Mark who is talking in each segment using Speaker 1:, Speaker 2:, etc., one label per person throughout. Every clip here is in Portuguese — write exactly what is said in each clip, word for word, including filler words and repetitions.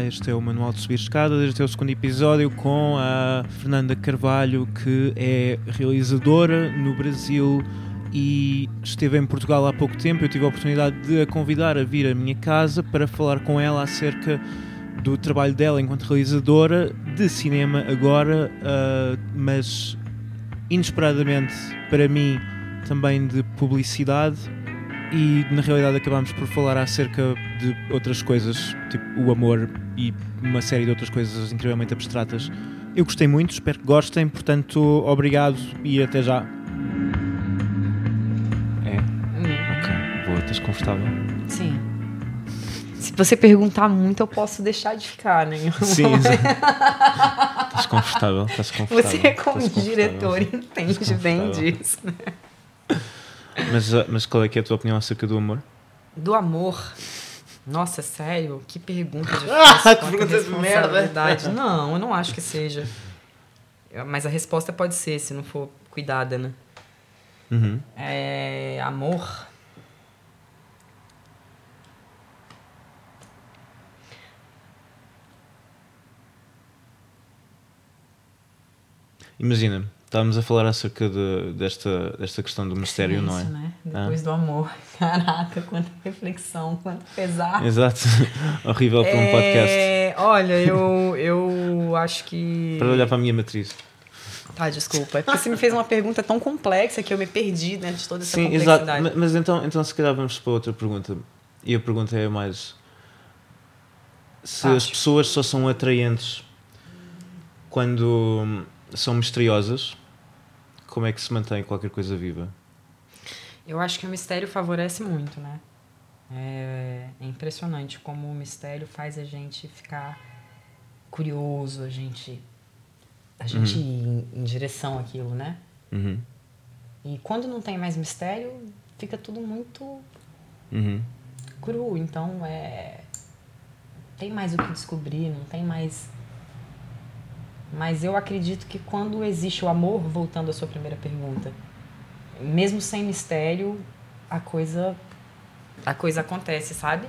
Speaker 1: Este é o Manual de Subir Escadas, este é o segundo episódio com a Fernanda Carvalho, que é realizadora no Brasil e esteve em Portugal há pouco tempo. Eu tive a oportunidade de a convidar a vir à minha casa para falar com ela acerca do trabalho dela enquanto realizadora de cinema agora, uh, mas inesperadamente para mim também de publicidade, e na realidade acabámos por falar acerca de outras coisas, tipo o amor e uma série de outras coisas incrivelmente abstratas. Eu gostei muito, espero que gostem, portanto obrigado e até já. É?
Speaker 2: Hum.
Speaker 1: Ok, boa, estás confortável?
Speaker 2: Sim. Se você perguntar muito, eu posso deixar de ficar, né?
Speaker 1: Sim, estás confortável, estás confortável.
Speaker 2: Você, como diretor, entende bem disso, né?
Speaker 1: Mas, mas qual é que é a tua opinião acerca do amor?
Speaker 2: Do amor? Nossa, sério? Que pergunta difícil.
Speaker 1: Ah, que pergunta de merda.
Speaker 2: Não, eu não acho que seja. Mas a resposta pode ser, se não for cuidada, né?
Speaker 1: Uhum.
Speaker 2: É... Amor...
Speaker 1: Imagina, estávamos a falar acerca de, desta, desta questão do mistério,
Speaker 2: Silêncio,
Speaker 1: não é?
Speaker 2: Né? Depois ah. do amor. Caraca, quanta reflexão, quanto pesar.
Speaker 1: Exato. Horrível para um
Speaker 2: é...
Speaker 1: podcast.
Speaker 2: Olha, eu, eu acho que...
Speaker 1: Para olhar para a minha matriz.
Speaker 2: Ah, desculpa. É porque você me fez uma pergunta tão complexa que eu me perdi dentro de toda essa
Speaker 1: Sim,
Speaker 2: complexidade.
Speaker 1: Exato. Mas então, então se calhar vamos para outra pergunta. E a pergunta é mais... Se acho. As pessoas só são atraentes quando são misteriosas, como é que se mantém qualquer coisa viva?
Speaker 2: Eu acho que o mistério favorece muito, né? É, é impressionante como o mistério faz a gente ficar curioso, a gente, a gente uhum. ir em, em direção àquilo, né?
Speaker 1: Uhum.
Speaker 2: E quando não tem mais mistério, fica tudo muito
Speaker 1: uhum.
Speaker 2: cru. Então, é, tem mais o que descobrir, não tem mais... Mas eu acredito que quando existe o amor, voltando à sua primeira pergunta, mesmo sem mistério, a coisa, a coisa acontece, sabe?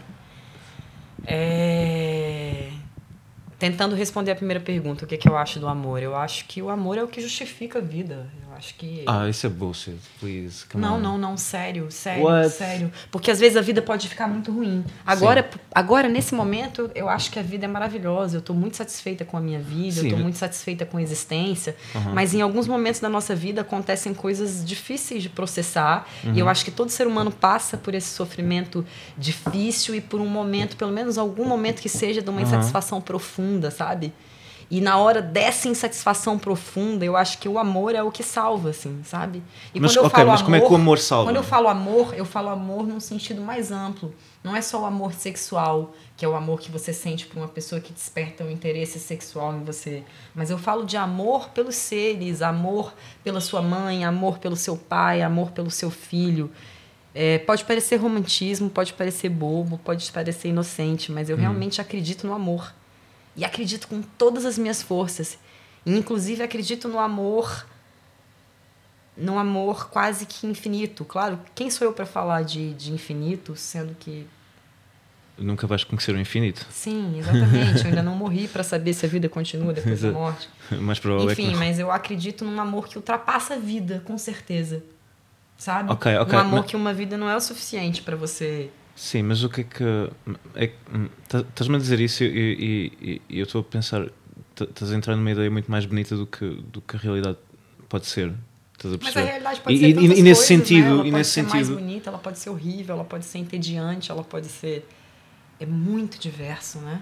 Speaker 2: É... Tentando responder a primeira pergunta, o que, é que eu acho do amor? Eu acho que o amor é o que justifica a vida. Eu acho que...
Speaker 1: Ah, isso é bullshit, please. Come
Speaker 2: não,
Speaker 1: on.
Speaker 2: não, não, sério, sério,
Speaker 1: What?
Speaker 2: sério. Porque às vezes a vida pode ficar muito ruim. Agora, agora, nesse momento, eu acho que a vida é maravilhosa. Eu estou muito satisfeita com a minha vida, Sim. eu estou muito satisfeita com a existência. Uhum. Mas em alguns momentos da nossa vida acontecem coisas difíceis de processar. Uhum. E eu acho que todo ser humano passa por esse sofrimento difícil e por um momento, pelo menos algum momento que seja de uma insatisfação uhum. profunda, sabe? E na hora dessa insatisfação profunda, eu acho que o amor é o que salva, assim, sabe? E
Speaker 1: mas,
Speaker 2: quando eu
Speaker 1: okay,
Speaker 2: falo
Speaker 1: mas
Speaker 2: amor,
Speaker 1: como é que o amor salva?
Speaker 2: Quando eu falo amor, eu falo amor num sentido mais amplo. Não é só o amor sexual, que é o amor que você sente por uma pessoa que desperta um interesse sexual em você. Mas eu falo de amor pelos seres, amor pela sua mãe, amor pelo seu pai, amor pelo seu filho. É, pode parecer romantismo, pode parecer bobo, pode parecer inocente, mas eu hum. realmente acredito no amor. E acredito com todas as minhas forças. E, inclusive, acredito no amor... No amor quase que infinito. Claro, quem sou eu para falar de, de infinito, sendo que...
Speaker 1: Nunca vais conhecer o infinito.
Speaker 2: Sim, exatamente. Eu ainda não morri para saber se a vida continua depois da morte.
Speaker 1: Mas provável
Speaker 2: Enfim,
Speaker 1: é que não.
Speaker 2: Mas eu acredito num amor que ultrapassa a vida, com certeza. Sabe?
Speaker 1: Okay, okay.
Speaker 2: Um amor
Speaker 1: mas...
Speaker 2: que uma vida não é o suficiente para você...
Speaker 1: Sim, mas o que é que... É, estás-me a dizer isso e, e, e, e eu estou a pensar... Estás a entrar numa ideia muito mais bonita do que, do que a realidade pode ser. Estás a perceber?
Speaker 2: Mas a realidade pode
Speaker 1: e,
Speaker 2: ser
Speaker 1: e,
Speaker 2: tantas
Speaker 1: e nesse
Speaker 2: coisas,
Speaker 1: sentido,
Speaker 2: né? Ela
Speaker 1: e
Speaker 2: pode
Speaker 1: nesse
Speaker 2: ser
Speaker 1: sentido...
Speaker 2: mais bonita, ela pode ser horrível, ela pode ser entediante, ela pode ser... É muito diverso, né?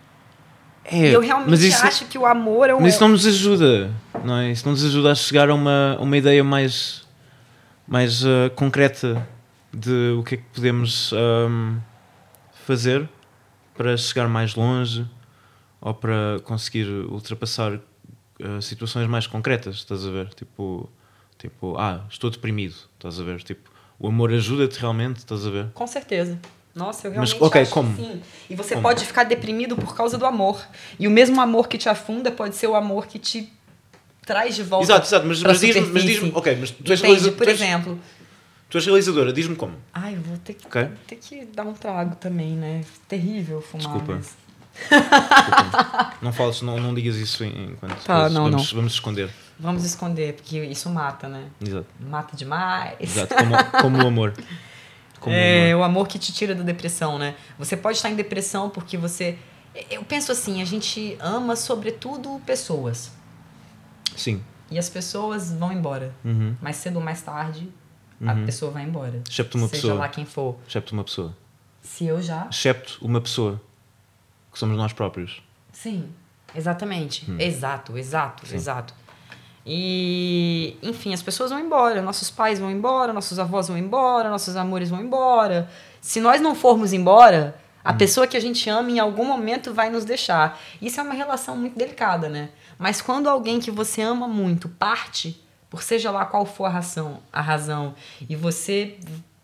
Speaker 1: É,
Speaker 2: e eu realmente
Speaker 1: mas isso,
Speaker 2: acho que o amor é um...
Speaker 1: Mas isso não nos ajuda, não é? Isso não nos ajuda a chegar a uma, uma ideia mais, mais uh, concreta de o que é que podemos um, fazer para chegar mais longe ou para conseguir ultrapassar uh, situações mais concretas, estás a ver? Tipo, tipo, ah, estou deprimido, estás a ver? Tipo, o amor ajuda-te realmente, estás a ver?
Speaker 2: Com certeza. Nossa, eu realmente
Speaker 1: Mas, okay,
Speaker 2: acho
Speaker 1: como?
Speaker 2: que sim. E você
Speaker 1: como?
Speaker 2: pode ficar deprimido por causa do amor. E o mesmo amor que te afunda pode ser o amor que te traz de volta.
Speaker 1: Exato, exato. Mas, mas diz-me, mas diz-me, ok, mas tu és realizadora.
Speaker 2: Por exemplo.
Speaker 1: Tu és realizadora, diz-me como.
Speaker 2: Ai, eu vou ter que,
Speaker 1: okay.
Speaker 2: ter que dar um trago também, né? Terrível fumar.
Speaker 1: Desculpa.
Speaker 2: Mas...
Speaker 1: Não fales, não, não digas isso enquanto
Speaker 2: tá, não,
Speaker 1: vamos,
Speaker 2: não.
Speaker 1: vamos esconder.
Speaker 2: Vamos esconder, porque isso mata, né?
Speaker 1: Exato.
Speaker 2: Mata demais.
Speaker 1: Exato, como, como o amor. Como
Speaker 2: é,
Speaker 1: o amor.
Speaker 2: o amor que te tira da depressão, né? Você pode estar em depressão porque você... Eu penso assim, a gente ama, sobretudo, pessoas.
Speaker 1: Sim.
Speaker 2: E as pessoas vão embora.
Speaker 1: Uhum.
Speaker 2: Mais cedo ou mais tarde,
Speaker 1: uhum.
Speaker 2: a pessoa vai embora.
Speaker 1: Excepto uma
Speaker 2: Seja
Speaker 1: pessoa.
Speaker 2: lá quem for.
Speaker 1: Excepto uma pessoa.
Speaker 2: Se eu já...
Speaker 1: Excepto uma pessoa. Que somos nós próprios.
Speaker 2: Sim, exatamente.
Speaker 1: Hum.
Speaker 2: Exato, exato,
Speaker 1: Sim.
Speaker 2: exato. E, enfim, as pessoas vão embora. Nossos pais vão embora, nossos avós vão embora, nossos amores vão embora. Se nós não formos embora... A pessoa que a gente ama em algum momento vai nos deixar. Isso é uma relação muito delicada, né? Mas quando alguém que você ama muito parte, por seja lá qual for a razão, a razão e você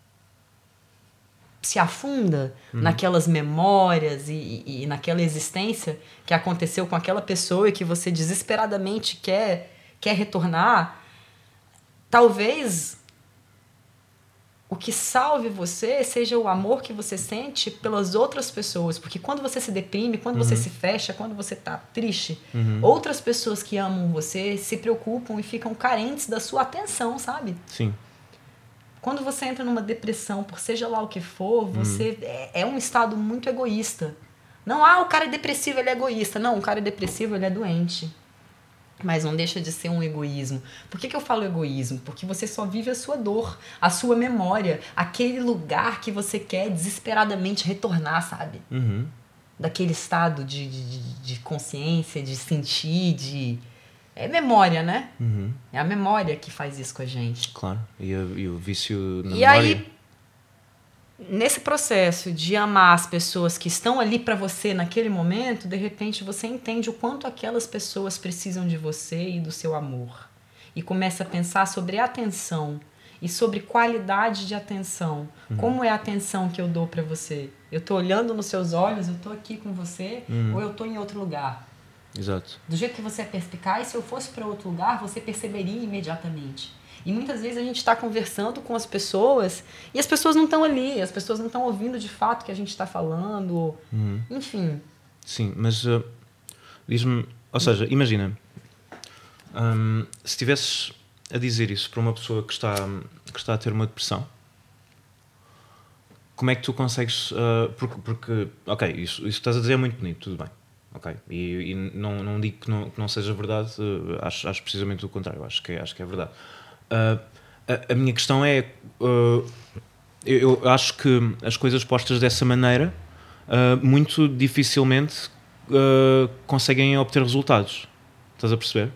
Speaker 2: se afunda uhum. naquelas memórias e, e, e naquela existência que aconteceu com aquela pessoa e que você desesperadamente quer, quer retornar, talvez... O que salve você seja o amor que você sente pelas outras pessoas. Porque quando você se deprime, quando uhum. você se fecha, quando você tá triste, uhum. outras pessoas que amam você se preocupam e ficam carentes da sua atenção, sabe?
Speaker 1: Sim.
Speaker 2: Quando você entra numa depressão, por seja lá o que for, você uhum. é, é um estado muito egoísta. Não, ah, o cara é depressivo, ele é egoísta. Não, o cara é depressivo, ele é doente. Mas não deixa de ser um egoísmo. Por que que eu falo egoísmo? Porque você só vive a sua dor, a sua memória, aquele lugar que você quer desesperadamente retornar, sabe?
Speaker 1: Uhum.
Speaker 2: Daquele estado de, de, de consciência, de sentir, de... É memória, né?
Speaker 1: Uhum.
Speaker 2: É a memória que faz isso com a gente.
Speaker 1: Claro, e, a, e o vício na
Speaker 2: e
Speaker 1: memória...
Speaker 2: Aí, nesse processo de amar as pessoas que estão ali para você naquele momento, de repente você entende o quanto aquelas pessoas precisam de você e do seu amor. E começa a pensar sobre atenção e sobre qualidade de atenção. Uhum. Como é a atenção que eu dou para você? Eu tô olhando nos seus olhos, eu tô aqui com você, uhum. ou eu tô em outro lugar?
Speaker 1: Exato.
Speaker 2: Do jeito que você é perspicaz, se eu fosse para outro lugar, você perceberia imediatamente. E muitas vezes a gente está conversando com as pessoas e as pessoas não estão ali, as pessoas não estão ouvindo de fato o que a gente está falando. Uhum. Enfim.
Speaker 1: Sim, mas uh, diz-me... Ou seja, imagina, um, se estivesses a dizer isso para uma pessoa que está, que está a ter uma depressão, como é que tu consegues... Uh, porque, porque, ok, isso, isso que estás a dizer é muito bonito, tudo bem. Ok, e, e não, não digo que não, que não seja verdade, uh, acho, acho precisamente o contrário, acho que é, acho que é verdade. Uh, a, a minha questão é, uh, eu, eu acho que as coisas postas dessa maneira uh, muito dificilmente uh, conseguem obter resultados. Estás a perceber?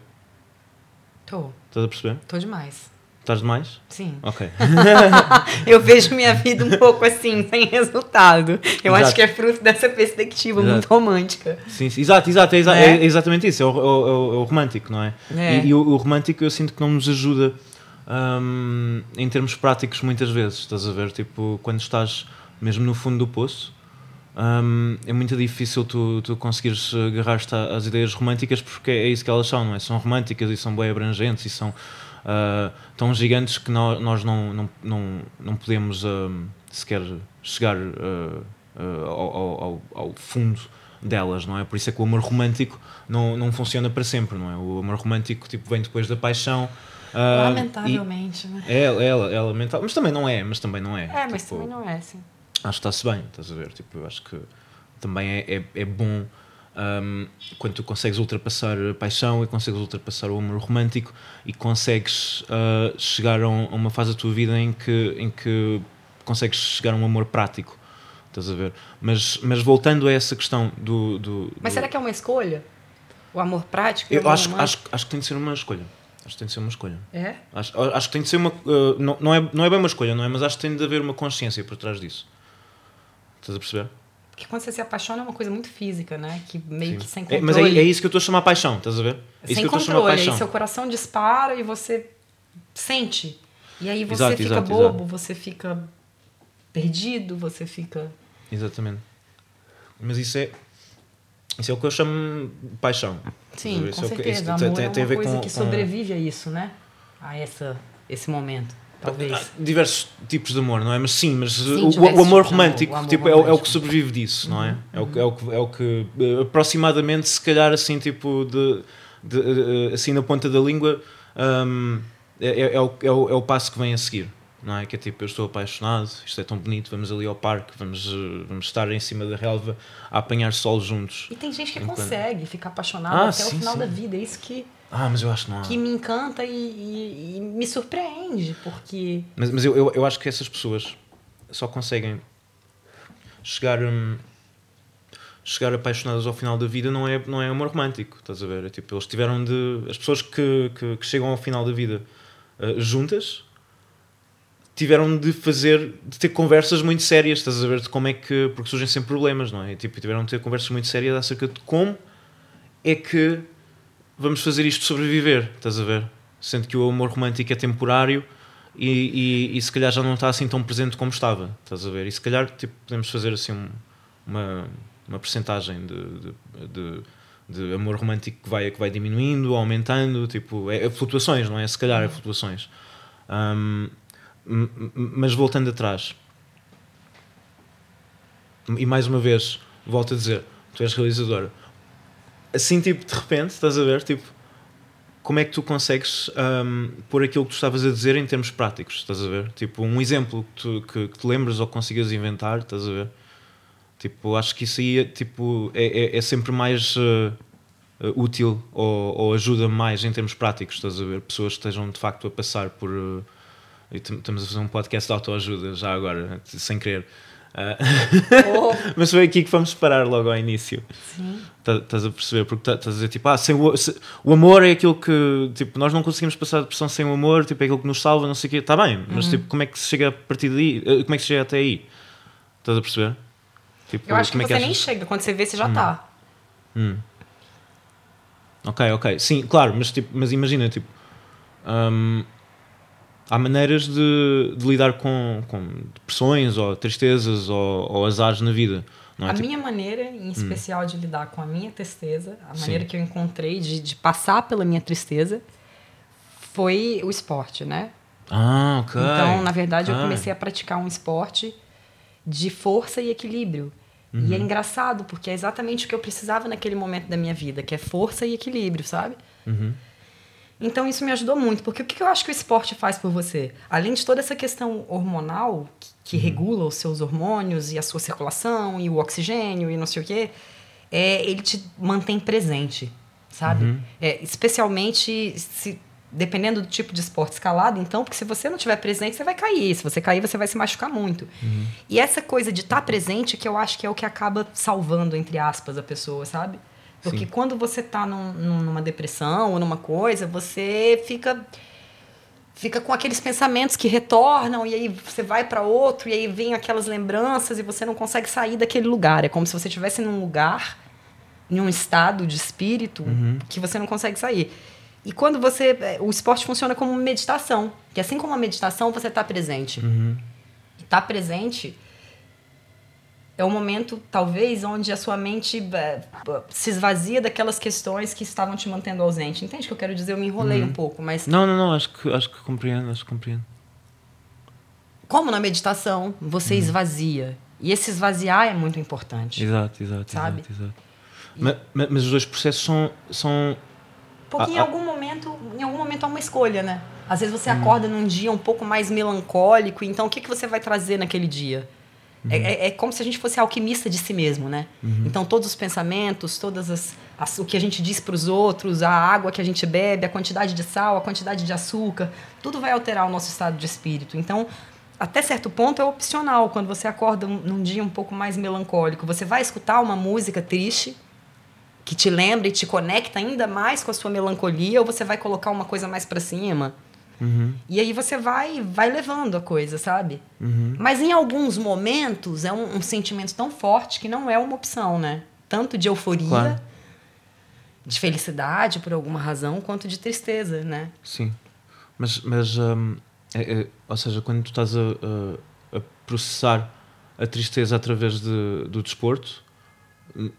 Speaker 2: Estou.
Speaker 1: Estás a perceber?
Speaker 2: Estou demais.
Speaker 1: Estás demais?
Speaker 2: Sim.
Speaker 1: Ok.
Speaker 2: Eu vejo minha vida um pouco assim, sem resultado. Eu
Speaker 1: exato.
Speaker 2: Acho que é fruto dessa perspectiva exato. Muito romântica.
Speaker 1: Sim, sim. Exato, exato. É, exa- é? é exatamente isso. É o, é o, é o romântico, não é?
Speaker 2: é.
Speaker 1: E, e o, o romântico eu sinto que não nos ajuda um, em termos práticos muitas vezes. Estás a ver? Tipo, quando estás mesmo no fundo do poço, um, é muito difícil tu, tu conseguires agarrar-te às ideias românticas porque é isso que elas são, não é? São românticas e são bem abrangentes e são... Uh, tão gigantes que nós, nós não, não, não, não podemos uh, sequer chegar uh, uh, ao, ao, ao fundo delas, não é? Por isso é que o amor romântico não, não funciona para sempre, não é? O amor romântico tipo, vem depois da paixão. Uh,
Speaker 2: Lamentavelmente, né?
Speaker 1: É, é, é, é lamentável, mas também não é, mas também não é.
Speaker 2: É, mas
Speaker 1: tipo,
Speaker 2: também não é, sim.
Speaker 1: Acho que está-se bem, estás a ver? Tipo, eu acho que também é, é, é bom Um, quando tu consegues ultrapassar a paixão e consegues ultrapassar o amor romântico e consegues uh, chegar a, um, a uma fase da tua vida em que, em que consegues chegar a um amor prático, estás a ver? Mas, mas voltando a essa questão do... do
Speaker 2: mas
Speaker 1: do...
Speaker 2: será que é uma escolha? O amor prático?
Speaker 1: Eu acho, acho, acho que tem de ser uma escolha. Acho que tem de ser uma escolha.
Speaker 2: É?
Speaker 1: Acho, acho que tem de ser uma... Uh, não, não, é, não é bem uma escolha, não é? Mas acho que tem de haver uma consciência por trás disso. Estás a perceber?
Speaker 2: Porque quando você se apaixona é uma coisa muito física, né? Que meio
Speaker 1: Sim.
Speaker 2: que sem controle.
Speaker 1: É, mas é, é isso que eu estou a chamar paixão, estás a ver? É
Speaker 2: sem
Speaker 1: isso que eu
Speaker 2: controle,
Speaker 1: aí
Speaker 2: seu coração dispara e você sente. E aí você
Speaker 1: exato,
Speaker 2: fica
Speaker 1: exato,
Speaker 2: bobo,
Speaker 1: exato.
Speaker 2: você fica perdido, você fica...
Speaker 1: Exatamente. Mas isso é, isso é o que eu chamo de paixão.
Speaker 2: Sim, com
Speaker 1: isso
Speaker 2: certeza.
Speaker 1: É o que,
Speaker 2: amor
Speaker 1: tem,
Speaker 2: é
Speaker 1: tem a
Speaker 2: uma
Speaker 1: ver
Speaker 2: coisa
Speaker 1: com,
Speaker 2: que
Speaker 1: com...
Speaker 2: sobrevive a isso, né? A essa, esse momento. talvez.
Speaker 1: Há diversos tipos de amor, não é? Mas sim, mas
Speaker 2: sim,
Speaker 1: o, o amor romântico,
Speaker 2: o amor
Speaker 1: tipo,
Speaker 2: romântico.
Speaker 1: É, o, é o que sobrevive disso, não é? Uhum. É, o, é, o que, é o que aproximadamente, se calhar assim, tipo, de, de, de assim na ponta da língua, um, é, é, o, é, o, é o passo que vem a seguir. Não é? Que é tipo, eu estou apaixonado, isto é tão bonito, vamos ali ao parque, vamos, vamos estar em cima da relva a apanhar sol juntos.
Speaker 2: E tem gente que
Speaker 1: enquanto...
Speaker 2: consegue ficar apaixonado
Speaker 1: ah,
Speaker 2: até
Speaker 1: sim,
Speaker 2: o final
Speaker 1: sim.
Speaker 2: da vida, é isso que,
Speaker 1: ah, mas eu acho que, não há.
Speaker 2: que me encanta e, e, e me surpreende, porque...
Speaker 1: Mas, mas eu, eu, eu acho que essas pessoas só conseguem chegar, hum, chegar apaixonadas ao final da vida, não é, não é amor romântico, estás a ver? É tipo, eles tiveram de... As pessoas que, que, que chegam ao final da vida uh, juntas... tiveram de fazer, de ter conversas muito sérias, estás a ver, de como é que, porque surgem sempre problemas, não é? Tipo, tiveram de ter conversas muito sérias acerca de como é que vamos fazer isto sobreviver, estás a ver? Sendo que o amor romântico é temporário e, e, e se calhar já não está assim tão presente como estava, estás a ver? E se calhar tipo, podemos fazer assim um, uma, uma percentagem de, de, de, de amor romântico que vai, que vai diminuindo, aumentando, tipo, é, é flutuações, não é? Se calhar é flutuações. Um, Mas voltando atrás, e mais uma vez volto a dizer, tu és realizadora, assim tipo de repente estás a ver, tipo, como é que tu consegues um, pôr aquilo que tu estavas a dizer em termos práticos, estás a ver, tipo um exemplo que tu que, que te lembres ou consigas inventar, estás a ver, tipo, acho que isso aí tipo, é, é, é sempre mais uh, uh, útil ou, ou ajuda mais em termos práticos, estás a ver, pessoas que estejam de facto a passar por uh, estamos a fazer um podcast de autoajuda já agora, sem querer. Uh, oh. Mas foi aqui que vamos parar logo ao início.
Speaker 2: Sim.
Speaker 1: Estás a perceber? Porque estás a dizer, tipo, ah, sem o, se, o amor é aquilo que, tipo, nós não conseguimos passar a depressão sem o amor, tipo, é aquilo que nos salva, não sei o quê. Está bem, mas uhum. tipo, como é que se chega a partir daí? Como é que se chega até aí? Estás a perceber? Tipo,
Speaker 2: eu acho que
Speaker 1: como
Speaker 2: você
Speaker 1: é que
Speaker 2: nem
Speaker 1: achas?
Speaker 2: chega, quando você vê, você já está.
Speaker 1: Hum. Hum. Ok, ok. Sim, claro, mas, tipo, mas imagina, tipo... Um, há maneiras de, de lidar com, com depressões ou tristezas ou, ou azares na vida. Não é?
Speaker 2: A
Speaker 1: tipo...
Speaker 2: minha maneira, em especial, hum. de lidar com a minha tristeza, a
Speaker 1: Sim.
Speaker 2: maneira que eu encontrei de, de passar pela minha tristeza, foi o esporte, né?
Speaker 1: Ah, ok.
Speaker 2: Então, na verdade,
Speaker 1: okay.
Speaker 2: eu comecei a praticar um esporte de força e equilíbrio. Uhum. E é engraçado, porque é exatamente o que eu precisava naquele momento da minha vida, que é força e equilíbrio, sabe?
Speaker 1: Uhum.
Speaker 2: Então isso me ajudou muito, porque o que eu acho que o esporte faz por você? Além de toda essa questão hormonal, que, que uhum. regula os seus hormônios e a sua circulação e o oxigênio e não sei o quê, é, ele te mantém presente, sabe?
Speaker 1: Uhum.
Speaker 2: É, especialmente se, dependendo do tipo de esporte escalado, então, porque se você não estiver presente, você vai cair. Se você cair, você vai se machucar muito.
Speaker 1: Uhum.
Speaker 2: E essa coisa de estar presente que eu acho que é o que acaba salvando, entre aspas, a pessoa, sabe? Porque Sim. quando você tá num, numa depressão ou numa coisa, você fica, fica com aqueles pensamentos que retornam e aí você vai para outro e aí vem aquelas lembranças e você não consegue sair daquele lugar. É como se você estivesse num lugar, em um estado de espírito uhum. que você não consegue sair. E quando você... O esporte funciona como uma meditação. Que assim como a meditação, você tá presente.
Speaker 1: Uhum.
Speaker 2: E tá presente... É o momento, talvez, onde a sua mente é, se esvazia daquelas questões que estavam te mantendo ausente. Entende o que eu quero dizer? Eu me enrolei uhum. um pouco, mas...
Speaker 1: Não, não, não. Acho que, acho que compreendo, acho que compreendo.
Speaker 2: Como na meditação, você uhum. esvazia. E esse esvaziar é muito importante.
Speaker 1: Exato, exato.
Speaker 2: Sabe?
Speaker 1: Exato, exato. E... Mas, mas os dois processos são... são...
Speaker 2: Porque ah, em, algum momento, em algum momento é uma escolha, né? Às vezes você uhum. acorda num dia um pouco mais melancólico, então o que, que você vai trazer naquele dia? Uhum. É, é como se a gente fosse alquimista de si mesmo, né? Uhum. Então, todos os pensamentos, todas as, as, o que a gente diz para os outros, a água que a gente bebe, a quantidade de sal, a quantidade de açúcar, tudo vai alterar o nosso estado de espírito. Então, até certo ponto, é opcional. Quando você acorda num dia um pouco mais melancólico, você vai escutar uma música triste que te lembra e te conecta ainda mais com a sua melancolia, ou você vai colocar uma coisa mais para cima...
Speaker 1: Uhum.
Speaker 2: E aí você vai, vai levando a coisa, sabe?
Speaker 1: Uhum.
Speaker 2: Mas em alguns momentos é um, um sentimento tão forte que não é uma opção, né? Tanto de euforia, claro. De felicidade por alguma razão, quanto de tristeza, né?
Speaker 1: Sim. Mas, mas um, é, é, ou seja, quando tu estás a, a, a processar a tristeza através de, do desporto,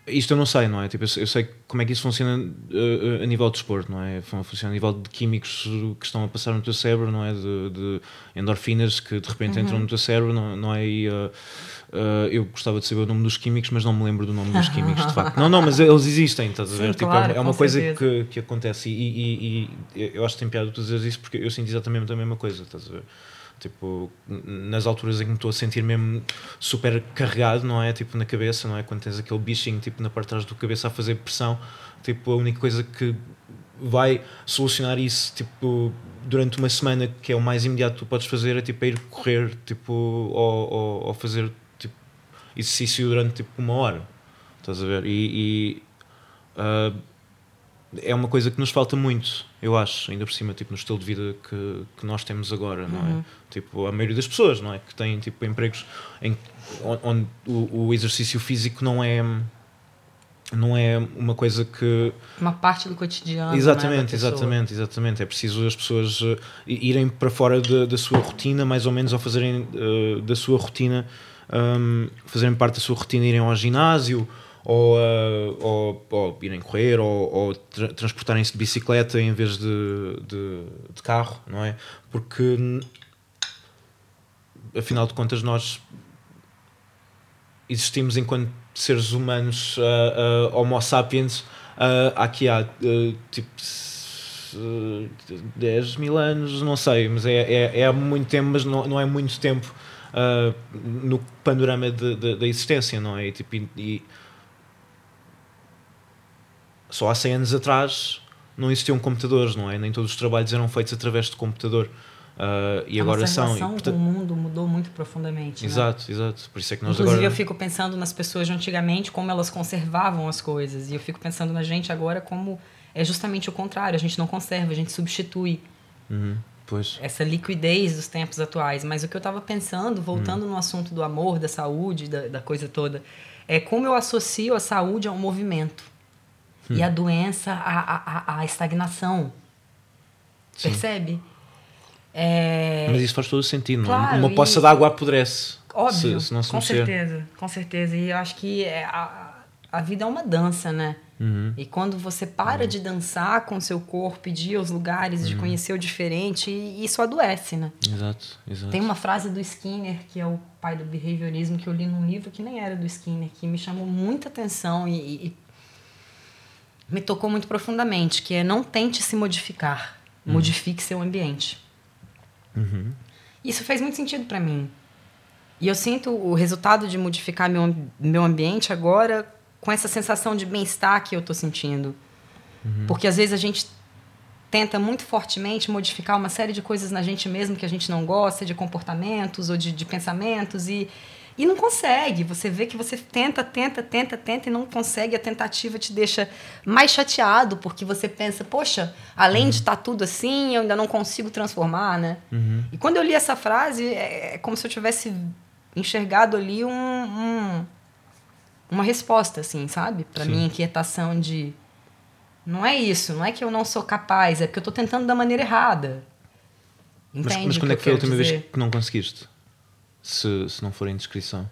Speaker 1: Isto eu não sei, não é? Tipo, eu sei, eu sei como é que isso funciona uh, a nível de desporto, não é? Funciona a nível de químicos que estão a passar no teu cérebro, não é? De, de endorfinas que de repente uhum. entram no teu cérebro, não, não é? E, uh, uh, eu gostava de saber o nome dos químicos, mas não me lembro do nome dos químicos, de facto. Não, não, mas eles existem, estás a ver?
Speaker 2: Sim,
Speaker 1: tipo,
Speaker 2: claro,
Speaker 1: é uma, é uma coisa que,
Speaker 2: certeza.
Speaker 1: que acontece e, e, e eu acho que tem piada tu dizeres isso porque eu sinto exatamente a mesma coisa, estás a ver? Tipo, nas alturas em que me estou a sentir mesmo super carregado, não é? Tipo, na cabeça, não é? Quando tens aquele bichinho, tipo, na parte de trás da cabeça a fazer pressão, tipo, a única coisa que vai solucionar isso, tipo, durante uma semana, que é o mais imediato que tu podes fazer, é, tipo, é ir correr, tipo, ou, ou, ou fazer, tipo, exercício durante, tipo, uma hora. Estás a ver? E... e uh, é uma coisa que nos falta muito, eu acho, ainda por cima, tipo, no estilo de vida que, que nós temos agora, não é?
Speaker 2: Uhum.
Speaker 1: Tipo, a maioria das pessoas, não é? Que têm, tipo, empregos em, onde o, o exercício físico não é, não é uma coisa que...
Speaker 2: Uma parte do cotidiano,
Speaker 1: Exatamente,
Speaker 2: né,
Speaker 1: exatamente, exatamente. É preciso as pessoas uh, irem para fora de, da sua rotina, mais ou menos, ou fazerem uh, da sua rotina, um, fazerem parte da sua rotina, irem ao ginásio, ou, uh, ou, ou irem correr, ou, ou tra transportarem-se de bicicleta em vez de, de, de carro, não é? Porque, afinal de contas, nós existimos enquanto seres humanos, uh, uh, Homo sapiens, uh, aqui há uh, tipo uh, dez mil anos, não sei, mas é, é, é há muito tempo, mas não, não é muito tempo uh, no panorama de, de, da existência, não é? E, tipo, e, e só há cem anos atrás não existiam computadores, não é? Nem todos os trabalhos eram feitos através de computador. Uh, e
Speaker 2: a
Speaker 1: agora
Speaker 2: nossa
Speaker 1: são.
Speaker 2: relação
Speaker 1: e, portanto,
Speaker 2: com o mundo mudou muito profundamente.
Speaker 1: Exato,
Speaker 2: né?
Speaker 1: exato. Por isso é que nós
Speaker 2: Inclusive,
Speaker 1: agora...
Speaker 2: eu fico pensando nas pessoas de antigamente, como elas conservavam as coisas. E eu fico pensando na gente agora como é justamente o contrário. A gente não conserva, a gente substitui.
Speaker 1: Uhum, pois.
Speaker 2: Essa liquidez dos tempos atuais. Mas o que eu estava pensando, voltando
Speaker 1: uhum.
Speaker 2: no assunto do amor, da saúde, da, da coisa toda, é como eu associo a saúde a um movimento. Hum. E a doença à, à, à estagnação. Sim. Percebe? É...
Speaker 1: Mas isso faz todo o sentido,
Speaker 2: claro,
Speaker 1: não é? Uma poça e... de água apodrece.
Speaker 2: Óbvio,
Speaker 1: se, se não se
Speaker 2: com
Speaker 1: mexer.
Speaker 2: certeza, com certeza. E eu acho que é a, a vida é uma dança, né?
Speaker 1: Uhum.
Speaker 2: E quando você para uhum. de dançar com o seu corpo, de ir aos lugares, uhum. de conhecer o diferente, isso adoece, né?
Speaker 1: Exato, exato.
Speaker 2: Tem uma frase do Skinner, que é o pai do behaviorismo, que eu li num livro que nem era do Skinner, que me chamou muita atenção e, e me tocou muito profundamente, que é: não tente se modificar, uhum. modifique seu ambiente.
Speaker 1: Uhum.
Speaker 2: Isso fez muito sentido para mim. E eu sinto o resultado de modificar meu, meu ambiente agora com essa sensação de bem-estar que eu estou sentindo. Uhum. Porque às vezes a gente tenta muito fortemente modificar uma série de coisas na gente mesmo que a gente não gosta, de comportamentos ou de, de pensamentos, e, e não consegue. Você vê que você tenta, tenta, tenta, tenta e não consegue. A tentativa te deixa mais chateado, porque você pensa: poxa, além uhum. de estar tudo assim, eu ainda não consigo transformar, né?
Speaker 1: Uhum.
Speaker 2: E quando eu li essa frase, é como se eu tivesse enxergado ali um, um, uma resposta, assim, sabe? Para minha inquietação de... Não é isso, não é que eu não sou capaz, é porque eu estou tentando da maneira errada. Entende?
Speaker 1: Mas, mas quando é que foi a última
Speaker 2: dizer?
Speaker 1: vez que não conseguiste? Se, se não for indiscrição.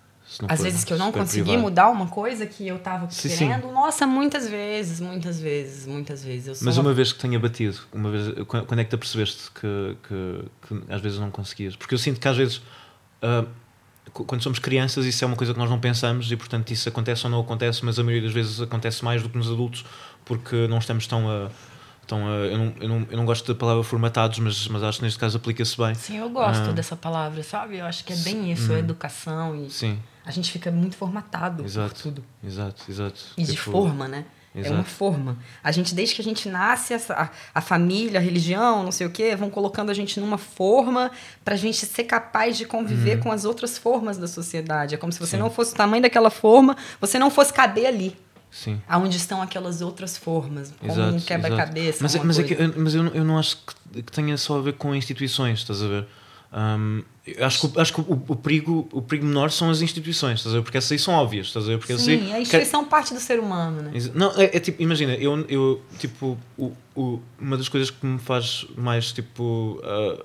Speaker 2: Às vezes que eu não consegui privado. mudar uma coisa que eu estava querendo, sim. Nossa, muitas vezes, muitas vezes, muitas vezes. Eu sou
Speaker 1: Mas
Speaker 2: uma...
Speaker 1: uma vez que tenha batido, uma vez, quando é que te apercebeste que, que, que às vezes não conseguias? Porque eu sinto que às vezes... Uh, quando somos crianças, isso é uma coisa que nós não pensamos e, portanto, isso acontece ou não acontece, mas a maioria das vezes acontece mais do que nos adultos, porque não estamos tão a... tão a eu, não, eu, não, eu não gosto da palavra formatados, mas, mas acho que neste caso aplica-se bem.
Speaker 2: Sim, eu gosto uh, dessa palavra, sabe? Eu acho que é bem isso, hum, a educação e... Sim. A gente fica muito formatado
Speaker 1: exato,
Speaker 2: por tudo.
Speaker 1: Exato, exato.
Speaker 2: E tipo, de forma, né? Exato. É uma forma. A gente, desde que a gente nasce, a, a família, a religião, não sei o quê, vão colocando a gente numa forma pra gente ser capaz de conviver uhum. com as outras formas da sociedade. É como se você Sim. não fosse o tamanho daquela forma, você não fosse caber ali. Sim. Aonde estão aquelas outras formas, como exato, um quebra-cabeça.
Speaker 1: Mas, mas, é que, mas eu, eu não acho que, que tenha só a ver com instituições, estás a ver? Um, acho que, acho que o, o, perigo, o perigo menor são as instituições, estás a ver? Porque essas aí são óbvias, estás a ver? Porque
Speaker 2: Sim,
Speaker 1: aí,
Speaker 2: a instituição quer... parte do ser humano, né?
Speaker 1: Não, é, é tipo, imagina, eu, eu tipo, o, o, uma das coisas que me faz mais tipo uh,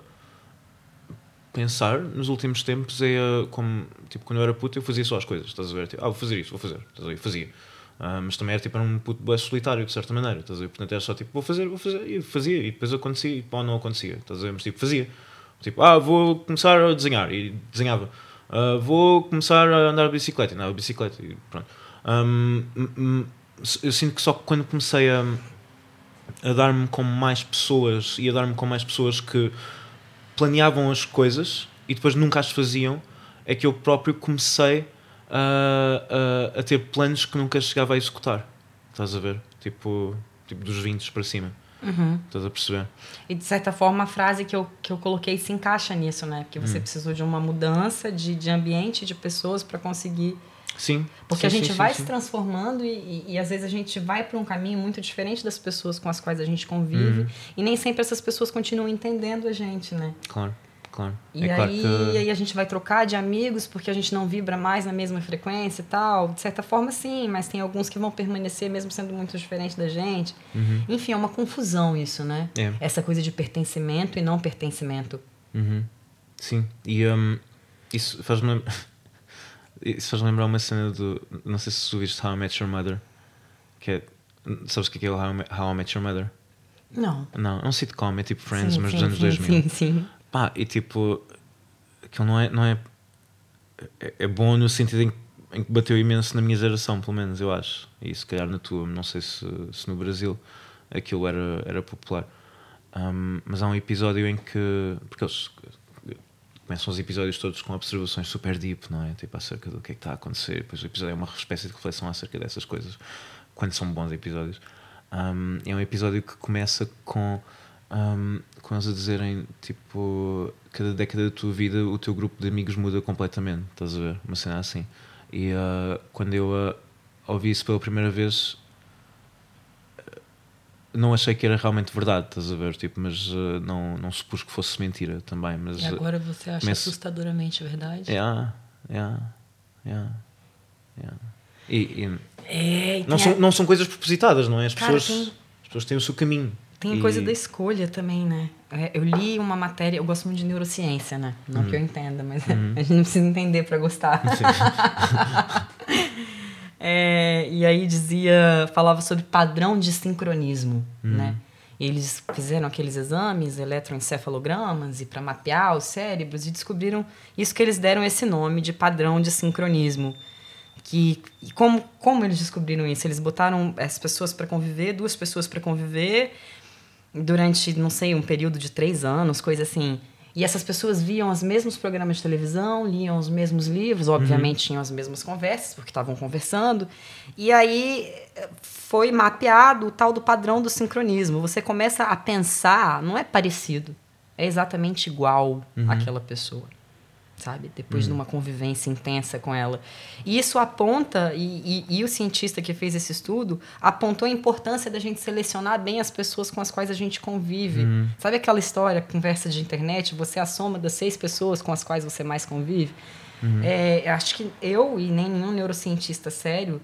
Speaker 1: pensar nos últimos tempos é uh, como, tipo, quando eu era puto eu fazia só as coisas, estás a ver? Tipo, ah, vou fazer isso, vou fazer, estás a ver? Fazia.
Speaker 3: Uh, mas também era tipo era um puto bué solitário, de certa maneira. Estás a ver? Portanto, era só tipo, vou fazer, vou fazer. E fazia, e depois acontecia, e pá, não acontecia. Estás a ver? Mas tipo, fazia. Tipo, ah, vou começar a desenhar. E desenhava. Uh, vou começar a andar de bicicleta. E andava de bicicleta. E pronto. Um, um, eu sinto que só quando comecei a, a dar-me com mais pessoas e a dar-me com mais pessoas que planeavam as coisas e depois nunca as faziam, é que eu próprio comecei a, a, a ter planos que nunca chegava a executar. Estás a ver? Tipo, tipo dos vinte para cima.
Speaker 2: Uhum.
Speaker 3: Estás a perceber?
Speaker 2: E de certa forma a frase que eu, que eu coloquei se encaixa nisso, né? Porque você hum. precisou de uma mudança de, de ambiente, de pessoas para conseguir...
Speaker 3: Sim.
Speaker 2: Porque
Speaker 3: sim,
Speaker 2: a gente
Speaker 3: sim,
Speaker 2: vai
Speaker 3: sim,
Speaker 2: se
Speaker 3: sim.
Speaker 2: transformando e, e, e às vezes a gente vai para um caminho muito diferente das pessoas com as quais a gente convive. Uhum. E nem sempre essas pessoas continuam entendendo a gente, né?
Speaker 3: Claro, claro.
Speaker 2: E,
Speaker 3: é
Speaker 2: aí,
Speaker 3: claro que...
Speaker 2: e aí a gente vai trocar de amigos porque a gente não vibra mais na mesma frequência e tal. De certa forma, sim, mas tem alguns que vão permanecer mesmo sendo muito diferentes da gente.
Speaker 3: Uhum.
Speaker 2: Enfim, é uma confusão isso, né?
Speaker 3: É.
Speaker 2: Essa coisa de pertencimento e não pertencimento.
Speaker 3: Uhum. Sim, e um, isso faz-me... Isso faz lembrar uma cena do... Não sei se tu viste How I Met Your Mother. Que é... Sabes o que é o How I, How I Met Your Mother?
Speaker 2: Não.
Speaker 3: Não, é um sitcom, é tipo Friends,
Speaker 2: sim,
Speaker 3: mas
Speaker 2: sim,
Speaker 3: dos anos
Speaker 2: sim,
Speaker 3: dois mil.
Speaker 2: Sim, sim.
Speaker 3: Pá, e tipo... Aquilo não é... Não é, é, é bom no sentido em, em que bateu imenso na minha geração, pelo menos, eu acho. E se calhar na tua, não sei se, se no Brasil aquilo era, era popular. Um, mas há um episódio em que... Porque eles... Começam os episódios todos com observações super deep, não é? Tipo, acerca do que é que está a acontecer. Depois o episódio é uma espécie de reflexão acerca dessas coisas, quando são bons episódios. Um, é um episódio que começa com, um, com eles a dizerem, tipo, cada década da tua vida o teu grupo de amigos muda completamente, estás a ver? Uma cena assim. E uh, quando eu uh, ouvi isso pela primeira vez... Não achei que era realmente verdade, estás a ver? Tipo, mas uh, não, não supus que fosse mentira também. Mas,
Speaker 2: e agora você acha começo... assustadoramente verdade?
Speaker 3: É, yeah, yeah, yeah, yeah. E, e
Speaker 2: é, e
Speaker 3: não, são, a... não são coisas propositadas, não é? As,
Speaker 2: Cara,
Speaker 3: pessoas,
Speaker 2: tem...
Speaker 3: as pessoas têm o seu caminho.
Speaker 2: Tem
Speaker 3: e...
Speaker 2: a coisa da escolha também, né? Eu li uma matéria, eu gosto muito de neurociência, né? Não uhum. que eu entenda, mas uhum. a gente não precisa entender para gostar. É, e aí dizia, falava sobre padrão de sincronismo, uhum. né? E eles fizeram aqueles exames, eletroencefalogramas, e para mapear os cérebros, e descobriram isso que eles deram esse nome de padrão de sincronismo. Que, e como, como eles descobriram isso? Eles botaram as pessoas para conviver, duas pessoas para conviver, durante, não sei, um período de três anos, coisa assim. E essas pessoas viam os mesmos programas de televisão, liam os mesmos livros, obviamente uhum. tinham as mesmas conversas, porque estavam conversando. E aí foi mapeado o tal do padrão do sincronismo. Você começa a pensar, não é parecido, é exatamente igual uhum. àquela pessoa, sabe? Depois uhum. de uma convivência intensa com ela. E isso aponta, e, e, e o cientista que fez esse estudo apontou a importância da gente selecionar bem as pessoas com as quais a gente convive. Uhum. Sabe aquela história, conversa de internet, você é a soma das seis pessoas com as quais você mais convive? Uhum. É, acho que eu e nem nenhum neurocientista sério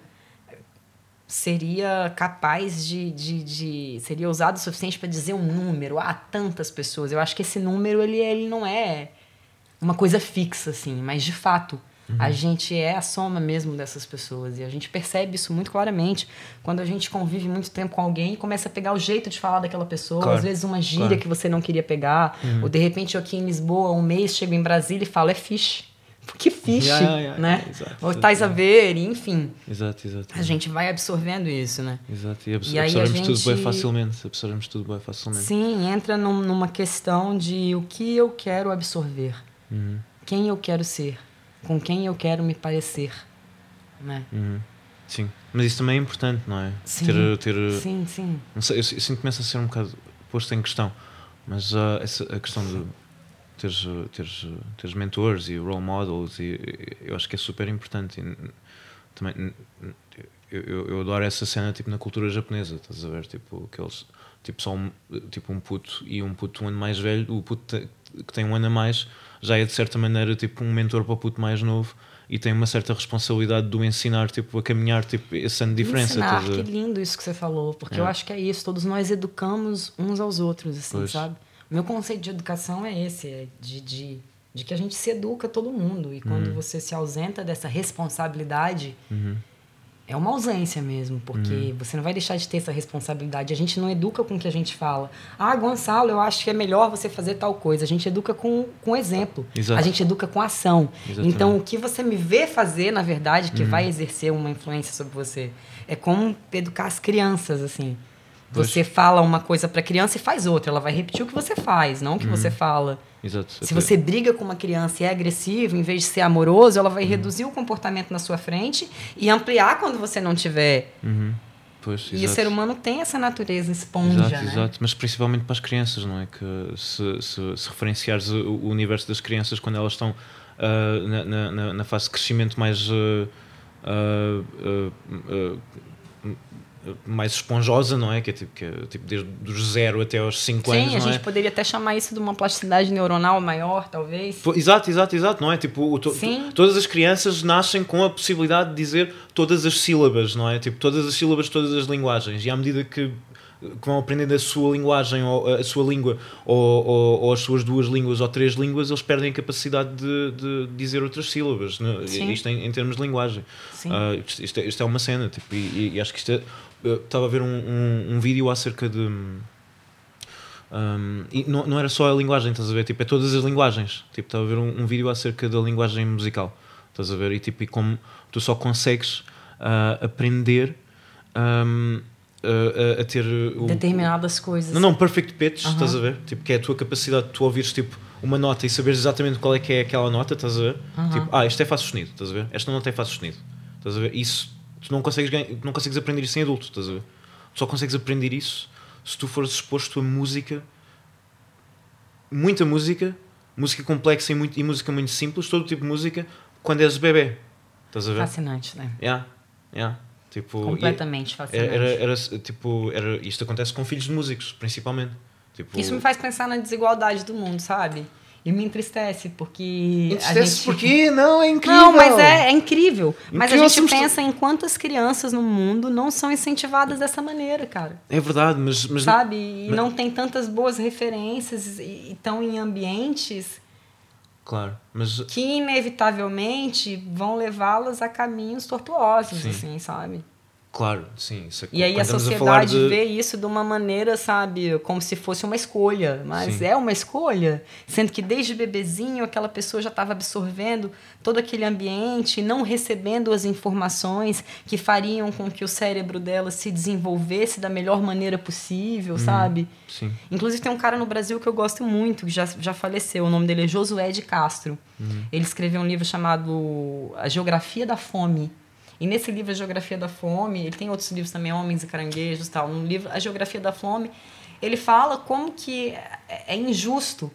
Speaker 2: seria capaz de, de, de... seria ousado o suficiente para dizer um número. Ah, tantas pessoas. Eu acho que esse número, ele, ele não é... uma coisa fixa, assim, mas de fato uhum. a gente é a soma mesmo dessas pessoas e a gente percebe isso muito claramente quando a gente convive muito tempo com alguém e começa a pegar o jeito de falar daquela pessoa, claro. Às vezes uma gíria claro. Que você não queria pegar, uhum. ou de repente eu aqui em Lisboa um mês chego em Brasília e falo é fish, que fish, yeah, yeah, yeah, né? Exato, ou tais a ver, enfim.
Speaker 3: Exato, exato.
Speaker 2: A gente vai absorvendo isso, né?
Speaker 3: Exato, e, absor- e absorvemos gente... tudo bem facilmente, absorvemos tudo bem facilmente.
Speaker 2: Sim, entra num, numa questão de o que eu quero absorver. Uhum. Quem eu quero ser, com quem eu quero me parecer, né?
Speaker 3: Uhum. Sim, mas isso também é importante, não é?
Speaker 2: Sim,
Speaker 3: ter, ter,
Speaker 2: sim, sim.
Speaker 3: Não sei, eu, eu sinto que começa a ser um bocado posto em questão, mas uh, essa, a questão de teres, teres, teres mentores e role models, e, eu acho que é super importante. E, também, eu, eu, eu adoro essa cena tipo, na cultura japonesa, estás a ver? Tipo, que eles, tipo, só um, tipo um puto e um puto um ano mais velho, o puto te, que tem um ano a mais já é de certa maneira tipo um mentor para o puto mais novo e tem uma certa responsabilidade de o ensinar tipo, a caminhar tipo, esse ano de diferença.
Speaker 2: Ensinar, que lindo isso que você falou, porque é. eu acho que é isso, todos nós educamos uns aos outros, assim, pois. Sabe? O meu conceito de educação é esse, é de, de, de que a gente se educa todo mundo, e quando uhum. você se ausenta dessa responsabilidade, uhum. É uma ausência mesmo, porque
Speaker 3: Uhum.
Speaker 2: você não vai deixar de ter essa responsabilidade. A gente não educa com o que a gente fala. Ah, Gonçalo, eu acho que é melhor você fazer tal coisa. A gente educa com, com exemplo.
Speaker 3: Exato.
Speaker 2: A gente educa com ação.
Speaker 3: Exatamente.
Speaker 2: Então, o que você me vê fazer, na verdade, que uhum. vai exercer uma influência sobre você. É como educar as crianças, assim.
Speaker 3: Pois.
Speaker 2: Você fala uma coisa para a criança e faz outra. Ela vai repetir o que você faz, não o que uhum. você fala.
Speaker 3: Exato.
Speaker 2: Se você briga com uma criança e é agressivo, em vez de ser amoroso, ela vai uhum. reduzir o comportamento na sua frente e ampliar quando você não tiver.
Speaker 3: Uhum. Pois,
Speaker 2: e
Speaker 3: exato.
Speaker 2: o ser humano tem essa natureza esponja,
Speaker 3: exato,
Speaker 2: né?
Speaker 3: Exato, mas principalmente para as crianças, não é? Que se, se, se referenciares o, o universo das crianças quando elas estão uh, na, na, na fase de crescimento mais... Uh, uh, uh, uh, uh, mais esponjosa, não é? Que é tipo, que é, tipo desde os zero até aos cinco
Speaker 2: Sim,
Speaker 3: anos,
Speaker 2: Sim, a
Speaker 3: não
Speaker 2: gente
Speaker 3: é?
Speaker 2: poderia até chamar isso de uma plasticidade neuronal maior, talvez.
Speaker 3: Pô, exato, exato, exato, não é? Tipo, to,
Speaker 2: Sim.
Speaker 3: to, todas as crianças nascem com a possibilidade de dizer todas as sílabas, não é? Tipo, todas as sílabas, todas as linguagens. E à medida que, que vão aprendendo a sua linguagem, ou a sua língua, ou, ou, ou as suas duas línguas ou três línguas, eles perdem a capacidade de, de dizer outras sílabas, não? Isto em, em termos de linguagem. Uh, isto, isto, é, isto é uma cena, tipo, e, e acho que isto é... Eu estava a ver um, um, um vídeo acerca de... Um, e não, não era só a linguagem, estás a ver? Tipo, é todas as linguagens. Tipo, estava a ver um, um vídeo acerca da linguagem musical. Estás a ver? E, tipo, e como tu só consegues uh, aprender um, uh, a ter... O,
Speaker 2: determinadas coisas.
Speaker 3: Não, não, perfect pitch,
Speaker 2: uh-huh.
Speaker 3: estás a ver? Tipo, que é a tua capacidade de tu ouvires, tipo, uma nota e saberes exatamente qual é que é aquela nota, estás a ver?
Speaker 2: Uh-huh.
Speaker 3: Tipo, ah, isto é fá sustenido, estás a ver? Esta nota é fá sustenido, estás a ver? Isso... Tu não consegues, ganhar, não consegues aprender isso em adulto, estás a ver? Tu só consegues aprender isso se tu fores exposto a música, muita música, música complexa e, muito, e música muito simples, todo tipo de música, quando és bebê. Estás a ver?
Speaker 2: Fascinante, né?
Speaker 3: Yeah, yeah. Tipo,
Speaker 2: completamente fascinante.
Speaker 3: Era, era, era, tipo, era, isto acontece com filhos de músicos, principalmente. Tipo,
Speaker 2: isso me faz pensar na desigualdade do mundo, sabe? E me entristece, porque...
Speaker 3: Entristece
Speaker 2: a gente...
Speaker 3: porque não, é incrível.
Speaker 2: Não, mas é, é incrível. incrível. Mas a gente
Speaker 3: somos...
Speaker 2: pensa em quantas crianças no mundo não são incentivadas dessa maneira, cara.
Speaker 3: É verdade, mas... mas
Speaker 2: sabe? E
Speaker 3: mas...
Speaker 2: não tem tantas boas referências e estão em ambientes...
Speaker 3: Claro, mas...
Speaker 2: que inevitavelmente vão levá-las a caminhos tortuosos,
Speaker 3: sim.
Speaker 2: assim, sabe?
Speaker 3: Claro, sim. Isso é,
Speaker 2: e aí a sociedade a de... vê isso de uma maneira, sabe, como se fosse uma escolha. Mas sim. é uma escolha, sendo que desde bebezinho aquela pessoa já estava absorvendo todo aquele ambiente, não recebendo as informações que fariam com que o cérebro dela se desenvolvesse da melhor maneira possível,
Speaker 3: hum,
Speaker 2: sabe?
Speaker 3: Sim.
Speaker 2: Inclusive tem um cara no Brasil que eu gosto muito, que já, já faleceu, o nome dele é Josué de Castro.
Speaker 3: Hum.
Speaker 2: Ele escreveu um livro chamado A Geografia da Fome. E nesse livro, A Geografia da Fome, ele tem outros livros também, Homens e Caranguejos e tal. No livro, A Geografia da Fome, ele fala como que é injusto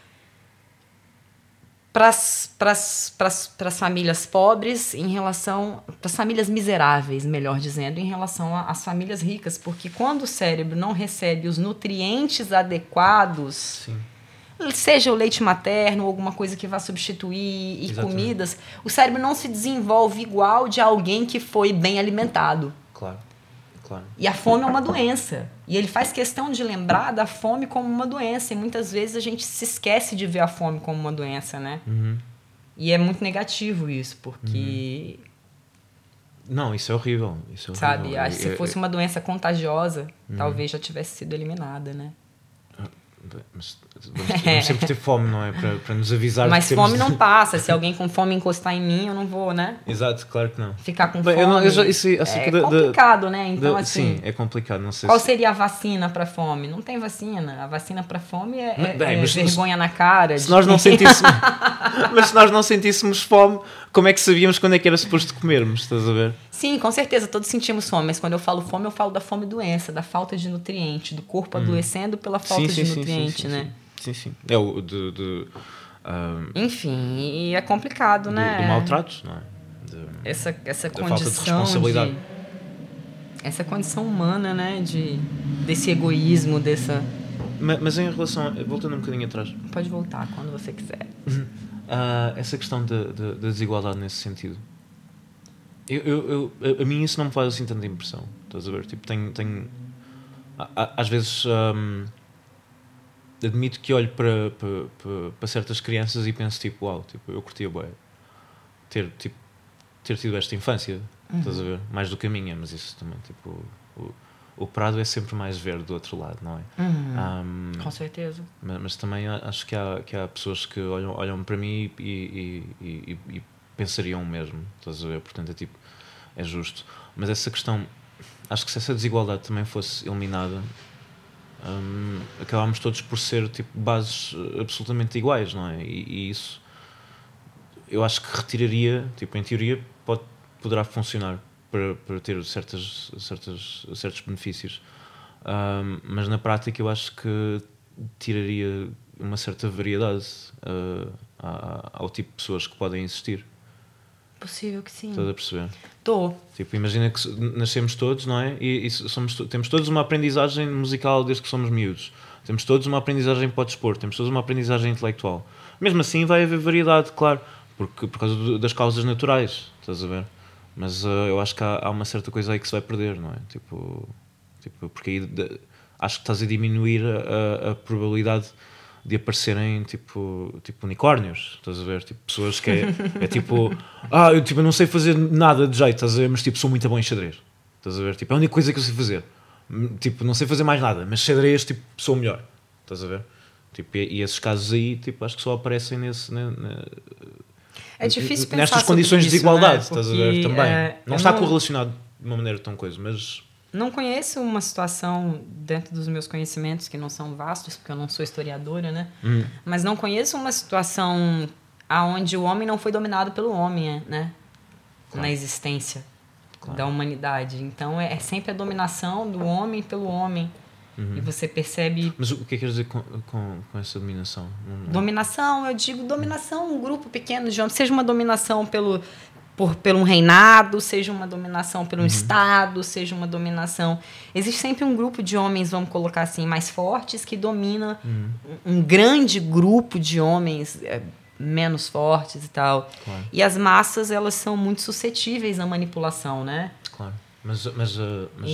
Speaker 2: para as famílias pobres em relação... para as famílias miseráveis, melhor dizendo, em relação às famílias ricas. Porque quando o cérebro não recebe os nutrientes adequados...
Speaker 3: Sim.
Speaker 2: seja o leite materno ou alguma coisa que vá substituir e exatamente. Comidas, o cérebro não se desenvolve igual de alguém que foi bem alimentado.
Speaker 3: Claro, claro.
Speaker 2: E a fome é uma doença. E ele faz questão de lembrar da fome como uma doença. E muitas vezes a gente se esquece de ver a fome como uma doença, né?
Speaker 3: Uhum.
Speaker 2: E é muito negativo isso, porque...
Speaker 3: Uhum. Não, isso é horrível. Isso é horrível.
Speaker 2: Sabe, acho que se fosse uma doença contagiosa, uhum. talvez já tivesse sido eliminada, né?
Speaker 3: Mas vamos, vamos sempre ter fome, não é? Para, para nos avisar.
Speaker 2: Mas
Speaker 3: que
Speaker 2: fome
Speaker 3: temos...
Speaker 2: não passa. Se alguém com fome encostar em mim, eu não vou, né?
Speaker 3: Exato, claro que não.
Speaker 2: Ficar com
Speaker 3: Bem,
Speaker 2: fome.
Speaker 3: Eu não, eu já, isso,
Speaker 2: é
Speaker 3: da,
Speaker 2: complicado,
Speaker 3: da,
Speaker 2: né? Então,
Speaker 3: da,
Speaker 2: assim.
Speaker 3: Sim, é complicado. Não sei
Speaker 2: qual
Speaker 3: se...
Speaker 2: seria a vacina para fome? Não tem vacina. A vacina para fome é, é,
Speaker 3: Bem,
Speaker 2: é
Speaker 3: mas
Speaker 2: vergonha
Speaker 3: se,
Speaker 2: na cara.
Speaker 3: Se
Speaker 2: de...
Speaker 3: nós não sentíssemos, mas se nós não sentíssemos fome, como é que sabíamos quando é que era suposto comermos? Estás a ver?
Speaker 2: Sim, com certeza, todos sentimos fome, mas quando eu falo fome, eu falo da fome doença, da falta de nutriente, do corpo hum. adoecendo pela falta
Speaker 3: sim,
Speaker 2: de
Speaker 3: sim,
Speaker 2: nutriente,
Speaker 3: sim, sim,
Speaker 2: né?
Speaker 3: Sim. Sim, sim. É o de... de um,
Speaker 2: Enfim, e é complicado,
Speaker 3: do,
Speaker 2: né?
Speaker 3: Do maltrato, não é? De,
Speaker 2: essa essa
Speaker 3: da
Speaker 2: condição
Speaker 3: falta de responsabilidade.
Speaker 2: De, essa condição humana, né? De, desse egoísmo, dessa...
Speaker 3: Mas, mas em relação... A, voltando um bocadinho atrás.
Speaker 2: Pode voltar, quando você quiser.
Speaker 3: uh, essa questão da de, de desigualdade nesse sentido. Eu, eu, eu, a mim isso não me faz assim tanta impressão. Estás a ver? Tipo, tenho... tenho às vezes... Um, admito que olho para, para, para, para certas crianças e penso tipo, uau, tipo, eu curtia bué ter, tipo, ter tido esta infância, Uhum. Estás a ver? Mais do que a minha, mas isso também, tipo, o, o prado é sempre mais verde do outro lado, não é?
Speaker 2: Uhum. Um, Com certeza.
Speaker 3: Mas, mas também acho que há, que há pessoas que olham, olham para mim e, e, e, e, e pensariam o mesmo, estás a ver? Portanto, é tipo, é justo. Mas essa questão, acho que se essa desigualdade também fosse eliminada, um, acabámos todos por ser tipo bases absolutamente iguais, não é? E, e isso eu acho que retiraria, tipo, em teoria pode, poderá funcionar para, para ter certas, certas, certos benefícios, um, mas na prática eu acho que tiraria uma certa variedade uh, ao tipo de pessoas que podem existir.
Speaker 2: Possível que sim.
Speaker 3: Estás a perceber?
Speaker 2: Estou.
Speaker 3: Tipo, imagina que nascemos todos, não é? E, e somos, temos todos uma aprendizagem musical desde que somos miúdos. Temos todos uma aprendizagem para o desporto. Temos todos uma aprendizagem intelectual. Mesmo assim vai haver variedade, claro. Porque, por causa do, das causas naturais. Estás a ver? Mas uh, eu acho que há, há uma certa coisa aí que se vai perder, não é? Tipo, tipo porque aí de, acho que estás a diminuir a, a, a probabilidade de aparecerem tipo, tipo unicórnios, estás a ver? Tipo, pessoas que é, é tipo, ah, eu tipo, não sei fazer nada de jeito, estás a ver? Mas tipo, sou muito bom em xadrez, estás a ver? Tipo, é a única coisa que eu sei fazer, tipo, não sei fazer mais nada, mas xadrez, tipo, sou o melhor, estás a ver? Tipo, e, e esses casos aí, tipo, acho que só aparecem nesse, ne, ne,
Speaker 2: é difícil pensar
Speaker 3: nestas condições
Speaker 2: isso,
Speaker 3: de desigualdade,
Speaker 2: né?
Speaker 3: estás a ver? Também,
Speaker 2: é,
Speaker 3: não está
Speaker 2: não...
Speaker 3: correlacionado de uma maneira tão coisa, mas...
Speaker 2: Não conheço uma situação dentro dos meus conhecimentos, que não são vastos, porque eu não sou historiadora, né?
Speaker 3: Hum.
Speaker 2: Mas não conheço uma situação onde o homem não foi dominado pelo homem, né? Claro. Na existência claro. Da humanidade. Então, é, é sempre a dominação do homem pelo homem. Uhum. E você percebe...
Speaker 3: Mas o que é que quer dizer com, com, com essa dominação? Não...
Speaker 2: Dominação, eu digo dominação, um grupo pequeno de homens. Seja uma dominação pelo... Por, por um reinado, seja uma dominação por um uhum. estado, seja uma dominação... Existe sempre um grupo de homens, vamos colocar assim, mais fortes, que domina uhum. um grande grupo de homens é, menos fortes e tal.
Speaker 3: Claro.
Speaker 2: E as massas, elas são muito suscetíveis à manipulação, né?
Speaker 3: Claro. Mas... mas, uh, mas...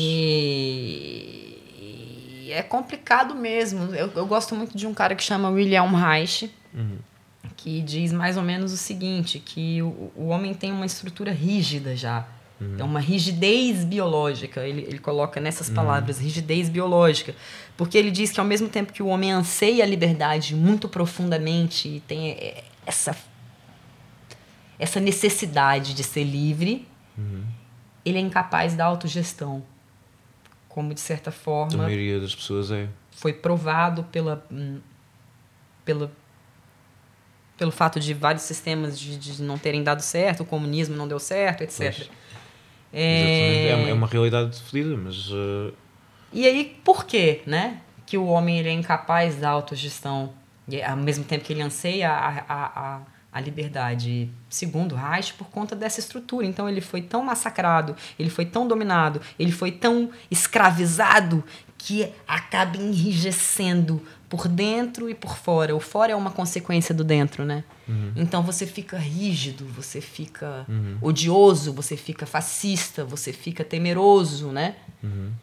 Speaker 2: E... e é complicado mesmo. Eu, eu gosto muito de um cara que chama William Reich, uhum. que diz mais ou menos o seguinte, que o, o homem tem uma estrutura rígida já. Uhum. É uma rigidez biológica. Ele, ele coloca nessas palavras, uhum. rigidez biológica. Porque ele diz que ao mesmo tempo que o homem anseia a liberdade muito profundamente e tem essa, essa necessidade de ser livre, uhum. ele é incapaz da autogestão. Como, de certa forma...
Speaker 3: A maioria das pessoas é.
Speaker 2: Foi provado pela... pela pelo fato de vários sistemas de, de não terem dado certo, o comunismo não deu certo, etcétera.
Speaker 3: É... é uma realidade fodida, mas... Uh...
Speaker 2: E aí, por quê, né? Que o homem ele é incapaz da autogestão, e, ao mesmo tempo que ele anseia a, a, a, a liberdade, segundo Reich, por conta dessa estrutura. Então, ele foi tão massacrado, ele foi tão dominado, ele foi tão escravizado que acaba enrijecendo por dentro e por fora. O fora é uma consequência do dentro, né? Uhum. Então você fica rígido, você fica uhum. odioso, você fica fascista, você fica temeroso, né?
Speaker 3: Uhum.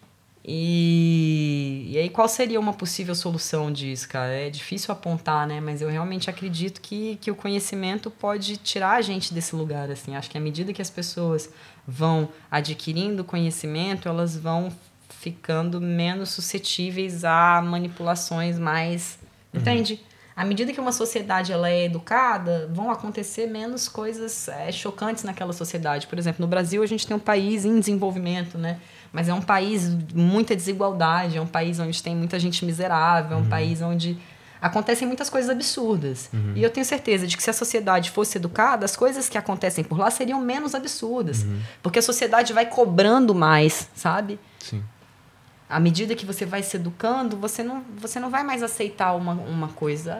Speaker 2: E... e aí qual seria uma possível solução disso, cara? É difícil apontar, né? Mas eu realmente acredito que, que o conhecimento pode tirar a gente desse lugar, assim. Acho que à medida que as pessoas vão adquirindo conhecimento, elas vão ficando menos suscetíveis a manipulações mais... Uhum. Entende? À medida que uma sociedade ela é educada, vão acontecer menos coisas é, chocantes naquela sociedade. Por exemplo, no Brasil a gente tem um país em desenvolvimento, né? Mas é um país de muita desigualdade, é um país onde tem muita gente miserável, é um uhum. país onde acontecem muitas coisas absurdas. Uhum. E eu tenho certeza de que se a sociedade fosse educada, as coisas que acontecem por lá seriam menos absurdas. Uhum. Porque a sociedade vai cobrando mais, sabe?
Speaker 3: Sim.
Speaker 2: À medida que você vai se educando, você não, você não vai mais aceitar uma, uma coisa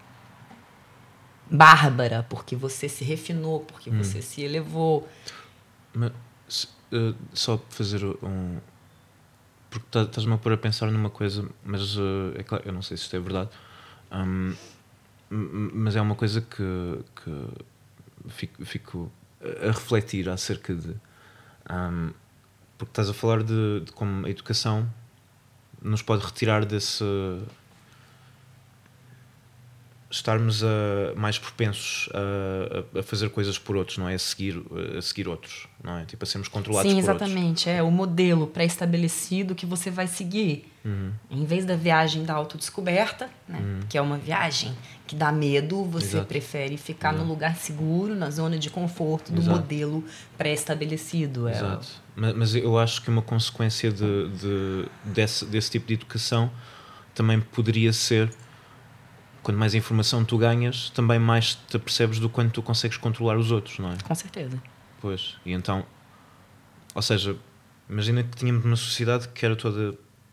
Speaker 2: bárbara, porque você se refinou, porque hum. você se elevou.
Speaker 3: Mas, uh, só fazer um... Porque estás-me a pôr a pensar numa coisa, mas uh, é claro, eu não sei se isto é verdade, um, mas é uma coisa que, que fico, fico a refletir acerca de... Um, porque estás a falar de, de como a educação nos pode retirar desse estarmos a, mais propensos a, a fazer coisas por outros, não é? A seguir, a seguir outros, não é? Tipo, a sermos controlados
Speaker 2: Sim,
Speaker 3: por outros.
Speaker 2: Sim, exatamente. É o modelo pré-estabelecido que você vai seguir.
Speaker 3: Uhum.
Speaker 2: Em vez da viagem da autodescoberta, né? Uhum. Que é uma viagem que dá medo, você Exato. prefere ficar Exato. no lugar seguro, na zona de conforto do Exato. modelo pré-estabelecido.
Speaker 3: Exato. É... Mas, mas eu acho que uma consequência de, de, desse, desse tipo de educação também poderia ser, quanto mais informação tu ganhas, também mais te apercebes do quanto tu consegues controlar os outros, não é?
Speaker 2: Com certeza.
Speaker 3: Pois, e então, ou seja, imagina que tínhamos uma sociedade que era toda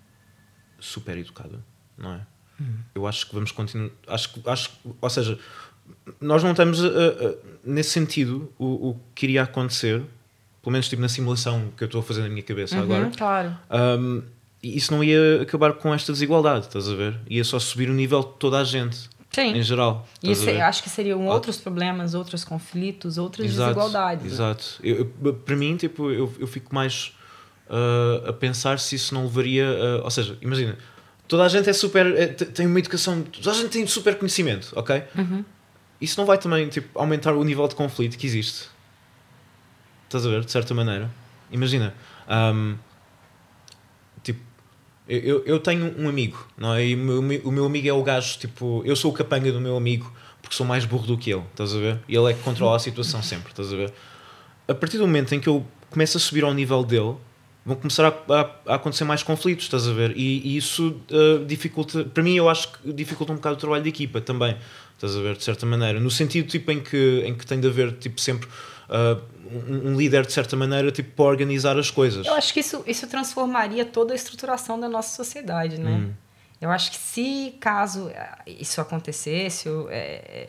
Speaker 3: super educada, não é? Uhum. Eu acho que vamos continuar, acho que, acho, ou seja, nós não estamos a, a, nesse sentido, o, o que iria acontecer, pelo menos tipo na simulação que eu estou a fazer na minha cabeça
Speaker 2: uhum,
Speaker 3: agora,
Speaker 2: claro.
Speaker 3: Um, isso não ia acabar com esta desigualdade, estás a ver? Ia só subir o nível de toda a gente. Sim. Em geral.
Speaker 2: E esse, acho que seriam outros problemas, outros conflitos, outras
Speaker 3: exato,
Speaker 2: desigualdades.
Speaker 3: Exato. Eu, eu, para mim, tipo, eu, eu fico mais uh, a pensar se isso não levaria a... Ou seja, imagina, toda a gente é super... É, tem uma educação... Toda a gente tem super conhecimento, ok?
Speaker 2: Uhum.
Speaker 3: Isso não vai também tipo, aumentar o nível de conflito que existe? Estás a ver? De certa maneira. Imagina... Um, tipo... Eu, eu tenho um amigo, não é? E o meu, o meu amigo é o gajo, tipo... Eu sou o capanga do meu amigo porque sou mais burro do que ele, estás a ver? E ele é que controla a situação sempre, estás a ver? A partir do momento em que eu começo a subir ao nível dele, vão começar a, a, a acontecer mais conflitos, estás a ver? E, e isso uh, dificulta... Para mim, eu acho que dificulta um bocado o trabalho de equipa também, estás a ver? De certa maneira. No sentido, tipo, em que, em que tem de haver, tipo, sempre... Uh, um, um líder de certa maneira tipo, para organizar as coisas.
Speaker 2: Eu acho que isso, isso transformaria toda a estruturação da nossa sociedade, né? Hum. Eu acho que se caso isso acontecesse, eu, é,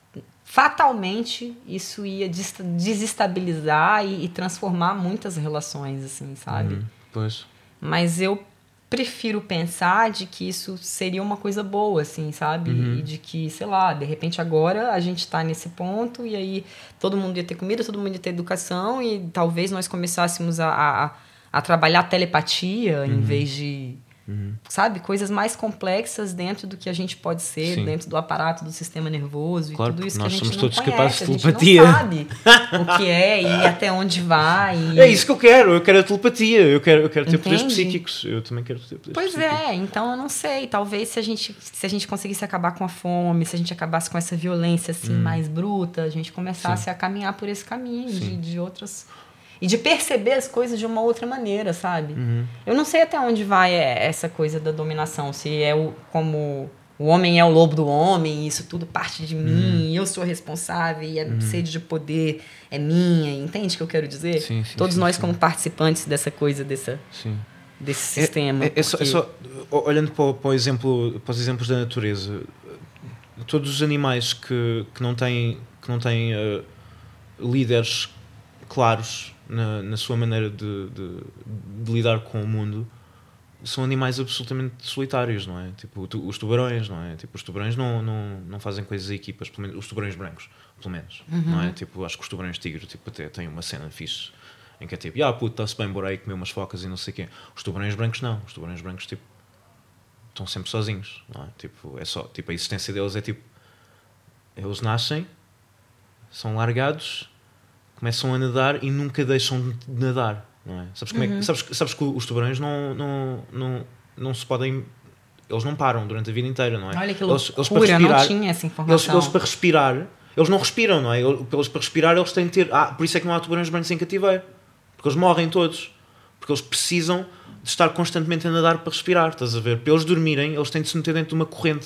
Speaker 2: fatalmente isso ia desestabilizar e, e transformar muitas relações, assim, sabe?
Speaker 3: Hum, pois.
Speaker 2: Mas eu prefiro pensar de que isso seria uma coisa boa, assim, sabe? Uhum. E de que, sei lá, de repente agora a gente tá nesse ponto e aí todo mundo ia ter comida, todo mundo ia ter educação e talvez nós começássemos a, a, a trabalhar telepatia uhum. em vez de... Uhum. Sabe? Coisas mais complexas dentro do que a gente pode ser, Sim. dentro do aparato do sistema nervoso
Speaker 3: claro,
Speaker 2: e tudo isso
Speaker 3: nós
Speaker 2: que a gente
Speaker 3: somos
Speaker 2: não
Speaker 3: todos
Speaker 2: conhece,
Speaker 3: capazes de
Speaker 2: telepatia. A gente não sabe o que é e até onde vai. E...
Speaker 3: É isso que eu quero, eu quero a telepatia, eu quero, eu quero ter poderes psíquicos, eu também quero ter poderes
Speaker 2: pois
Speaker 3: psíquicos.
Speaker 2: Pois é, então eu não sei, talvez se a, gente, se a gente conseguisse acabar com a fome, se a gente acabasse com essa violência assim, hum. mais bruta, a gente começasse Sim. a caminhar por esse caminho de, de outras... E de perceber as coisas de uma outra maneira, sabe?
Speaker 3: Uhum.
Speaker 2: Eu não sei até onde vai essa coisa da dominação. Se é o, como o homem é o lobo do homem, isso tudo parte de mim, uhum. eu sou responsável e a uhum. sede de poder é minha. Entende o que eu quero dizer?
Speaker 3: Sim, sim,
Speaker 2: Todos
Speaker 3: sim,
Speaker 2: nós
Speaker 3: sim.
Speaker 2: como participantes dessa coisa, dessa,
Speaker 3: sim.
Speaker 2: desse sistema.
Speaker 3: É, é, é, só, é só, olhando para, o, para, o exemplo, para os exemplos da natureza, todos os animais que, que não têm, que não têm uh, líderes claros Na, na sua maneira de, de, de lidar com o mundo, são animais absolutamente solitários, não é? Tipo, tu, os tubarões, não é? Tipo, os tubarões não, não, não fazem coisas em equipas, pelo menos, os tubarões brancos, pelo menos,
Speaker 2: uhum.
Speaker 3: não é? Tipo, acho que os tubarões tigre, tipo, até têm uma cena fixe, em que é tipo, ah, puto, está-se bem, bora aí comer umas focas e não sei o quê. Os tubarões brancos não, os tubarões brancos, tipo, estão sempre sozinhos, não é? Tipo, é só, tipo, a existência deles é tipo, eles nascem, são largados, começam a nadar e nunca deixam de nadar, não é? Sabes, como uhum. é que, sabes, sabes que os tubarões não, não, não, não se podem... Eles não param durante a vida inteira, não é?
Speaker 2: Olha que
Speaker 3: eles,
Speaker 2: loucura,
Speaker 3: eles para respirar,
Speaker 2: não tinha essa informação.
Speaker 3: Eles, eles para respirar, eles não respiram, não é? Eles para respirar eles têm de ter... Ah, por isso é que não há tubarões brancos em cativeiro. Porque eles morrem todos. Porque eles precisam de estar constantemente a nadar para respirar, estás a ver? Para eles dormirem, eles têm de se meter dentro de uma corrente.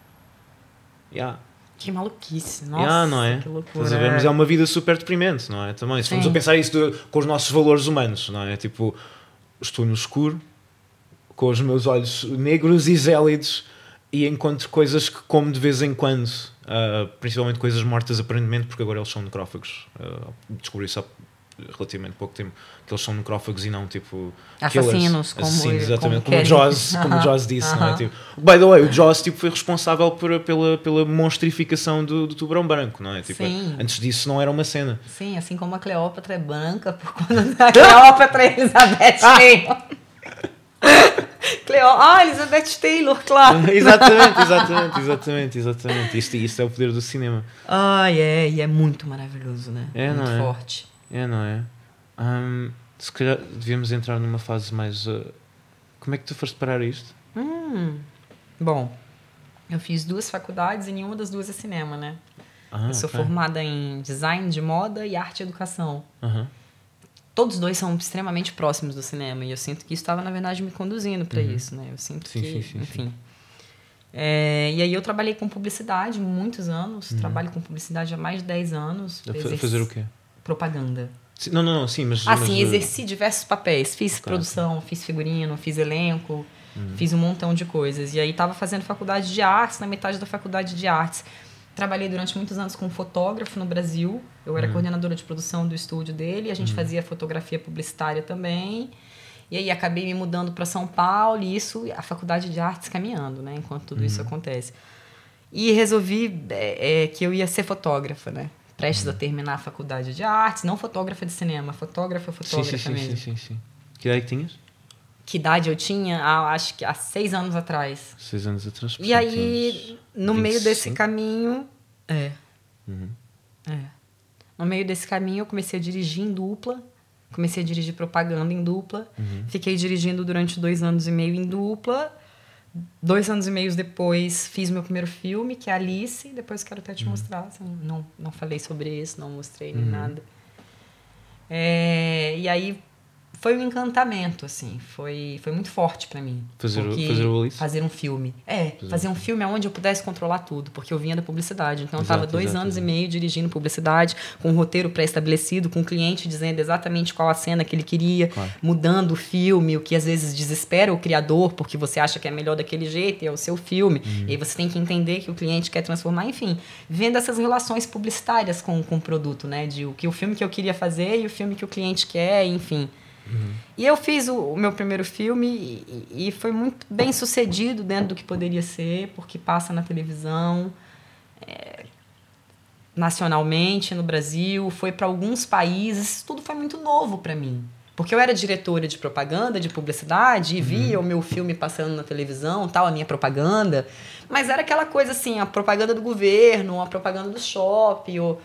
Speaker 3: Yeah.
Speaker 2: Que maluquice, nossa,
Speaker 3: yeah, não é?
Speaker 2: Que loucura.
Speaker 3: Ver, mas é uma vida super deprimente, não é? Também, se formos a pensar isso de, com os nossos valores humanos, não é? Tipo, estou no escuro, com os meus olhos negros e gélidos e encontro coisas que como de vez em quando, uh, principalmente coisas mortas aparentemente, porque agora eles são necrófagos. Uh, descobri isso há relativamente pouco tempo, que eles são necrófagos e não tipo
Speaker 2: assassinos, como,
Speaker 3: assassinos, exatamente, como,
Speaker 2: como
Speaker 3: o Jaws, como o Jaws disse,
Speaker 2: uh-huh.
Speaker 3: não é? Tipo, by the way, o Jaws tipo, foi responsável por, pela, pela monstrificação do, do tubarão branco, não é? Tipo,
Speaker 2: Sim.
Speaker 3: Antes disso não era uma cena.
Speaker 2: Sim, assim como a Cleópatra é branca por conta da Cleópatra e Elizabeth veio. Cleo... Ah, Elizabeth Taylor, claro.
Speaker 3: exatamente, exatamente, exatamente, exatamente. Isto, isto é o poder do cinema.
Speaker 2: Ah, é, e é muito maravilhoso, né?
Speaker 3: É,
Speaker 2: muito
Speaker 3: não é?
Speaker 2: forte.
Speaker 3: É, não é? Hum, se calhar devíamos entrar numa fase mais... Uh... Como é que tu foste parar isto?
Speaker 2: Hum, bom, eu fiz duas faculdades e nenhuma das duas é cinema, né?
Speaker 3: Ah,
Speaker 2: eu sou
Speaker 3: okay.
Speaker 2: formada em design de moda e arte e educação.
Speaker 3: Uhum.
Speaker 2: Todos os dois são extremamente próximos do cinema e eu sinto que isso estava, na verdade, me conduzindo para
Speaker 3: Uhum.
Speaker 2: isso, né? Eu sinto
Speaker 3: sim,
Speaker 2: que,
Speaker 3: sim, sim,
Speaker 2: enfim...
Speaker 3: Sim.
Speaker 2: É, e aí eu trabalhei com publicidade muitos anos,
Speaker 3: Uhum.
Speaker 2: trabalho com publicidade há mais de dez anos.
Speaker 3: Exerci... Fazer o quê?
Speaker 2: Propaganda.
Speaker 3: Sim, não, não, não, sim, mas...
Speaker 2: Ah,
Speaker 3: mas,
Speaker 2: sim, exerci diversos papéis. Fiz
Speaker 3: okay.
Speaker 2: produção, fiz figurino, fiz elenco,
Speaker 3: uhum.
Speaker 2: fiz um montão de coisas. E aí estava fazendo faculdade de artes, na metade da faculdade de artes. Trabalhei durante muitos anos com um fotógrafo no Brasil. Eu era
Speaker 3: uhum.
Speaker 2: coordenadora de produção do estúdio dele. A gente
Speaker 3: uhum.
Speaker 2: fazia fotografia publicitária também. E aí acabei me mudando para São Paulo e isso, a faculdade de artes caminhando, né? Enquanto tudo uhum. isso acontece. E resolvi é, é, que eu ia ser fotógrafa, né? Prestes uhum. a terminar a faculdade de artes. Não fotógrafa de cinema, fotógrafa, fotógrafa
Speaker 3: sim, sim,
Speaker 2: mesmo.
Speaker 3: Sim, sim, sim. Que idade que tinhas?
Speaker 2: Que idade eu tinha? Ah, acho que há seis anos atrás.
Speaker 3: Seis anos atrás.
Speaker 2: E aí, no vinte e cinco meio desse caminho... É.
Speaker 3: Uhum.
Speaker 2: É. No meio desse caminho, eu comecei a dirigir em dupla. Comecei a dirigir propaganda em dupla.
Speaker 3: Uhum.
Speaker 2: Fiquei dirigindo durante dois anos e meio em dupla. Dois anos e meio depois, fiz meu primeiro filme, que é Alice. Depois quero até te uhum. mostrar. Assim, não, não falei sobre isso, não mostrei nem uhum. nada. É, e aí... Foi um encantamento, assim. Foi, foi muito forte pra mim.
Speaker 3: Fazer, o, fazer o Alice?
Speaker 2: Fazer um filme. É, fazer, fazer um filme onde eu pudesse controlar tudo, porque eu vinha da publicidade. Então, exato, eu estava dois exato, anos exato. e meio dirigindo publicidade, com um roteiro pré-estabelecido, com o cliente dizendo exatamente qual a cena que ele queria, claro. Mudando o filme, o que às vezes desespera o criador, porque você acha que é melhor daquele jeito, e é o seu filme. Uhum. E aí você tem que entender que o cliente quer transformar, enfim. Vendo essas relações publicitárias com, com o produto, né? De o, que o filme que eu queria fazer e o filme que o cliente quer, enfim... Uhum. E eu fiz o, o meu primeiro filme e, e foi muito bem sucedido dentro do que poderia ser, porque passa na televisão, é, nacionalmente, no Brasil, foi para alguns países, tudo foi muito novo para mim. Porque eu era diretora de propaganda, de publicidade, e via uhum. o meu filme passando na televisão, tal, a minha propaganda, mas era aquela coisa assim, a propaganda do governo, a propaganda do shopping, ou...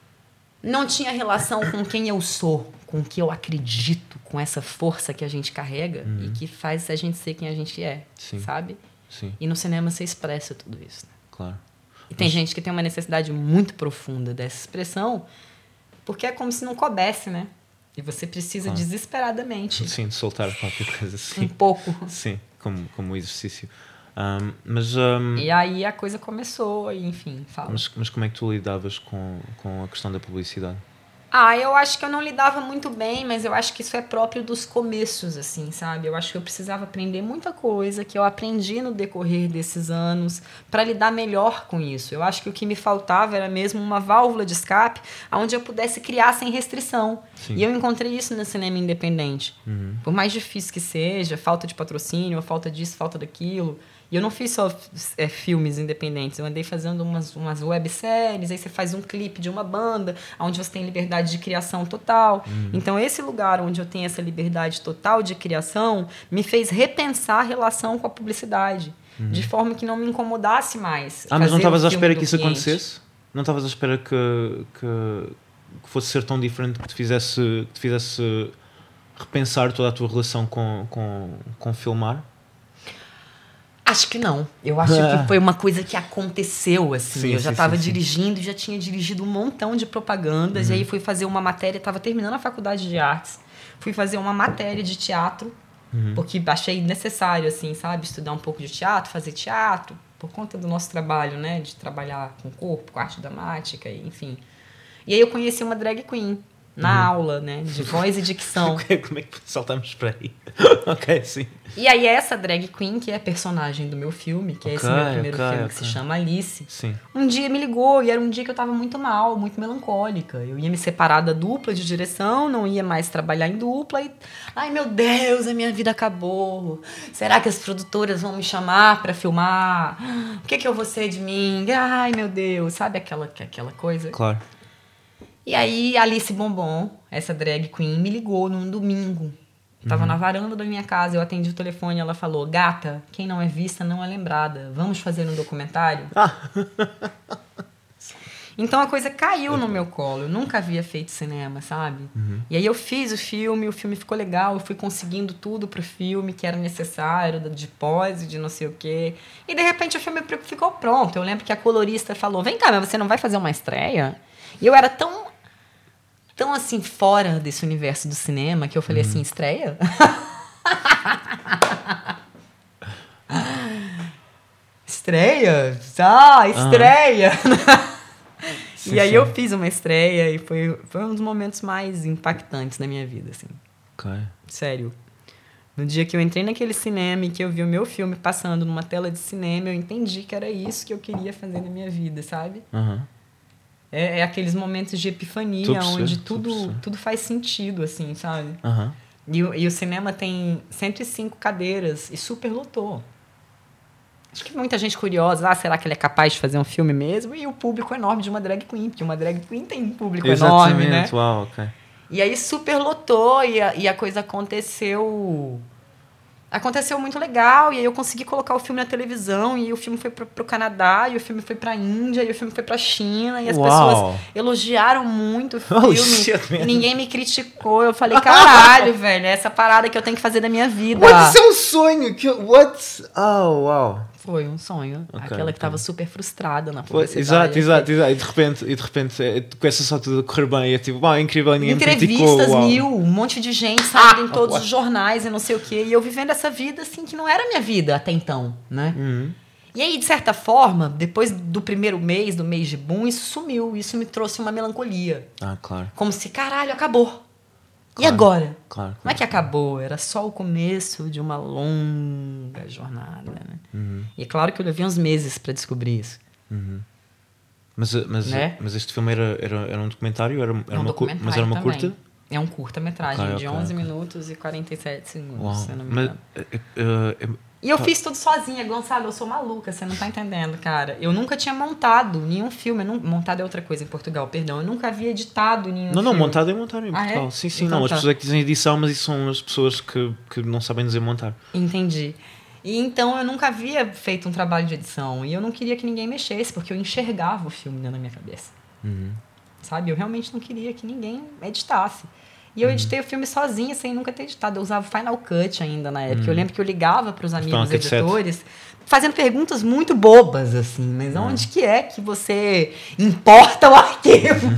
Speaker 2: não tinha relação com quem eu sou, com o que eu acredito, com essa força que a gente carrega uhum. e que faz a gente ser quem a gente é, Sim. sabe?
Speaker 3: Sim.
Speaker 2: E no cinema você expressa tudo isso. Né?
Speaker 3: Claro.
Speaker 2: E tem Mas... gente que tem uma necessidade muito profunda dessa expressão, porque é como se não coubesse, né? E você precisa claro. desesperadamente...
Speaker 3: Sim, de soltar qualquer coisa assim.
Speaker 2: Um pouco.
Speaker 3: Sim, como, como exercício. Um, mas, um...
Speaker 2: E aí a coisa começou, e enfim, fala.
Speaker 3: Mas, mas como é que tu lidavas com, com a questão da publicidade?
Speaker 2: Ah, eu acho que eu não lidava muito bem, mas eu acho que isso é próprio dos começos, assim, sabe? Eu acho que eu precisava aprender muita coisa que eu aprendi no decorrer desses anos para lidar melhor com isso. Eu acho que o que me faltava era mesmo uma válvula de escape onde eu pudesse criar sem restrição. Sim. E eu encontrei isso no cinema independente. Uhum. Por mais difícil que seja, falta de patrocínio, falta disso, falta daquilo... E eu não fiz só é, filmes independentes, eu andei fazendo umas, umas webséries, aí você faz um clipe de uma banda, onde você tem liberdade de criação total. Uhum. Então, esse lugar onde eu tenho essa liberdade total de criação me fez repensar a relação com a publicidade, uhum. de forma que não me incomodasse mais.
Speaker 3: Ah, mas não estavas à espera que isso
Speaker 2: cliente.
Speaker 3: acontecesse? Não estavas à espera que, que, que fosse ser tão diferente, que te fizesse, que te fizesse repensar toda a tua relação com, com, com filmar?
Speaker 2: Acho que não. Eu acho que foi uma coisa que aconteceu, assim.
Speaker 3: Sim,
Speaker 2: eu já
Speaker 3: sim,
Speaker 2: estava
Speaker 3: sim,
Speaker 2: dirigindo, sim. já tinha dirigido um montão de propagandas, uhum. e aí fui fazer uma matéria, estava terminando a faculdade de artes, fui fazer uma matéria de teatro, uhum. porque achei necessário, assim, sabe, estudar um pouco de teatro, fazer teatro, por conta do nosso trabalho, né, de trabalhar com o corpo, com arte dramática, enfim. E aí eu conheci uma drag queen na uhum. aula, né, de voz e dicção.
Speaker 3: Como é que saltamos para aí? Ok, sim.
Speaker 2: E aí essa drag queen, que é a personagem do meu filme, que é okay, esse meu primeiro okay, filme, okay. que se chama Alice,
Speaker 3: sim.
Speaker 2: um dia me ligou, e era um dia que eu tava muito mal, muito melancólica. Eu ia me separar da dupla de direção, não ia mais trabalhar em dupla, e... Ai, meu Deus, a minha vida acabou. Será que as produtoras vão me chamar pra filmar? O que que eu vou ser de mim? Ai, meu Deus, sabe aquela, aquela coisa?
Speaker 3: Claro.
Speaker 2: E aí, Alice Bombom, essa drag queen, me ligou num domingo. Tava
Speaker 3: Uhum.
Speaker 2: na varanda da minha casa, eu atendi o telefone e ela falou: gata, quem não é vista não é lembrada. Vamos fazer um documentário?
Speaker 3: Ah.
Speaker 2: Então a coisa caiu no meu colo. Eu nunca havia feito cinema, sabe?
Speaker 3: Uhum.
Speaker 2: E aí eu fiz o filme, o filme ficou legal, eu fui conseguindo tudo pro filme que era necessário, de pós e de não sei o quê. E de repente o filme ficou pronto. Eu lembro que a colorista falou: vem cá, mas você não vai fazer uma estreia? E eu era tão, tão assim, fora desse universo do cinema que eu falei
Speaker 3: Uhum.
Speaker 2: assim: estreia? Estreia? Ah, estreia!
Speaker 3: Sim,
Speaker 2: e aí
Speaker 3: sim.
Speaker 2: eu fiz uma estreia e foi, foi um dos momentos mais impactantes da minha vida, assim.
Speaker 3: Ok.
Speaker 2: Sério. No dia que eu entrei naquele cinema e que eu vi o meu filme passando numa tela de cinema, eu entendi que era isso que eu queria fazer na minha vida, sabe?
Speaker 3: Aham.
Speaker 2: É, é aqueles momentos de epifania,
Speaker 3: Tô a perceber,
Speaker 2: onde
Speaker 3: tô a
Speaker 2: tudo,
Speaker 3: perceber.
Speaker 2: tudo faz sentido, assim, sabe?
Speaker 3: Aham.
Speaker 2: E, o- e o cinema tem cento e cinco cadeiras e super lotou. Acho que muita gente curiosa, ah, será que ele é capaz de fazer um filme mesmo? E o público enorme de uma drag queen, porque uma drag queen tem um público enorme, né?
Speaker 3: Exatamente, uau, ok.
Speaker 2: E aí super lotou e a, e a coisa aconteceu... Aconteceu muito legal, e aí eu consegui colocar o filme na televisão, e o filme foi pro, pro Canadá, e o filme foi pra Índia, e o filme foi pra China, e as
Speaker 3: Uau.
Speaker 2: pessoas elogiaram muito o filme.
Speaker 3: Holy shit, man.
Speaker 2: E ninguém me criticou. Eu falei, caralho, velho, é essa parada que eu tenho que fazer da minha vida.
Speaker 3: What? Isso é um sonho! Que, what? Oh, uau.
Speaker 2: Foi um sonho.
Speaker 3: Ok,
Speaker 2: Aquela que
Speaker 3: ok.
Speaker 2: tava super frustrada na
Speaker 3: Foi-
Speaker 2: publicidade.
Speaker 3: Exato, exato, exato. E de repente, e de repente é, começa só tudo a correr bem. E é tipo, uau, incrível, ninguém me criticou.
Speaker 2: Entrevistas
Speaker 3: Uau.
Speaker 2: mil, um monte de gente saindo
Speaker 3: Ah,
Speaker 2: em todos
Speaker 3: what?
Speaker 2: os jornais e não sei o quê. E eu vivendo essa vida, assim, que não era minha vida até então, né?
Speaker 3: Uhum.
Speaker 2: E aí, de certa forma, depois do primeiro mês, do mês de boom, isso sumiu. Isso me trouxe uma melancolia.
Speaker 3: Ah, claro,
Speaker 2: Como se, caralho, acabou. E
Speaker 3: Claro.
Speaker 2: agora?
Speaker 3: claro.
Speaker 2: Não é que acabou, era só o começo de uma longa jornada, né?
Speaker 3: Uhum,
Speaker 2: E é claro que eu levei uns meses para descobrir isso.
Speaker 3: uhum. Mas, mas,
Speaker 2: Né?
Speaker 3: mas este filme era, era, era um documentário? Era, era
Speaker 2: É um
Speaker 3: uma, cu-
Speaker 2: documentário
Speaker 3: mas era uma
Speaker 2: também.
Speaker 3: curta?
Speaker 2: É um curta-metragem
Speaker 3: Ok,
Speaker 2: de
Speaker 3: ok,
Speaker 2: onze
Speaker 3: ok.
Speaker 2: minutos e quarenta e sete segundos,
Speaker 3: Uau.
Speaker 2: se eu não me
Speaker 3: Mas,
Speaker 2: engano.
Speaker 3: é, é, é,
Speaker 2: E eu
Speaker 3: tá.
Speaker 2: fiz tudo sozinha, Gonçalo, eu sou maluca, você não tá entendendo, cara. Eu nunca tinha montado nenhum filme, eu não, montado é outra coisa em Portugal, perdão. Eu nunca havia editado nenhum
Speaker 3: Não, não,
Speaker 2: filme.
Speaker 3: montado é montar em
Speaker 2: Ah, é?
Speaker 3: Portugal. Sim, sim,
Speaker 2: Então
Speaker 3: não. As
Speaker 2: tá.
Speaker 3: pessoas é que dizem edição, mas isso são as pessoas que, que não sabem dizer montar.
Speaker 2: Entendi. E então eu nunca havia feito um trabalho de edição. E eu não queria que ninguém mexesse, porque eu enxergava o filme dentro da minha cabeça.
Speaker 3: Uhum.
Speaker 2: Sabe? Eu realmente não queria que ninguém editasse. E eu editei o filme sozinha, sem nunca ter editado. Eu usava Final Cut ainda na época. Eu lembro que eu ligava para os amigos
Speaker 3: Final Cut sete.
Speaker 2: editores, fazendo perguntas muito bobas, assim. Mas
Speaker 3: Ah.
Speaker 2: onde que é que você importa o arquivo?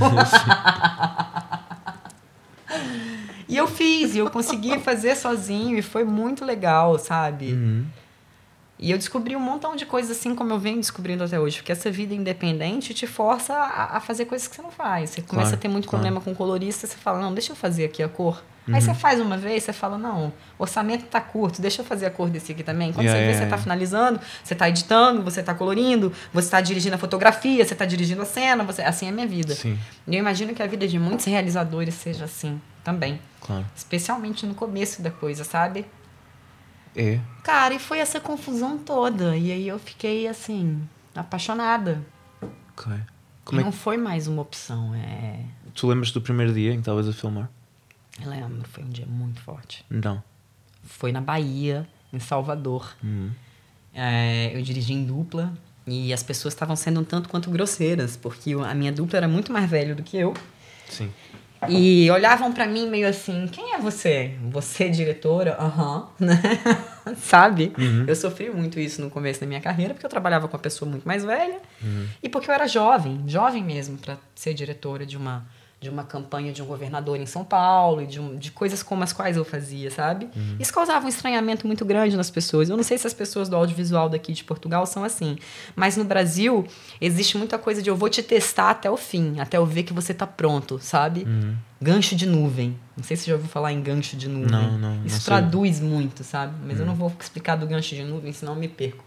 Speaker 2: E eu fiz, e eu consegui fazer sozinho, e foi muito legal, sabe?
Speaker 3: Uhum.
Speaker 2: E eu descobri um montão de coisas assim como eu venho descobrindo até hoje. Porque essa vida independente te força a, a fazer coisas que você não faz. Você começa
Speaker 3: Claro,
Speaker 2: a ter muito
Speaker 3: claro.
Speaker 2: problema com colorista, você fala, não, deixa eu fazer aqui a cor.
Speaker 3: Uhum.
Speaker 2: Aí você faz uma vez, você fala, não, o orçamento tá curto, deixa eu fazer a cor desse aqui também. Quando
Speaker 3: Yeah,
Speaker 2: você vê,
Speaker 3: yeah,
Speaker 2: você tá
Speaker 3: yeah.
Speaker 2: finalizando, você tá editando, você tá colorindo, você tá dirigindo a fotografia, você tá dirigindo a cena, você... assim é a minha vida.
Speaker 3: Sim,
Speaker 2: E eu imagino que a vida de muitos realizadores seja assim também.
Speaker 3: claro.
Speaker 2: Especialmente no começo da coisa, sabe?
Speaker 3: É.
Speaker 2: Cara, e foi essa confusão toda. E aí eu fiquei, assim, apaixonada.
Speaker 3: Ok.
Speaker 2: E
Speaker 3: Como é
Speaker 2: não
Speaker 3: que
Speaker 2: foi mais uma opção. É...
Speaker 3: tu lembras do primeiro dia em que estavas a filmar?
Speaker 2: Eu lembro, foi um dia muito forte.
Speaker 3: Não.
Speaker 2: Foi na Bahia, em Salvador.
Speaker 3: Uhum.
Speaker 2: É, eu dirigi em dupla. E as pessoas estavam sendo um tanto quanto grosseiras. Porque a minha dupla era muito mais velha do que eu.
Speaker 3: Sim.
Speaker 2: E olhavam pra mim meio assim, quem é você? Você, diretora? Aham, né? Sabe?
Speaker 3: Uhum.
Speaker 2: Eu sofri muito isso no começo da minha carreira, porque eu trabalhava com uma pessoa muito mais velha
Speaker 3: Uhum.
Speaker 2: e porque eu era jovem, jovem mesmo, pra ser diretora de uma, de uma campanha de um governador em São Paulo e de, um, de coisas como as quais eu fazia, sabe?
Speaker 3: Uhum.
Speaker 2: Isso causava um estranhamento muito grande nas pessoas. Eu não sei se as pessoas do audiovisual daqui de Portugal são assim, mas no Brasil existe muita coisa de eu vou te testar até o fim, até eu ver que você tá pronto, sabe?
Speaker 3: Uhum.
Speaker 2: Gancho de nuvem. Não sei se você já ouviu falar em gancho de nuvem.
Speaker 3: Não, não, não
Speaker 2: Isso
Speaker 3: sei.
Speaker 2: traduz muito, sabe? Mas eu não vou explicar do gancho de nuvem, senão eu me perco.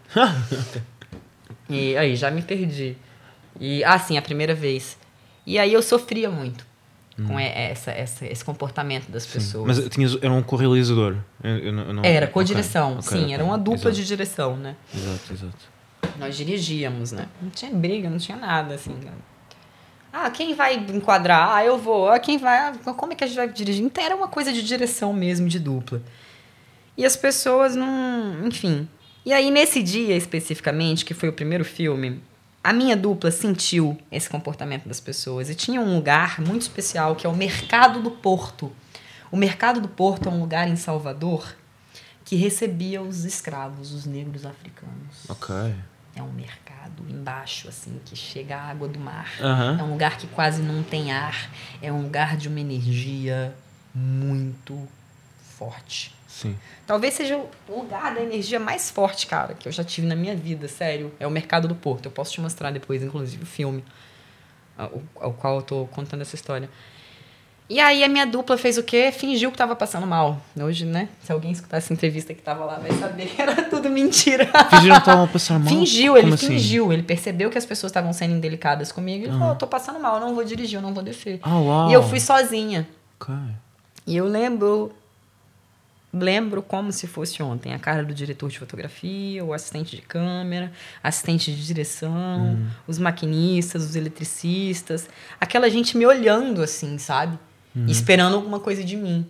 Speaker 2: E aí, já me perdi. E, ah, sim, a primeira vez. E aí eu sofria muito com e- essa, essa, esse comportamento das pessoas.
Speaker 3: Mas tinhas, era um co-realizador? Eu- eu não- eu não-
Speaker 2: Era,
Speaker 3: ok,
Speaker 2: co-direção,
Speaker 3: ok,
Speaker 2: sim.
Speaker 3: ok.
Speaker 2: Era uma dupla
Speaker 3: Exato,
Speaker 2: de direção, né?
Speaker 3: Exato, exato.
Speaker 2: Nós dirigíamos, né? Não tinha briga, não tinha nada, assim. Ah, quem vai enquadrar? Ah, eu vou. Ah, quem vai? Ah, como é que a gente vai dirigir? Então era uma coisa de direção mesmo, de dupla. E as pessoas não... Enfim. E aí, nesse dia, especificamente, que foi o primeiro filme, a minha dupla sentiu esse comportamento das pessoas. E tinha um lugar muito especial, que é o Mercado do Porto. O Mercado do Porto é um lugar em Salvador que recebia os escravos, os negros africanos.
Speaker 3: Ok.
Speaker 2: É um mercado embaixo, assim, que chega a água do mar.
Speaker 3: Uhum.
Speaker 2: É um lugar que quase não tem ar. É um lugar de uma energia muito forte.
Speaker 3: Sim.
Speaker 2: Talvez seja o lugar da energia mais forte, cara, que eu já tive na minha vida, sério. É o Mercado do Porto. Eu posso te mostrar depois, inclusive, o filme ao, ao qual eu tô contando essa história. E aí a minha dupla fez o quê? Fingiu que tava passando mal. Hoje, né? Se alguém escutar essa entrevista que tava lá, vai saber que era tudo mentira.
Speaker 3: Fingiram que estavam a passar mal?
Speaker 2: Fingiu, ele
Speaker 3: Como assim?
Speaker 2: fingiu. Ele percebeu que as pessoas estavam sendo indelicadas comigo. Ele
Speaker 3: Uhum.
Speaker 2: falou, eu tô passando mal, eu não vou dirigir, eu não vou descer.
Speaker 3: Ah, uau.
Speaker 2: E eu fui sozinha.
Speaker 3: Ok.
Speaker 2: E eu lembro... Lembro como se fosse ontem. A cara do diretor de fotografia, o assistente de câmera, assistente de direção,
Speaker 3: Hum.
Speaker 2: os maquinistas, os eletricistas. Aquela gente me olhando assim, sabe?
Speaker 3: Uhum.
Speaker 2: Esperando alguma coisa de mim.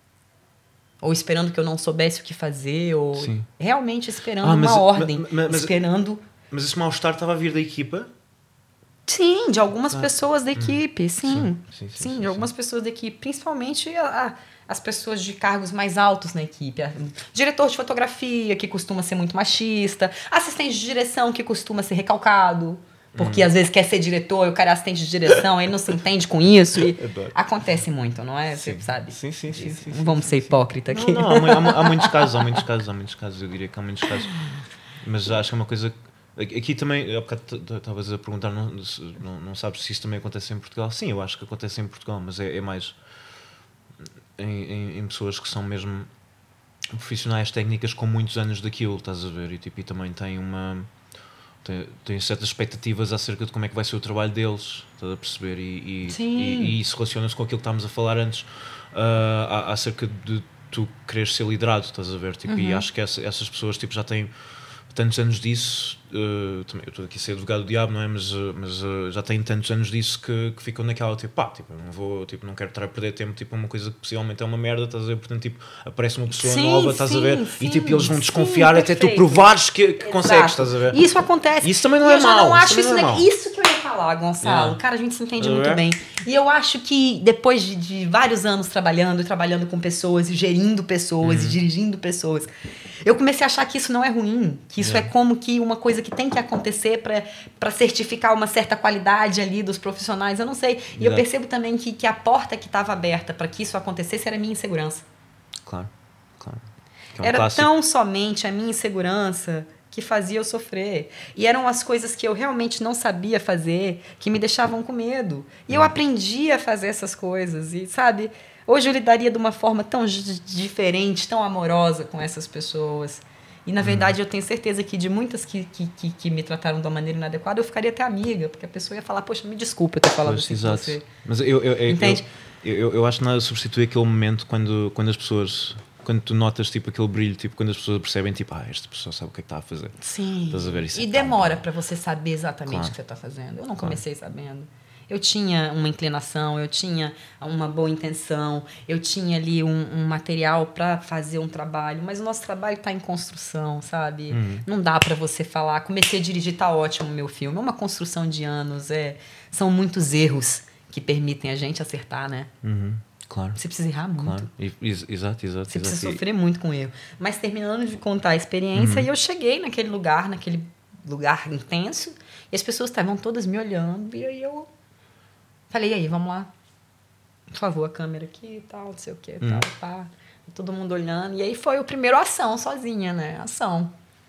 Speaker 2: Ou esperando que eu não soubesse o que fazer. Ou
Speaker 3: Sim.
Speaker 2: realmente esperando
Speaker 3: Ah, mas-
Speaker 2: uma ordem.
Speaker 3: mas- mas-
Speaker 2: esperando...
Speaker 3: Mas esse mal-estar estava a vir da equipa?
Speaker 2: Sim, de algumas
Speaker 3: Ah.
Speaker 2: pessoas da equipe, sim.
Speaker 3: Sim, sim, sim,
Speaker 2: Sim,
Speaker 3: sim,
Speaker 2: de algumas
Speaker 3: sim.
Speaker 2: pessoas da equipe. Principalmente a, a, as pessoas de cargos mais altos na equipe. A- diretor de fotografia, que costuma ser muito machista. Assistente de direção, que costuma ser recalcado. Porque às vezes quer ser diretor e o cara é assistente de direção, ele não se entende com isso. E
Speaker 3: Adoro.
Speaker 2: acontece muito, não é? Você
Speaker 3: Sim.
Speaker 2: sabe?
Speaker 3: Sim, sim, sim,
Speaker 2: disso.
Speaker 3: sim,
Speaker 2: Não
Speaker 3: sim,
Speaker 2: vamos
Speaker 3: sim,
Speaker 2: ser
Speaker 3: sim.
Speaker 2: hipócrita aqui.
Speaker 3: Não, não, há, mu- há mu- há muitos casos, há muitos casos, há muitos casos, eu diria que há muitos casos. Mas acho que é uma coisa... Aqui também, há bocado estavas a perguntar, não, não, não sabes se isso também acontece em Portugal? Sim, eu acho que acontece em Portugal, mas é, é mais em, em, em pessoas que são mesmo profissionais técnicas com muitos anos daquilo, estás a ver? E, tipo, e também têm uma... Tem, tem certas expectativas acerca de como é que vai ser o trabalho deles, estás a perceber? E, e,
Speaker 2: Sim.
Speaker 3: e, e isso relaciona-se com aquilo que estávamos a falar antes, uh, acerca de tu quereres ser liderado, estás a ver? Tipo,
Speaker 2: Uhum.
Speaker 3: E acho que essa, essas pessoas tipo, já têm tantos anos disso, uh, também, eu estou aqui a ser advogado do diabo, não é? Mas, uh, mas uh, já têm tantos anos disso que, que ficam naquela, tipo, pá, tipo, eu não vou, tipo, não quero estar a perder tempo, tipo, uma coisa que possivelmente é uma merda, estás a ver? Portanto, tipo, aparece uma pessoa
Speaker 2: Sim,
Speaker 3: nova, estás
Speaker 2: sim,
Speaker 3: a ver?
Speaker 2: sim,
Speaker 3: E tipo, eles vão
Speaker 2: sim,
Speaker 3: desconfiar até tu
Speaker 2: perfeito.
Speaker 3: provares que, que
Speaker 2: Exato.
Speaker 3: consegues, estás a ver?
Speaker 2: E isso acontece.
Speaker 3: Isso também não
Speaker 2: E
Speaker 3: é
Speaker 2: eu já
Speaker 3: mau,
Speaker 2: não acho
Speaker 3: isso
Speaker 2: isso
Speaker 3: também não é
Speaker 2: legal.
Speaker 3: mau.
Speaker 2: Isso que eu ia falar, Gonçalo.
Speaker 3: Yeah.
Speaker 2: Cara, a gente se entende
Speaker 3: Tá
Speaker 2: muito
Speaker 3: vendo?
Speaker 2: bem. E eu acho que depois de, de vários anos trabalhando, e trabalhando com pessoas, e gerindo pessoas,
Speaker 3: Uhum.
Speaker 2: e dirigindo pessoas, eu comecei a achar que isso não é ruim. Que isso
Speaker 3: Yeah.
Speaker 2: é como que uma coisa que tem que acontecer para certificar uma certa qualidade ali dos profissionais. Eu não sei. E eu
Speaker 3: Exato.
Speaker 2: percebo também que, que a porta que estava aberta para que isso acontecesse era a minha insegurança.
Speaker 3: Claro, claro. Que é um
Speaker 2: Era
Speaker 3: clássico.
Speaker 2: tão somente a minha insegurança que fazia eu sofrer. E eram as coisas que eu realmente não sabia fazer que me deixavam com medo. E eu aprendi a fazer essas coisas. E, sabe, hoje eu lidaria de uma forma tão d- diferente, tão amorosa com essas pessoas. E, na verdade, eu tenho certeza que de muitas que, que, que, que me trataram de uma maneira inadequada, eu ficaria até amiga, porque a pessoa ia falar, poxa, me desculpa eu ter falado
Speaker 3: Pois,
Speaker 2: assim com
Speaker 3: exato.
Speaker 2: você.
Speaker 3: Mas eu, eu, eu,
Speaker 2: Entende?
Speaker 3: eu, eu, eu acho que nada substitui aquele momento quando, quando as pessoas, quando tu notas tipo, aquele brilho, tipo, quando as pessoas percebem, tipo, ah, esta pessoa sabe o que é que está a fazer.
Speaker 2: Sim.
Speaker 3: Estás a ver? Isso
Speaker 2: E
Speaker 3: é
Speaker 2: demora
Speaker 3: tão-
Speaker 2: para você saber exatamente
Speaker 3: Claro.
Speaker 2: o que você está fazendo. Eu não comecei sabendo. Eu tinha uma inclinação, eu tinha uma boa intenção, eu tinha ali um, um material para fazer um trabalho, mas o nosso trabalho está em construção, sabe?
Speaker 3: Uhum.
Speaker 2: Não dá para você falar, comecei a dirigir, tá ótimo o meu filme. É uma construção de anos, é, são muitos erros que permitem a gente acertar, né?
Speaker 3: Uhum. Claro.
Speaker 2: Você precisa errar muito.
Speaker 3: Claro. E- ex- Exato, exato.
Speaker 2: Você precisa
Speaker 3: exato. E-
Speaker 2: sofrer muito com erro. Mas terminando de contar a experiência,
Speaker 3: Uhum.
Speaker 2: e eu cheguei naquele lugar, naquele lugar intenso, e as pessoas estavam todas me olhando, e aí eu falei, e aí, vamos lá? Por favor, a câmera aqui e tal, não sei o que,
Speaker 3: Uhum.
Speaker 2: tal, pá. Todo mundo olhando. E aí foi o primeiro ação, sozinha, né? Ação.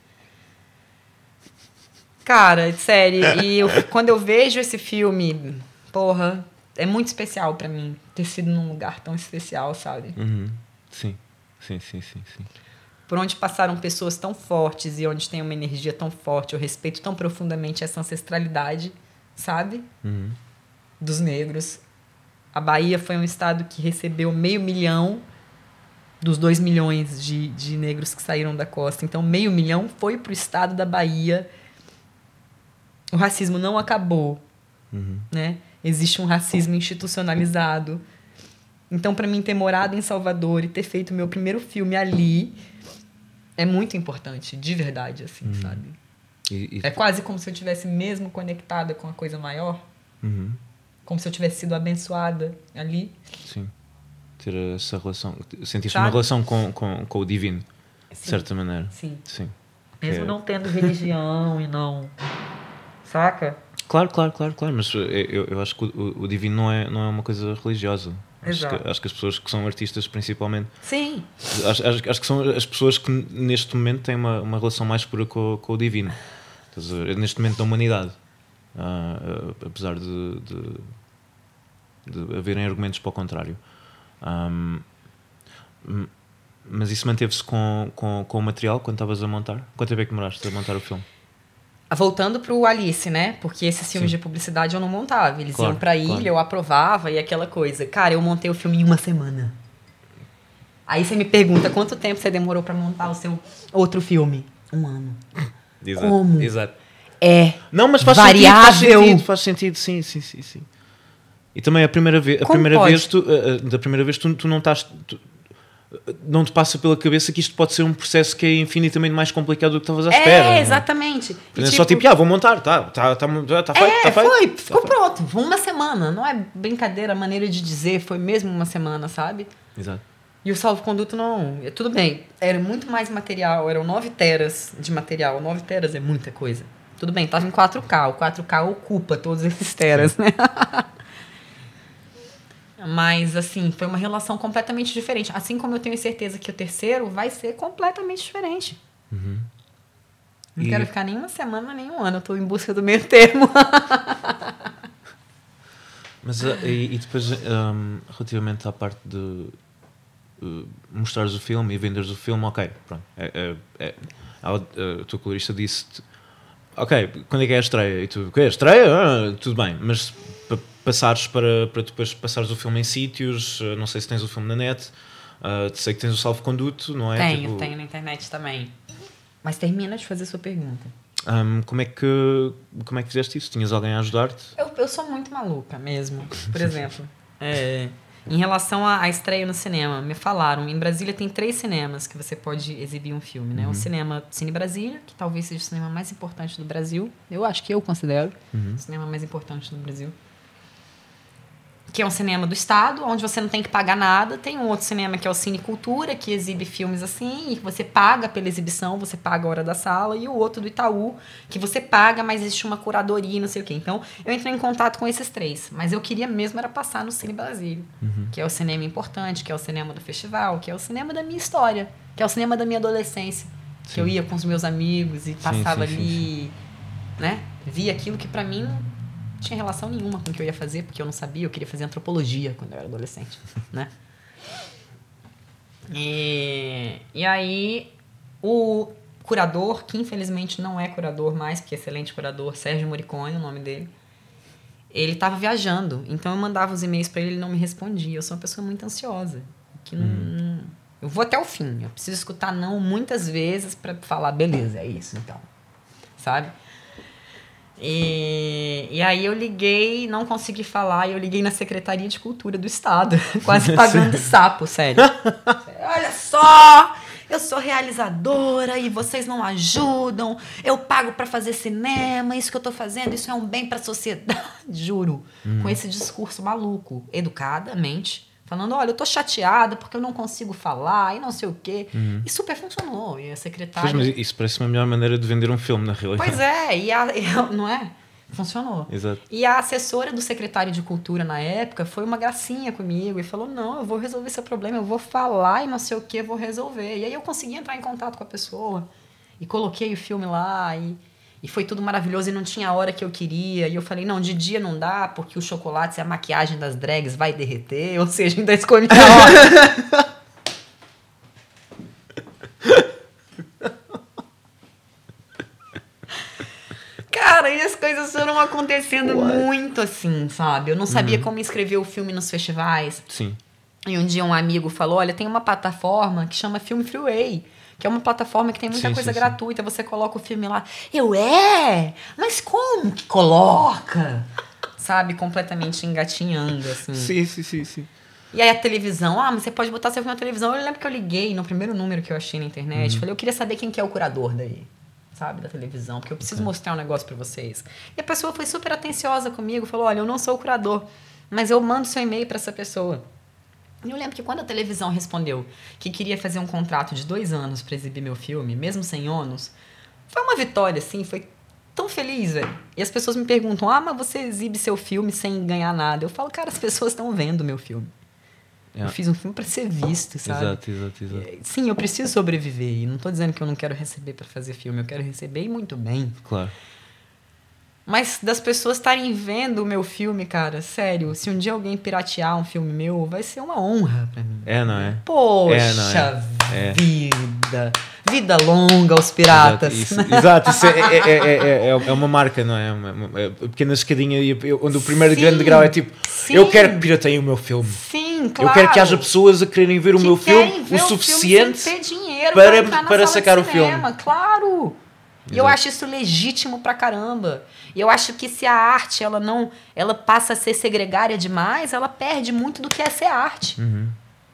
Speaker 2: Cara, sério, e eu, quando eu vejo esse filme, porra, é muito especial pra mim ter sido num lugar tão especial, sabe?
Speaker 3: Uhum. Sim, sim, sim, sim, sim.
Speaker 2: Por onde passaram pessoas tão fortes e onde tem uma energia tão forte, eu respeito tão profundamente essa ancestralidade, sabe?
Speaker 3: Uhum.
Speaker 2: Dos negros. A Bahia foi um estado que recebeu meio milhão dos dois milhões de, de negros que saíram da costa. Então, meio milhão foi pro estado da Bahia. O racismo não acabou,
Speaker 3: Uhum.
Speaker 2: né? Existe um racismo institucionalizado. Então, para mim, ter morado em Salvador e ter feito meu primeiro filme ali é muito importante, de verdade, assim, uhum. sabe? E, e... É quase como se eu tivesse mesmo conectada com a coisa maior.
Speaker 3: Uhum.
Speaker 2: Como se eu tivesse sido abençoada ali.
Speaker 3: Sim. Ter essa relação. Sentiste sabe? Uma relação com, com, com o divino, de Sim. certa maneira.
Speaker 2: Sim.
Speaker 3: Sim.
Speaker 2: Mesmo é... não tendo religião e não... Saca?
Speaker 3: Claro, claro, claro, claro. Mas eu, eu acho que o, o divino não é, não é uma coisa religiosa. Acho que, acho que as pessoas que são artistas, principalmente...
Speaker 2: Sim.
Speaker 3: Acho, acho, acho que são as pessoas que, neste momento, têm uma, uma relação mais pura com, com o divino. Neste momento da humanidade. Uh, uh, apesar de, de, de haverem argumentos para o contrário. Um, mas isso manteve-se com, com, com o material quando estavas a montar? Quanto tempo é que demoraste a montar o filme?
Speaker 2: Voltando pro Alice, né? Porque esses filmes Sim. de publicidade eu não montava. Eles
Speaker 3: claro,
Speaker 2: iam pra ilha,
Speaker 3: claro.
Speaker 2: eu aprovava e aquela coisa. Cara, eu montei o filme em uma semana. Aí você me pergunta, quanto tempo você demorou pra montar o seu outro filme? Um ano.
Speaker 3: Exato.
Speaker 2: Como?
Speaker 3: Exato.
Speaker 2: É
Speaker 3: Não, mas faz
Speaker 2: variável.
Speaker 3: sentido, faz sentido, faz sentido, sim, sim, sim, sim. E também a primeira vez, a primeira
Speaker 2: pode?
Speaker 3: vez, tu, uh, da primeira vez tu, tu não estás... Tu, não te passa pela cabeça que isto pode ser um processo que é infinitamente mais complicado do que estavas à espera.
Speaker 2: É, exatamente.
Speaker 3: É tipo, só tipo, ah, vou montar, tá, tá, tá, tá feito,
Speaker 2: é,
Speaker 3: tá feito.
Speaker 2: foi, ficou
Speaker 3: tá
Speaker 2: pronto. Uma semana, não é brincadeira a maneira de dizer, foi mesmo uma semana, sabe?
Speaker 3: Exato.
Speaker 2: E o salvo-conduto não, tudo bem, era muito mais material, eram nove teras de material, nove teras é muita coisa. Tudo bem, tava em quatro K, o quatro K ocupa todos esses teras, né? Mas, assim, foi uma relação completamente diferente. Assim como eu tenho certeza que o terceiro vai ser completamente diferente.
Speaker 3: Uhum.
Speaker 2: Não
Speaker 3: e...
Speaker 2: quero ficar nem uma semana, nem um ano. Eu tô em busca do meio termo.
Speaker 3: Mas, uh, e, e depois, um, relativamente à parte de uh, mostrares o filme e venderes o filme, ok, pronto. É, é, é, a, a tua colorista disse-te, ok, quando é que é a estreia? E tu, o que é a estreia? Ah, tudo bem, mas... passares para, para depois passares o filme em sítios, não sei se tens o filme na net, uh, sei que tens o salvo-conduto, não é?
Speaker 2: Tenho,
Speaker 3: tipo...
Speaker 2: tenho na internet também. Mas termina de fazer a sua pergunta.
Speaker 3: Um, como, é que, como é que fizeste isso? Tinhas alguém a ajudar-te?
Speaker 2: Eu, eu sou muito maluca mesmo. Por exemplo, é, em relação à, à estreia no cinema, me falaram, em Brasília tem três cinemas que você pode exibir um filme, né? Uhum. O cinema Cine Brasília, que talvez seja o cinema mais importante do Brasil. Eu acho que eu considero
Speaker 3: uhum.
Speaker 2: o cinema mais importante do Brasil. Que é um cinema do Estado, onde você não tem que pagar nada. Tem um outro cinema que é o Cine Cultura, que exibe filmes assim, e que você paga pela exibição, você paga a hora da sala. E o outro do Itaú, que você paga, mas existe uma curadoria e não sei o quê. Então, eu entrei em contato com esses três. Mas eu queria mesmo era passar no Cine Brasília,
Speaker 3: uhum.
Speaker 2: que é o cinema importante, que é o cinema do festival, que é o cinema da minha história, que é o cinema da minha adolescência. Sim. Que eu ia com os meus amigos e passava sim, sim, ali, sim, sim. né? Via aquilo que pra mim... tinha relação nenhuma com o que eu ia fazer, porque eu não sabia, eu queria fazer antropologia quando eu era adolescente, né? E, e aí, o curador, que infelizmente não é curador mais, porque é excelente curador, Sérgio Moricone, o nome dele, ele estava viajando, então eu mandava os e-mails para ele, ele não me respondia. Eu sou uma pessoa muito ansiosa, que não, hum. não, eu vou até o fim, eu preciso escutar não muitas vezes para falar, beleza, é isso, então, sabe? E, e aí eu liguei, não consegui falar, e eu liguei na Secretaria de Cultura do Estado, quase pagando sapo, sério. Olha só, eu sou realizadora e vocês não ajudam, eu pago pra fazer cinema, isso que eu tô fazendo, isso é um bem pra sociedade, juro, hum. com esse discurso maluco, educadamente, falando, olha, eu tô chateada porque eu não consigo falar e não sei o quê. Uhum. E super funcionou. E a secretária...
Speaker 3: Pois, mas isso parece uma melhor maneira de vender um filme, na realidade.
Speaker 2: Pois é, e a, e a, não é? Funcionou.
Speaker 3: Exato.
Speaker 2: E a assessora do secretário de Cultura na época foi uma gracinha comigo e falou, não, eu vou resolver esse problema, eu vou falar e não sei o quê, eu vou resolver. E aí eu consegui entrar em contato com a pessoa e coloquei o filme lá e... E foi tudo maravilhoso e não tinha a hora que eu queria. E eu falei, não, de dia não dá, porque o chocolate e a maquiagem das drags vai derreter. Ou seja, ainda escolhi a hora. Cara, e as coisas foram acontecendo What? muito assim, sabe? Eu não sabia uhum. como escrever o filme nos festivais.
Speaker 3: Sim.
Speaker 2: E um dia um amigo falou, olha, tem uma plataforma que chama Film Freeway, que é uma plataforma que tem muita sim, coisa sim, gratuita, sim. Você coloca o filme lá. Eu, é? Mas como que coloca? sabe? Completamente engatinhando, assim.
Speaker 1: Sim, sim, sim, sim.
Speaker 2: E aí a televisão, ah, mas você pode botar seu filme na televisão. Eu lembro que eu liguei no primeiro número que eu achei na internet. Uhum. Falei, eu queria saber quem que é o curador daí, sabe? Da televisão, porque eu preciso okay. mostrar um negócio pra vocês. E a pessoa foi super atenciosa comigo, falou, olha, eu não sou o curador, mas eu mando seu e-mail pra essa pessoa. E eu lembro que quando a televisão respondeu que queria fazer um contrato de dois anos pra exibir meu filme, mesmo sem ônus, foi uma vitória, assim, foi tão feliz, velho. E as pessoas me perguntam, ah, mas você exibe seu filme sem ganhar nada. Eu falo, cara, as pessoas estão vendo meu filme. Yeah. Eu fiz um filme para ser visto, sabe?
Speaker 3: Exato, exato, exato.
Speaker 2: Sim, eu preciso sobreviver. E não tô dizendo que eu não quero receber para fazer filme. Eu quero receber e muito bem.
Speaker 3: Claro.
Speaker 2: Mas das pessoas estarem vendo o meu filme, cara, sério, se um dia alguém piratear um filme meu, vai ser uma honra pra mim.
Speaker 3: É, não é?
Speaker 2: Poxa
Speaker 3: é, não é?
Speaker 2: vida. Vida longa aos piratas.
Speaker 3: Exato, isso, exato, isso é, é, é, é, é uma marca, não é? Uma, uma, uma pequena escadinha onde o primeiro sim, grande grau é tipo, sim. eu quero que pirateiem o meu filme.
Speaker 2: Sim, claro.
Speaker 3: Eu quero que haja pessoas a quererem ver o
Speaker 2: que
Speaker 3: meu filme o
Speaker 2: suficiente filme ter dinheiro
Speaker 3: para,
Speaker 2: para,
Speaker 3: para sacar o filme.
Speaker 2: Claro. E eu acho isso legítimo pra caramba. E eu acho que se a arte ela não, ela passa a ser segregária demais, ela perde muito do que é ser arte.
Speaker 3: Uhum.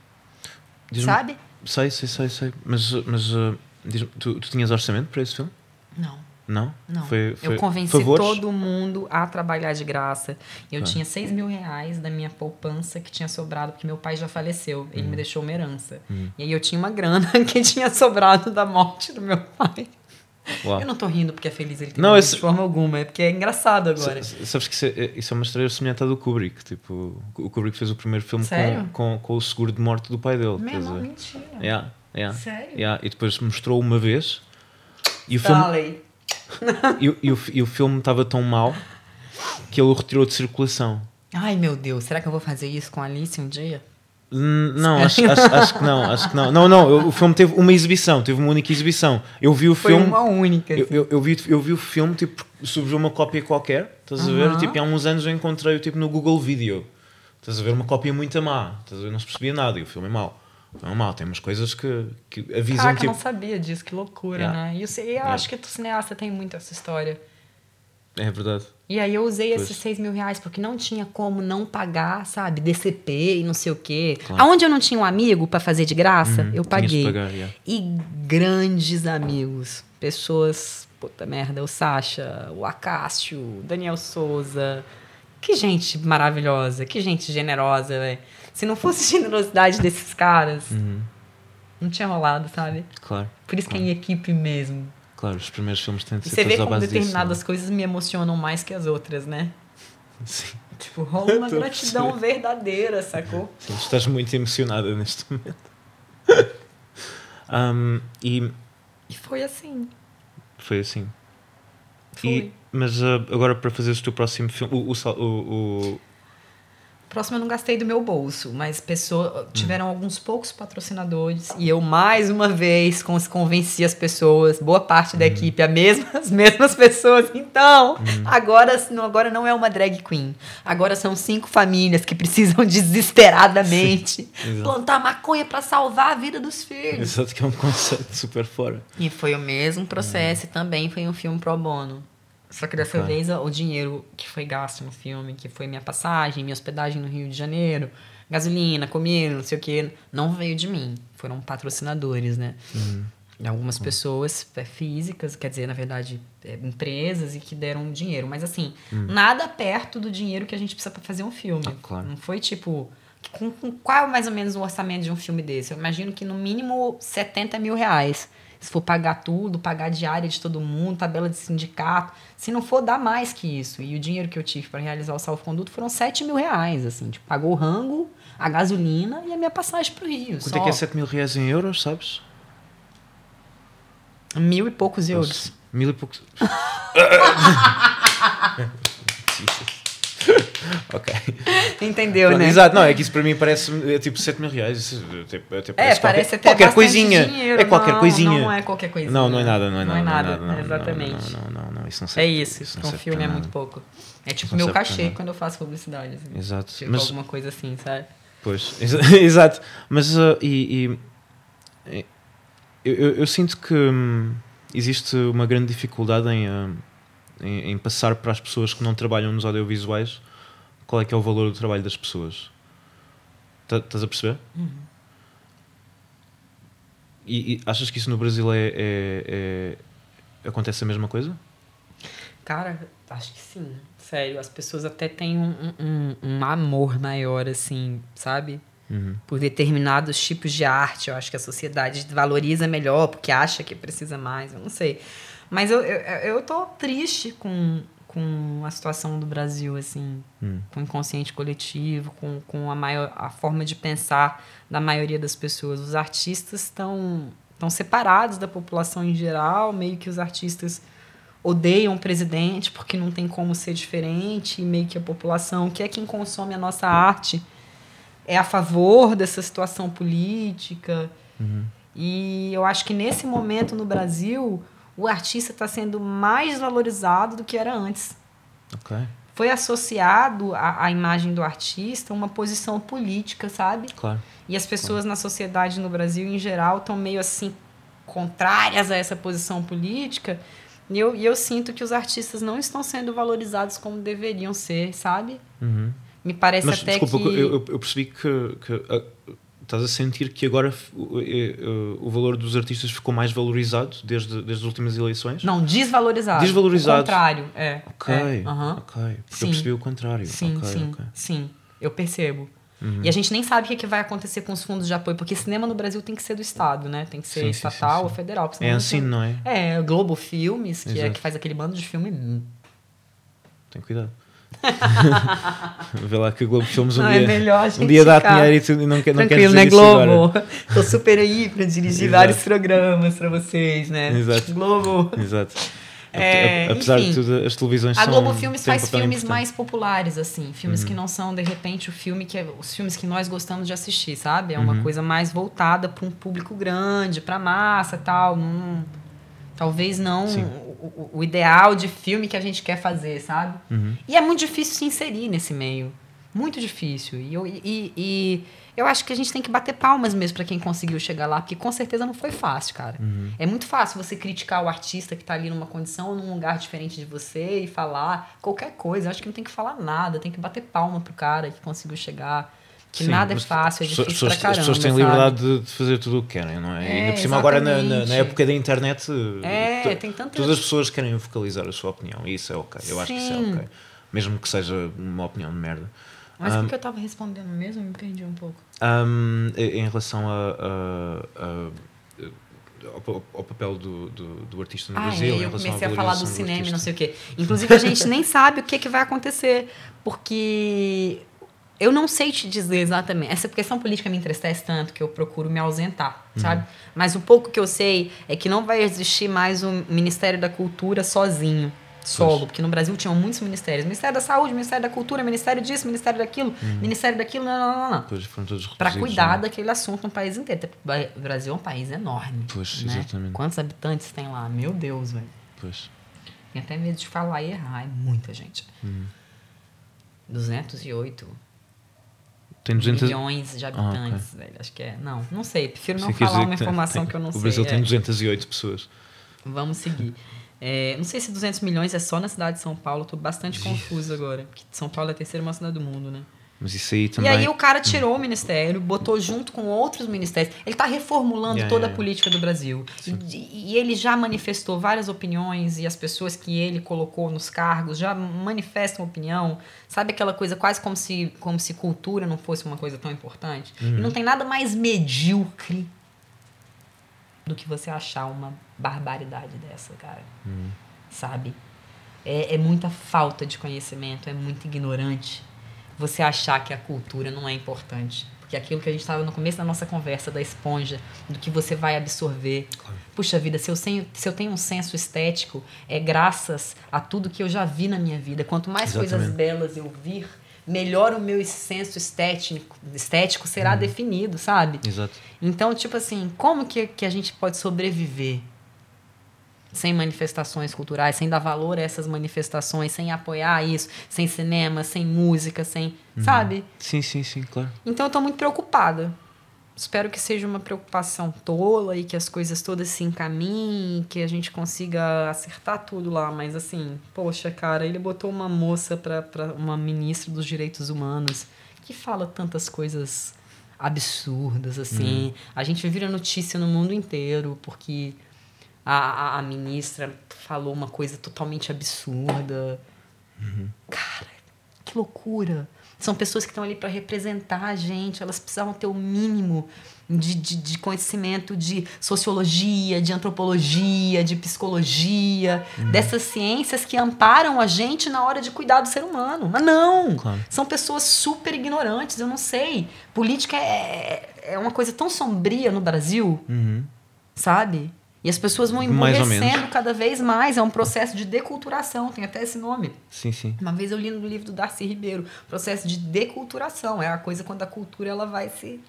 Speaker 2: Sabe?
Speaker 3: Sei, sei, sei, sei. Mas, mas uh, tu, tu tinhas orçamento para esse filme?
Speaker 2: Não.
Speaker 3: Não?
Speaker 2: Não.
Speaker 3: Foi, foi
Speaker 2: eu convenci
Speaker 3: favores?
Speaker 2: todo mundo a trabalhar de graça. Eu ah. tinha seis mil reais da minha poupança que tinha sobrado, porque meu pai já faleceu. Ele hum. me deixou uma herança. Hum. E aí eu tinha uma grana que tinha sobrado da morte do meu pai. Uau. Eu não tô rindo porque é feliz ele ter não, esse... de forma alguma, é porque é engraçado agora.
Speaker 3: S sabes que isso é, isso é uma história semelhante à do Kubrick. Tipo, o Kubrick fez o primeiro filme com, com, com o seguro de morte do pai dele.
Speaker 2: Meu irmão, mentira.
Speaker 3: Yeah, yeah,
Speaker 2: Sério?
Speaker 3: Yeah. E depois mostrou uma vez e o filme, e, e, o, e o filme estava tão mau que ele o retirou de circulação.
Speaker 2: Ai meu Deus, será que eu vou fazer isso com a Alice um dia?
Speaker 3: Não, acho, acho, acho que não, acho que não. Não, não, eu, o filme teve uma exibição, teve uma única exibição. Eu vi o
Speaker 2: Foi
Speaker 3: filme.
Speaker 2: uma única.
Speaker 3: Eu, eu, eu, vi, eu vi o filme, tipo, surgiu uma cópia qualquer, estás a ver? Uh-huh. Tipo, há uns anos eu encontrei-o tipo, no Google Video. Estás a ver? Uma cópia muito má. Estás a ver? Não se percebia nada e o filme é mau. Não é mau, tem umas coisas que, que avisam.
Speaker 2: Caraca,
Speaker 3: tipo...
Speaker 2: eu não sabia disso, que loucura,
Speaker 3: yeah.
Speaker 2: né? E eu, sei, eu yeah. acho que o cineasta tem muito essa história.
Speaker 3: É verdade.
Speaker 2: E aí eu usei
Speaker 3: pois.
Speaker 2: esses seis mil reais porque não tinha como não pagar, sabe? D C P e não sei o quê. Claro. Aonde eu não tinha um amigo para fazer de graça, uhum, eu paguei.
Speaker 3: Pagar, yeah.
Speaker 2: E grandes amigos. Pessoas, puta merda, o Sacha, o Acácio, o Daniel Souza. Que gente maravilhosa, que gente generosa, velho. Se não fosse a generosidade desses caras,
Speaker 3: uhum.
Speaker 2: não tinha rolado, sabe?
Speaker 3: Claro.
Speaker 2: Por isso
Speaker 3: claro.
Speaker 2: que é em equipe mesmo.
Speaker 3: Claro, os primeiros filmes têm de ser
Speaker 2: você vê
Speaker 3: todos
Speaker 2: como
Speaker 3: à base
Speaker 2: determinadas
Speaker 3: disso,
Speaker 2: coisas me emocionam mais que as outras, né?
Speaker 3: Sim.
Speaker 2: Tipo, rola uma gratidão verdadeira, sacou?
Speaker 3: Sim, estás muito emocionada neste momento. um, e...
Speaker 2: e foi assim.
Speaker 3: Foi assim.
Speaker 2: Foi.
Speaker 3: E, mas uh, agora para fazeres o teu próximo filme... O, o, o, o...
Speaker 2: Próximo eu não gastei do meu bolso, mas pessoa, tiveram hum. alguns poucos patrocinadores e eu mais uma vez convenci as pessoas, boa parte da hum. equipe, a mesma, as mesmas pessoas. Então, hum. agora, agora não é uma drag queen. Agora são cinco famílias que precisam desesperadamente plantar maconha para salvar a vida dos filhos.
Speaker 3: Exato, que é um conceito super fora.
Speaker 2: E foi o mesmo processo hum. e também foi um filme pro bono. Só que dessa okay. vez o dinheiro que foi gasto no filme, que foi minha passagem, minha hospedagem no Rio de Janeiro, gasolina, comida, não sei o que, não veio de mim. Foram patrocinadores, né?
Speaker 3: Uhum.
Speaker 2: Algumas
Speaker 3: uhum.
Speaker 2: pessoas físicas, quer dizer, na verdade, empresas e que deram dinheiro. Mas assim,
Speaker 3: uhum.
Speaker 2: nada perto do dinheiro que a gente precisa para fazer um filme.
Speaker 3: Ah, claro.
Speaker 2: Não foi tipo... Com, com qual é mais ou menos o orçamento de um filme desse? Eu imagino que no mínimo setenta mil reais. Se for pagar tudo, pagar a diária de todo mundo, tabela de sindicato. Se não for, dá mais que isso. E o dinheiro que eu tive para realizar o salvo-conduto foram sete mil reais. Assim, tipo, pagou o rango, a gasolina e a minha passagem pro Rio.
Speaker 3: Quanto
Speaker 2: só.
Speaker 3: é que é sete mil reais em euros, sabes?
Speaker 2: Mil e poucos euros.
Speaker 3: Nossa, mil e poucos... Jesus. Ok.
Speaker 2: Entendeu,
Speaker 3: Pronto,
Speaker 2: né?
Speaker 3: Exato, não, é que isso para mim parece é, tipo sete mil reais. Isso, tipo, até parece
Speaker 2: é, parece
Speaker 3: qualquer,
Speaker 2: até
Speaker 3: qualquer coisinha.
Speaker 2: Dinheiro.
Speaker 3: É qualquer
Speaker 2: não,
Speaker 3: coisinha.
Speaker 2: Não é qualquer coisinha.
Speaker 3: Não, não é nada, não é
Speaker 2: não
Speaker 3: nada.
Speaker 2: É nada,
Speaker 3: não, não,
Speaker 2: exatamente.
Speaker 3: Não, não, não, não, isso não serve.
Speaker 2: É isso,
Speaker 3: isso
Speaker 2: um filme é
Speaker 3: nada.
Speaker 2: muito pouco. É tipo
Speaker 3: não
Speaker 2: meu cachê quando eu faço publicidade. Assim.
Speaker 3: Exato.
Speaker 2: Tipo
Speaker 3: mas,
Speaker 2: alguma coisa assim, sabe?
Speaker 3: Pois, exato. Mas uh, e, e eu, eu, eu sinto que hum, existe uma grande dificuldade em, uh, em, em passar para as pessoas que não trabalham nos audiovisuais qual é que é o valor do trabalho das pessoas. Estás a perceber?
Speaker 2: Uhum.
Speaker 3: E, e achas que isso no Brasil é, é, é... acontece a mesma coisa?
Speaker 2: Cara, acho que sim. Sério, as pessoas até têm um, um, um amor maior, assim, sabe?
Speaker 3: Uhum.
Speaker 2: Por determinados tipos de arte. Eu acho que a sociedade valoriza melhor porque acha que precisa mais. Eu não sei. Mas eu, eu, eu tô triste com, com a situação do Brasil, assim.
Speaker 3: Uhum.
Speaker 2: Com o inconsciente coletivo, com, com a, maior, a forma de pensar da maioria das pessoas. Os artistas estão estão separados da população em geral. Meio que os artistas odeiam o presidente porque não tem como ser diferente. E meio que a população, que é quem consome a nossa arte, é a favor dessa situação política.
Speaker 3: Uhum.
Speaker 2: E eu acho que nesse momento no Brasil, o artista está sendo mais valorizado do que era antes.
Speaker 3: Ok.
Speaker 2: Foi associado à, à imagem do artista uma posição política, sabe?
Speaker 3: Claro.
Speaker 2: E as pessoas
Speaker 3: claro.
Speaker 2: na sociedade no Brasil, em geral, estão meio assim, contrárias a essa posição política. E eu, e eu sinto que os artistas não estão sendo valorizados como deveriam ser, sabe?
Speaker 3: Uhum.
Speaker 2: Me parece
Speaker 3: Mas,
Speaker 2: até
Speaker 3: desculpa,
Speaker 2: que...
Speaker 3: eu, eu percebi que, que uh, estás a sentir que agora uh, uh, o valor dos artistas ficou mais valorizado desde, desde as últimas eleições?
Speaker 2: Não, desvalorizado.
Speaker 3: Desvalorizado.
Speaker 2: O contrário, é.
Speaker 3: Ok,
Speaker 2: é. Uhum.
Speaker 3: ok. Porque
Speaker 2: Sim.
Speaker 3: eu percebi o contrário.
Speaker 2: Sim,
Speaker 3: okay,
Speaker 2: sim,
Speaker 3: okay.
Speaker 2: sim. Eu percebo.
Speaker 3: Uhum.
Speaker 2: E a gente nem sabe o que, que vai acontecer com os fundos de apoio, porque cinema no Brasil tem que ser do Estado, né? Tem que ser
Speaker 3: Sim,
Speaker 2: estatal
Speaker 3: sim, sim,
Speaker 2: ou
Speaker 3: sim.
Speaker 2: federal.
Speaker 3: É assim, não é?
Speaker 2: É, Globo Filmes, que, é,
Speaker 3: Exato.
Speaker 2: que faz aquele bando de filme...
Speaker 3: Tem cuidado. Vê lá que a Globo Filmes um
Speaker 2: não,
Speaker 3: dia,
Speaker 2: é melhor a gente
Speaker 3: um dia dá
Speaker 2: ficar
Speaker 3: dinheiro e tu não, quer, não quer
Speaker 2: tranquilo,
Speaker 3: dizer
Speaker 2: né,
Speaker 3: isso
Speaker 2: Globo?
Speaker 3: agora.
Speaker 2: Tô super aí pra dirigir
Speaker 3: Exato.
Speaker 2: vários programas pra vocês, né?
Speaker 3: Exato.
Speaker 2: Globo.
Speaker 3: Exato.
Speaker 2: É,
Speaker 3: Apesar
Speaker 2: enfim,
Speaker 3: de tudo, as televisões
Speaker 2: a
Speaker 3: são...
Speaker 2: Globo Filmes
Speaker 3: têm um
Speaker 2: faz
Speaker 3: papel
Speaker 2: filmes
Speaker 3: importante.
Speaker 2: mais populares, assim. Filmes
Speaker 3: Uhum.
Speaker 2: que não são, de repente, o filme que é, os filmes que nós gostamos de assistir, sabe? É uma
Speaker 3: Uhum.
Speaker 2: coisa mais voltada para um público grande, para massa e tal. Não, talvez não o, o, o ideal de filme que a gente quer fazer, sabe?
Speaker 3: Uhum.
Speaker 2: E é muito difícil se inserir nesse meio. Muito difícil. E eu, e, e eu acho que a gente tem que bater palmas mesmo para quem conseguiu chegar lá, porque com certeza não foi fácil, cara.
Speaker 3: Uhum.
Speaker 2: É muito fácil você criticar o artista que tá ali numa condição ou num lugar diferente de você e falar qualquer coisa. Eu acho que não tem que falar nada, tem que bater palma pro cara que conseguiu chegar. Que
Speaker 3: Sim,
Speaker 2: nada é
Speaker 3: mas
Speaker 2: fácil, é
Speaker 3: as
Speaker 2: difícil
Speaker 3: pessoas,
Speaker 2: pra caramba,
Speaker 3: As pessoas têm
Speaker 2: sabe?
Speaker 3: liberdade de, de fazer tudo o que querem, não é?
Speaker 2: É,
Speaker 3: e ainda por cima agora na, na, na
Speaker 2: exatamente.
Speaker 3: época da internet
Speaker 2: É,
Speaker 3: to-
Speaker 2: tem tanta...
Speaker 3: todas as pessoas querem vocalizar a sua opinião e isso é ok. Eu acho que isso é
Speaker 2: Sim.
Speaker 3: ok. Mesmo que seja uma opinião de merda.
Speaker 2: Mas
Speaker 3: Um,
Speaker 2: por que eu tava respondendo mesmo? Me perdi um pouco.
Speaker 3: Um, em relação a, a, a, ao, ao papel do, do, do artista no
Speaker 2: Ah,
Speaker 3: Brasil,
Speaker 2: é,
Speaker 3: em
Speaker 2: eu
Speaker 3: relação à
Speaker 2: comecei a falar do
Speaker 3: valorização
Speaker 2: cinema e não
Speaker 3: artista.
Speaker 2: sei o quê. Inclusive, a gente nem sabe o que, que vai acontecer, porque eu não sei te dizer exatamente. Essa questão política me entristece tanto que eu procuro me ausentar,
Speaker 3: Uhum.
Speaker 2: sabe? Mas o pouco que eu sei é que não vai existir mais um Ministério da Cultura sozinho. Solo,
Speaker 3: Pois.
Speaker 2: porque no Brasil tinham muitos ministérios. Ministério da Saúde, Ministério da Cultura, Ministério disso, Ministério daquilo, Ministério daquilo, não, não, não, não.
Speaker 3: Depois foram todos
Speaker 2: Para
Speaker 3: reduzidos,
Speaker 2: cuidar
Speaker 3: não é?
Speaker 2: daquele assunto no país inteiro. Até porque O Brasil é um país enorme.
Speaker 3: Pois,
Speaker 2: né?
Speaker 3: exatamente.
Speaker 2: Quantos habitantes tem lá? Meu Deus, velho.
Speaker 3: Pois.
Speaker 2: Tenho até medo de falar e errar. É muita gente.
Speaker 3: Hum.
Speaker 2: duzentos e oito
Speaker 3: Tem duzentos...
Speaker 2: milhões de habitantes, velho. Acho que é. Não, não sei. Prefiro não
Speaker 3: Sim, quer
Speaker 2: falar
Speaker 3: dizer
Speaker 2: uma
Speaker 3: que tem-
Speaker 2: informação
Speaker 3: tem-
Speaker 2: que eu não
Speaker 3: o
Speaker 2: sei.
Speaker 3: Brasil
Speaker 2: é.
Speaker 3: tem duzentas e oito pessoas.
Speaker 2: Vamos seguir. É, não sei se duzentos milhões é só na cidade de São Paulo. Tô bastante confusa agora. Porque São Paulo é a terceira maior cidade do mundo, né?
Speaker 3: Mas isso aí também...
Speaker 2: E aí o cara tirou o ministério, botou junto com outros ministérios. Ele está reformulando
Speaker 3: Yeah,
Speaker 2: toda
Speaker 3: yeah,
Speaker 2: a política do Brasil. E, e ele já manifestou várias opiniões e as pessoas que ele colocou nos cargos já manifestam opinião. Sabe aquela coisa quase como se, como se cultura não fosse uma coisa tão importante?
Speaker 3: Uhum.
Speaker 2: E não tem nada mais medíocre do que você achar uma barbaridade dessa, cara.
Speaker 3: Uhum.
Speaker 2: Sabe? É, é muita falta de conhecimento, é muito ignorante você achar que a cultura não é importante. Porque aquilo que a gente estava no começo da nossa conversa, da esponja, do que você vai absorver.
Speaker 3: Claro.
Speaker 2: Puxa vida, se eu, tenho, se eu tenho um senso estético, é graças a tudo que eu já vi na minha vida. Quanto mais
Speaker 3: Exatamente.
Speaker 2: coisas belas eu vir, melhor o meu senso estético, estético será
Speaker 3: Uhum.
Speaker 2: definido, sabe?
Speaker 3: Exato.
Speaker 2: Então, tipo assim, como que, que a gente pode sobreviver sem manifestações culturais, sem dar valor a essas manifestações, sem apoiar isso, sem cinema, sem música, sem...
Speaker 3: Uhum.
Speaker 2: Sabe?
Speaker 3: Sim, sim, sim, claro.
Speaker 2: Então eu tô muito preocupada, Espero que seja uma preocupação tola e que as coisas todas se encaminhem, que a gente consiga acertar tudo lá. Mas assim, poxa, cara, ele botou uma moça pra, pra uma ministra dos direitos humanos que fala tantas coisas absurdas, assim. Uhum. A gente vira notícia no mundo inteiro porque a, a, a ministra falou uma coisa totalmente absurda. Uhum. Cara, que loucura. São pessoas que estão ali para representar a gente. Elas precisavam ter o mínimo de, de, de conhecimento de sociologia, de antropologia, de psicologia, uhum. dessas ciências que amparam a gente na hora de cuidar do ser humano. Mas não! Claro. São pessoas super ignorantes, eu não sei. Política é, é uma coisa tão sombria no Brasil, uhum. sabe? E as pessoas vão emburrecendo cada vez mais. É um processo de deculturação, tem até esse nome.
Speaker 3: Sim, sim.
Speaker 2: Uma vez eu li no livro do Darcy Ribeiro, processo de deculturação. É a coisa quando a cultura ela vai se...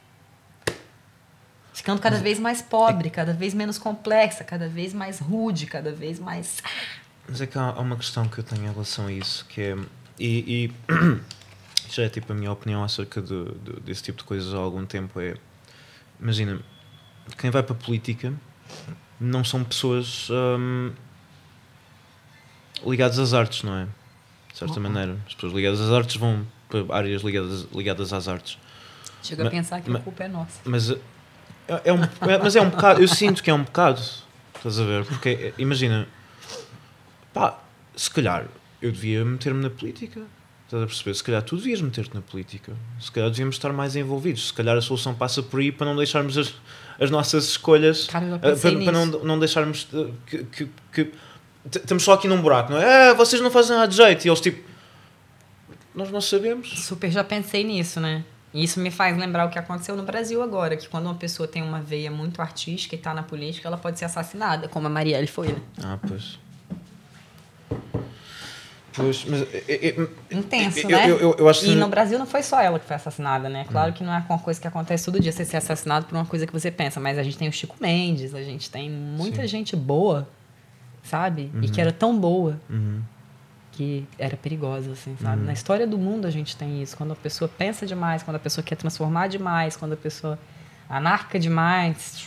Speaker 2: ficando cada vez mais pobre, cada vez menos complexa, cada vez mais rude, cada vez mais...
Speaker 3: Mas é que há uma questão que eu tenho em relação a isso, que é... E, e já é tipo a minha opinião acerca de, de, desse tipo de coisas há algum tempo. É... Imagina, quem vai para a política... não são pessoas hum, ligadas às artes, não é? De certa uhum. maneira. As pessoas ligadas às artes vão para áreas ligadas, ligadas às artes.
Speaker 2: Chega a pensar que a culpa é nossa.
Speaker 3: Mas é, é, um, é, mas é um bocado, eu sinto que é um bocado, estás a ver? Porque imagina, pá, se calhar eu devia meter-me na política. Estás a perceber? Se calhar tu devias meter-te na política. Se calhar devíamos estar mais envolvidos. Se calhar a solução passa por aí para não deixarmos as, as nossas escolhas.
Speaker 2: Cara,
Speaker 3: para, para não, não deixarmos que, que, que estamos só aqui num buraco, não é? Ah, vocês não fazem nada de jeito. E eles tipo, nós não sabemos.
Speaker 2: Super já pensei nisso, né? E isso me faz lembrar o que aconteceu no Brasil agora, que quando uma pessoa tem uma veia muito artística e está na política, ela pode ser assassinada, como a Marielle foi, né?
Speaker 3: Ah, pois. Pois, mas, é, é,
Speaker 2: intenso,
Speaker 3: eu,
Speaker 2: né?
Speaker 3: Eu, eu, eu acho
Speaker 2: e que... no Brasil não foi só ela que foi assassinada, né? Claro hum. que não é uma coisa que acontece todo dia você ser assassinado por uma coisa que você pensa, mas a gente tem o Chico Mendes, a gente tem muita Sim. gente boa, sabe? Uhum. E que era tão boa
Speaker 3: uhum.
Speaker 2: que era perigosa, assim, sabe? Uhum. Na história do mundo a gente tem isso. Quando a pessoa pensa demais, quando a pessoa quer transformar demais, quando a pessoa anarca demais,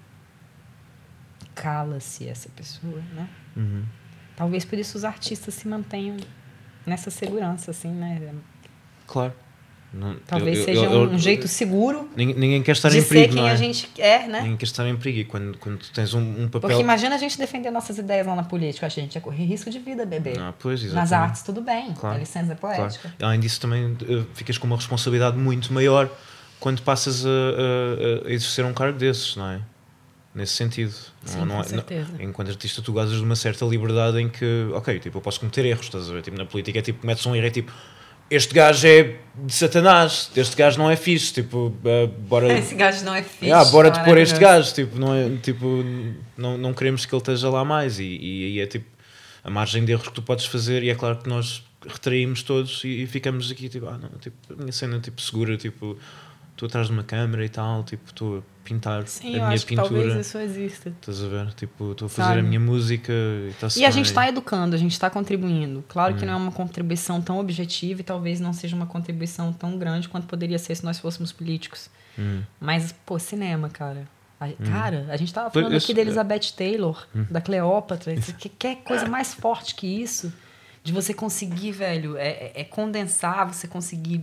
Speaker 2: cala-se essa pessoa, né?
Speaker 3: Uhum.
Speaker 2: Talvez por isso os artistas se mantenham nessa segurança, assim, né?
Speaker 3: Claro. Não,
Speaker 2: Talvez
Speaker 3: eu,
Speaker 2: seja
Speaker 3: eu, eu,
Speaker 2: um eu, jeito seguro
Speaker 3: ninguém, ninguém quer estar
Speaker 2: de
Speaker 3: em perigo,
Speaker 2: ser quem
Speaker 3: não é?
Speaker 2: a gente quer, né?
Speaker 3: Ninguém quer estar em perigo. E quando, quando tu tens um, um papel...
Speaker 2: Porque imagina a gente defender nossas ideias lá na política. A gente ia correr risco de vida, bebê.
Speaker 3: Ah, pois,
Speaker 2: nas artes, tudo bem.
Speaker 3: Claro,
Speaker 2: a licença é poética.
Speaker 3: Claro. Além disso, também uh, ficas com uma responsabilidade muito maior quando passas a, a, a exercer um cargo desses, não é? Nesse sentido.
Speaker 2: Sim,
Speaker 3: não, não,
Speaker 2: com certeza.
Speaker 3: Não, enquanto artista tu gozas de uma certa liberdade em que, ok, tipo, eu posso cometer erros, estás a ver? Tipo, na política é tipo, cometes um erro, é tipo, este gajo é de Satanás, este gajo não é fixe, tipo, uh, bora...
Speaker 2: Esse gajo não é fixe.
Speaker 3: Yeah, bora depor este gajo, tipo, não, é, tipo não, não queremos que ele esteja lá mais e, e aí é tipo, a margem de erros que tu podes fazer e é claro que nós retraímos todos e, e ficamos aqui, tipo, ah não, tipo, a minha cena, tipo, segura, tipo... estou atrás de uma câmera e tal, tipo, estou a pintar
Speaker 2: Sim,
Speaker 3: a
Speaker 2: eu
Speaker 3: minha
Speaker 2: acho
Speaker 3: pintura.
Speaker 2: Que talvez isso exista.
Speaker 3: Estás a ver? Tipo, estou a fazer
Speaker 2: Sabe?
Speaker 3: a minha música e está-se
Speaker 2: E a gente está educando, a gente está contribuindo. Claro
Speaker 3: hum.
Speaker 2: que não é uma contribuição tão objetiva e talvez não seja uma contribuição tão grande quanto poderia ser se nós fôssemos políticos.
Speaker 3: Hum.
Speaker 2: Mas, pô, cinema, cara. A,
Speaker 3: hum.
Speaker 2: Cara, a gente tava falando
Speaker 3: Isso,
Speaker 2: aqui da Elizabeth Taylor,
Speaker 3: hum.
Speaker 2: da Cleópatra. Que quer coisa mais forte que isso? De você conseguir, velho, é, é condensar, você conseguir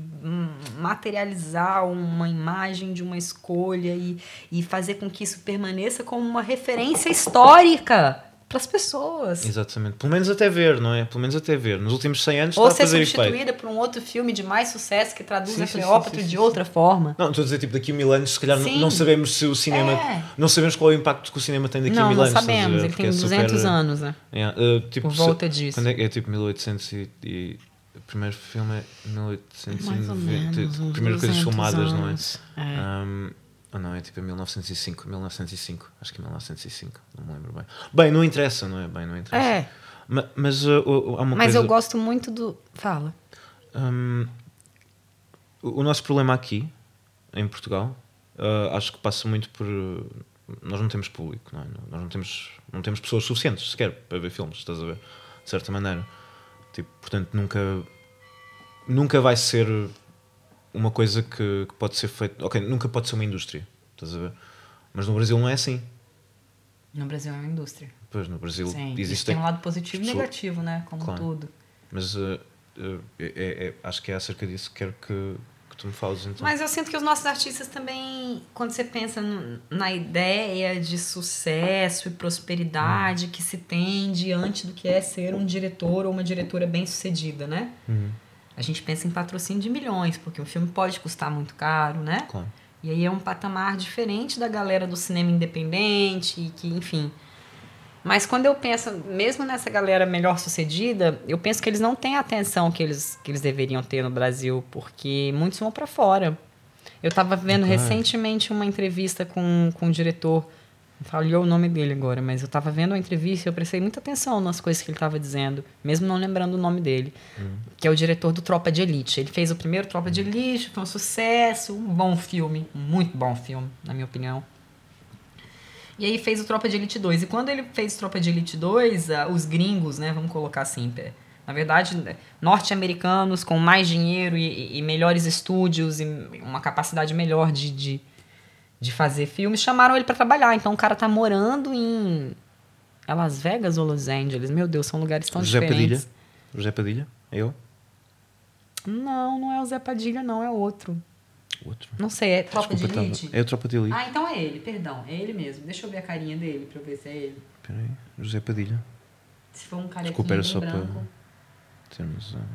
Speaker 2: materializar uma imagem de uma escolha e, e fazer com que isso permaneça como uma referência histórica para as pessoas.
Speaker 3: Exatamente. Pelo menos até ver, não é? Pelo menos até ver. Nos últimos cem anos
Speaker 2: Ou
Speaker 3: está a fazer
Speaker 2: ser substituída por um outro filme de mais sucesso que traduz
Speaker 3: sim,
Speaker 2: a
Speaker 3: sim,
Speaker 2: Cleópatra
Speaker 3: sim, sim,
Speaker 2: de
Speaker 3: sim,
Speaker 2: outra
Speaker 3: sim.
Speaker 2: forma.
Speaker 3: Não, estou a dizer, tipo, daqui a mil anos, se calhar
Speaker 2: sim.
Speaker 3: não sabemos se o cinema...
Speaker 2: É.
Speaker 3: Não sabemos qual é o impacto que o cinema tem daqui
Speaker 2: não,
Speaker 3: a mil
Speaker 2: não
Speaker 3: anos.
Speaker 2: Não sabemos, ele tem
Speaker 3: é
Speaker 2: duzentos
Speaker 3: super,
Speaker 2: anos, né?
Speaker 3: É, uh, tipo,
Speaker 2: por volta
Speaker 3: se,
Speaker 2: disso.
Speaker 3: Quando é, é tipo mil e oitocentos e... e o primeiro filme é mil oitocentos e noventa.
Speaker 2: Menos,
Speaker 3: primeiras coisas filmadas,
Speaker 2: anos.
Speaker 3: não é?
Speaker 2: É.
Speaker 3: Um, ou oh não, é tipo mil novecentos e cinco. mil novecentos e cinco. Acho que é mil novecentos e cinco. Não me lembro bem. Bem, não interessa, não é? Bem, não interessa.
Speaker 2: É.
Speaker 3: Mas, mas uh, uh, há uma
Speaker 2: Mas
Speaker 3: coisa...
Speaker 2: eu gosto muito do... Fala.
Speaker 3: Um, o, o nosso problema aqui, em Portugal, uh, acho que passa muito por... Uh, nós não temos público, não é? Nós não temos, não temos pessoas suficientes sequer para ver filmes, estás a ver? De certa maneira. Tipo, portanto, nunca... Nunca vai ser uma coisa que, que pode ser feita. Ok, nunca pode ser uma indústria, estás a ver? Mas no Brasil não é assim.
Speaker 2: No Brasil é uma indústria.
Speaker 3: Pois, no Brasil
Speaker 2: Sim,
Speaker 3: existe.
Speaker 2: isso tem um lado positivo e
Speaker 3: pessoa-
Speaker 2: negativo, né? Como
Speaker 3: Claro.
Speaker 2: tudo.
Speaker 3: Mas uh, uh, é, é- acho que é acerca disso que quero que, que tu me fales então.
Speaker 2: Mas eu sinto que os nossos artistas também, quando você pensa no- na ideia de sucesso e prosperidade que se tem diante do que é ser um diretor ou uma diretora bem-sucedida, né?
Speaker 3: Uhum,
Speaker 2: A gente pensa em patrocínio de milhões, porque um filme pode custar muito caro, né?
Speaker 3: claro.
Speaker 2: E aí é um patamar diferente da galera do cinema independente, e que, enfim. Mas quando eu penso, mesmo nessa galera melhor sucedida, eu penso que eles não têm a atenção que eles, que eles deveriam ter no Brasil, porque muitos vão para fora. Eu estava vendo
Speaker 3: Ok.
Speaker 2: recentemente uma entrevista com, com um diretor, falhou o nome dele agora, mas eu estava vendo a entrevista e eu prestei muita atenção nas coisas que ele estava dizendo, mesmo não lembrando o nome dele,
Speaker 3: Hum.
Speaker 2: que é o diretor do Tropa de Elite. Ele fez o primeiro Tropa de Elite, foi um sucesso, um bom filme, um muito bom filme, na minha opinião. E aí fez o Tropa de Elite dois. E quando ele fez o Tropa de Elite dois, ah, os gringos, né, vamos colocar assim, pé, na verdade, norte-americanos com mais dinheiro e, e melhores estúdios e uma capacidade melhor de, de, de fazer filmes, chamaram ele para trabalhar. Então o cara tá morando em é Las Vegas ou Los Angeles? Meu Deus, são lugares tão
Speaker 3: José
Speaker 2: diferentes.
Speaker 3: Padilha? José Padilha? É eu?
Speaker 2: Não, não é o Zé Padilha, não, é outro.
Speaker 3: O outro.
Speaker 2: Não sei, é Tropa
Speaker 3: Desculpa,
Speaker 2: de Elite?
Speaker 3: tava- É o Tropa de Elite.
Speaker 2: Ah, então é ele, perdão, é ele mesmo. Deixa eu ver a carinha dele pra eu ver se é ele.
Speaker 3: Espera aí. José Padilha.
Speaker 2: Se for um carequinho
Speaker 3: Desculpa, era
Speaker 2: bem
Speaker 3: só para
Speaker 2: branco.
Speaker 3: termos. ah,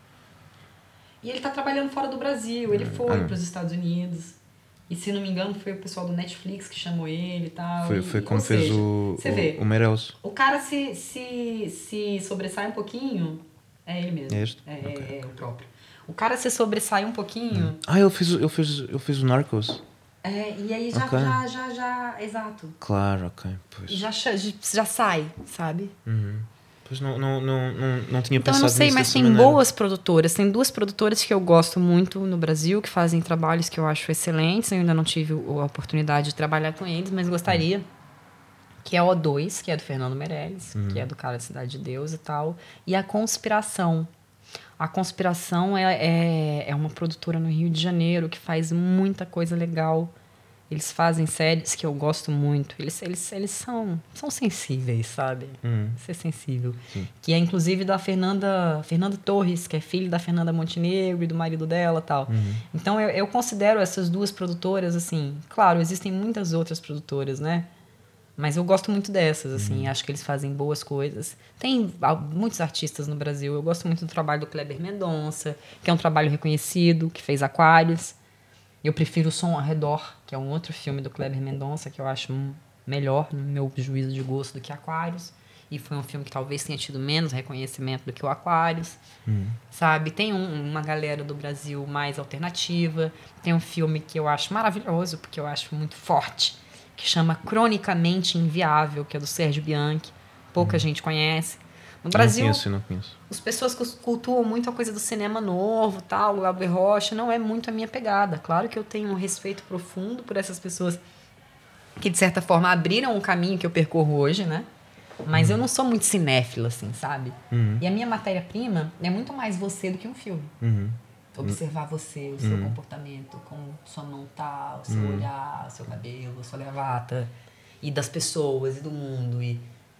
Speaker 2: E ele tá trabalhando fora do Brasil, ele foi
Speaker 3: Ah.
Speaker 2: pros Estados Unidos. E se não me engano, foi o pessoal do Netflix que chamou ele e tal.
Speaker 3: Foi,
Speaker 2: e,
Speaker 3: foi como
Speaker 2: ou
Speaker 3: fez
Speaker 2: seja,
Speaker 3: o,
Speaker 2: você vê.
Speaker 3: o, o Meirelles.
Speaker 2: O cara se, se, se sobressai um pouquinho. É ele mesmo.
Speaker 3: É este?
Speaker 2: É,
Speaker 3: Ok.
Speaker 2: é, é o próprio. O cara se sobressai um pouquinho.
Speaker 3: Ah, ele fez, o- ele fez, ele fez o Narcos.
Speaker 2: É, e aí já,
Speaker 3: Ok.
Speaker 2: já, já, já, exato.
Speaker 3: Claro, ok. Pois.
Speaker 2: Já, já, já sai, sabe?
Speaker 3: Uhum. Pois não, não, não, não, não tinha
Speaker 2: Então eu
Speaker 3: pensado
Speaker 2: não sei,
Speaker 3: nisso
Speaker 2: mas
Speaker 3: dessa
Speaker 2: tem
Speaker 3: maneira.
Speaker 2: boas produtoras. Tem duas produtoras que eu gosto muito no Brasil, que fazem trabalhos que eu acho excelentes. Eu ainda não tive o- a oportunidade de trabalhar com eles, mas gostaria. Que é a O dois, que é do Fernando Meirelles, que é do cara da Cidade de Deus e tal. E a Conspiração. A Conspiração é, é, é uma produtora no Rio de Janeiro que faz muita coisa legal. Eles fazem séries que eu gosto muito. Eles, eles, eles são, são sensíveis, sabe?
Speaker 3: Uhum.
Speaker 2: Ser sensível.
Speaker 3: Sim.
Speaker 2: Que é inclusive da Fernanda, Fernanda Torres, que é filha da Fernanda Montenegro e do marido dela e tal.
Speaker 3: Uhum.
Speaker 2: Então eu, eu considero essas duas produtoras, assim... Claro, existem muitas outras produtoras, né? Mas eu gosto muito dessas, assim. Acho que eles fazem boas coisas. Tem al- muitos artistas no Brasil. Eu gosto muito do trabalho do Kleber Mendonça, que é um trabalho reconhecido, que fez Aquários. Eu prefiro O Som ao Redor, que é um outro filme do Kleber Mendonça, que eu acho um- melhor, no meu juízo de gosto, do que Aquários. E foi um filme que talvez tenha tido menos reconhecimento do que o Aquários.
Speaker 3: Uhum.
Speaker 2: Sabe? Tem um- uma galera do Brasil mais alternativa. Tem um filme que eu acho maravilhoso, porque eu acho muito forte, que chama Cronicamente Inviável, que é do Sérgio Bianchi. Pouca gente conhece. No Brasil,
Speaker 3: Não conheço, eu não conheço.
Speaker 2: as pessoas cus- cultuam muito a coisa do cinema novo, tal, o Glauber Rocha, não é muito a minha pegada. Claro que eu tenho um respeito profundo por essas pessoas que, de certa forma, abriram o caminho que eu percorro hoje, né? Mas eu não sou muito cinéfila, assim, sabe?
Speaker 3: Uhum.
Speaker 2: E a minha matéria-prima é muito mais você do que um filme.
Speaker 3: Uhum.
Speaker 2: Observar você, o seu comportamento, como sua mão tá, o seu olhar, o seu cabelo, a sua gravata. E das pessoas e do mundo. E...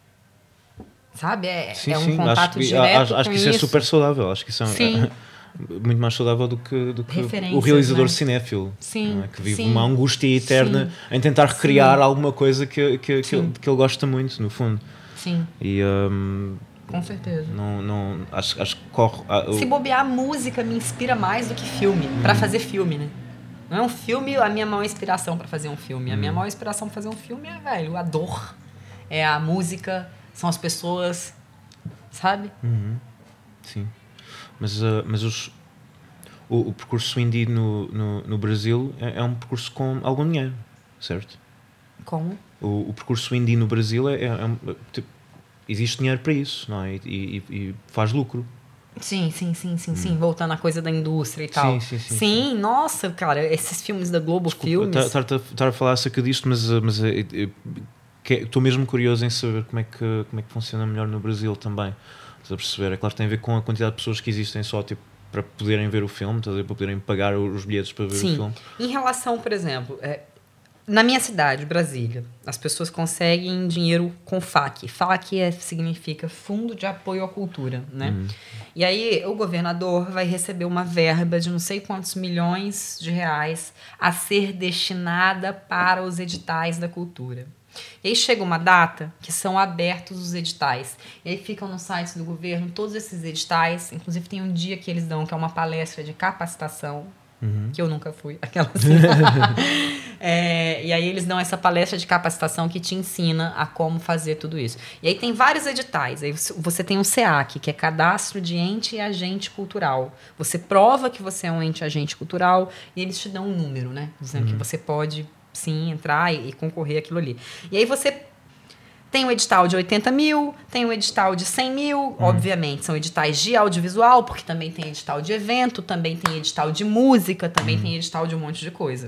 Speaker 2: Sabe? É,
Speaker 3: Sim,
Speaker 2: é um
Speaker 3: sim.
Speaker 2: contato
Speaker 3: Acho, que-
Speaker 2: direto
Speaker 3: acho, acho
Speaker 2: com
Speaker 3: que isso,
Speaker 2: isso.
Speaker 3: é super saudável. Acho que isso é,
Speaker 2: Sim.
Speaker 3: é muito mais saudável do que, do que
Speaker 2: Referências,
Speaker 3: o realizador
Speaker 2: né?
Speaker 3: cinéfilo.
Speaker 2: Sim,
Speaker 3: não é? Que vive
Speaker 2: sim.
Speaker 3: uma angústia eterna
Speaker 2: Sim.
Speaker 3: em tentar recriar
Speaker 2: Sim.
Speaker 3: alguma coisa que, que, que,
Speaker 2: Sim.
Speaker 3: ele, que ele gosta muito, no fundo.
Speaker 2: Sim,
Speaker 3: E hum,
Speaker 2: com certeza.
Speaker 3: não, não, acho, acho que corre. ah, o-
Speaker 2: Se bobear, a música me inspira mais do que filme, pra fazer filme, né? Não é um filme a minha maior inspiração pra fazer um filme. A minha maior inspiração pra fazer um filme é, velho, a dor, é a música, são as pessoas, sabe?
Speaker 3: Uhum. Sim. Mas, ah, mas os, o, o percurso indie no, no, no Brasil é, é um percurso com algum dinheiro, certo?
Speaker 2: Como?
Speaker 3: O, o percurso indie no Brasil é, é, é um- tipo, existe dinheiro para isso, não é? E, e- e faz lucro.
Speaker 2: Sim, sim, sim, sim, sim. Voltando à coisa da indústria e tal.
Speaker 3: Hum. Sim, sim, sim,
Speaker 2: Sim, nossa, cara, esses filmes da Globo Filmes.
Speaker 3: Estar a falar acerca disto, mas ah, mas, ah, eh, que- estou mesmo curioso em saber como é, que, como é que funciona melhor no Brasil também. Estás a perceber? É claro que tem a ver com a quantidade de pessoas que existem só, tipo, para poderem ver o filme, para poderem pagar os bilhetes para ver
Speaker 2: Sim.
Speaker 3: o filme.
Speaker 2: Em relação, por exemplo, é, na minha cidade, Brasília, as pessoas conseguem dinheiro com F A Q. F A Q é, significa Fundo de Apoio à Cultura, né? Uhum. E aí o governador vai receber uma verba de não sei quantos milhões de reais a ser destinada para os editais da cultura. E aí chega uma data que são abertos os editais. E aí ficam no site do governo todos esses editais. Inclusive tem um dia que eles dão, que é uma palestra de capacitação, uhum. que eu nunca fui. Aquela assim. é, e aí eles dão essa palestra de capacitação que te ensina a como fazer tudo isso. E aí tem vários editais. Aí você tem um C A C, que é Cadastro de Ente e Agente Cultural. Você prova que você é um ente e agente cultural e eles te dão um número, né? Dizendo uhum. que você pode... sim, entrar e, e concorrer aquilo ali. E aí você tem um edital de oitenta mil, tem um edital de cem mil, hum. obviamente, são editais de audiovisual, porque também tem edital de evento, também tem edital de música, também hum. tem edital de um monte de coisa.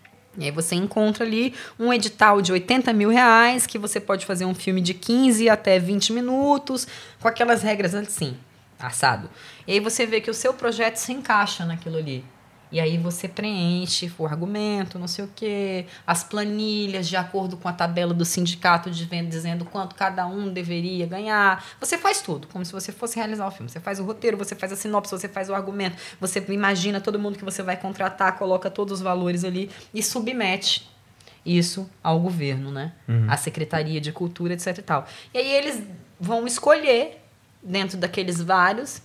Speaker 2: E aí você encontra ali um edital de oitenta mil reais, que você pode fazer um filme de quinze até vinte minutos, com aquelas regras assim, assado. E aí você vê que o seu projeto se encaixa naquilo ali. E aí você preenche o argumento, não sei o quê, as planilhas de acordo com a tabela do sindicato de venda, dizendo quanto cada um deveria ganhar. Você faz tudo, como se você fosse realizar o filme. Você faz o roteiro, você faz a sinopse, você faz o argumento, você imagina todo mundo que você vai contratar, coloca todos os valores ali e submete isso ao governo, né? Uhum. À Secretaria de Cultura, etc e tal. E aí eles vão escolher, dentro daqueles vários...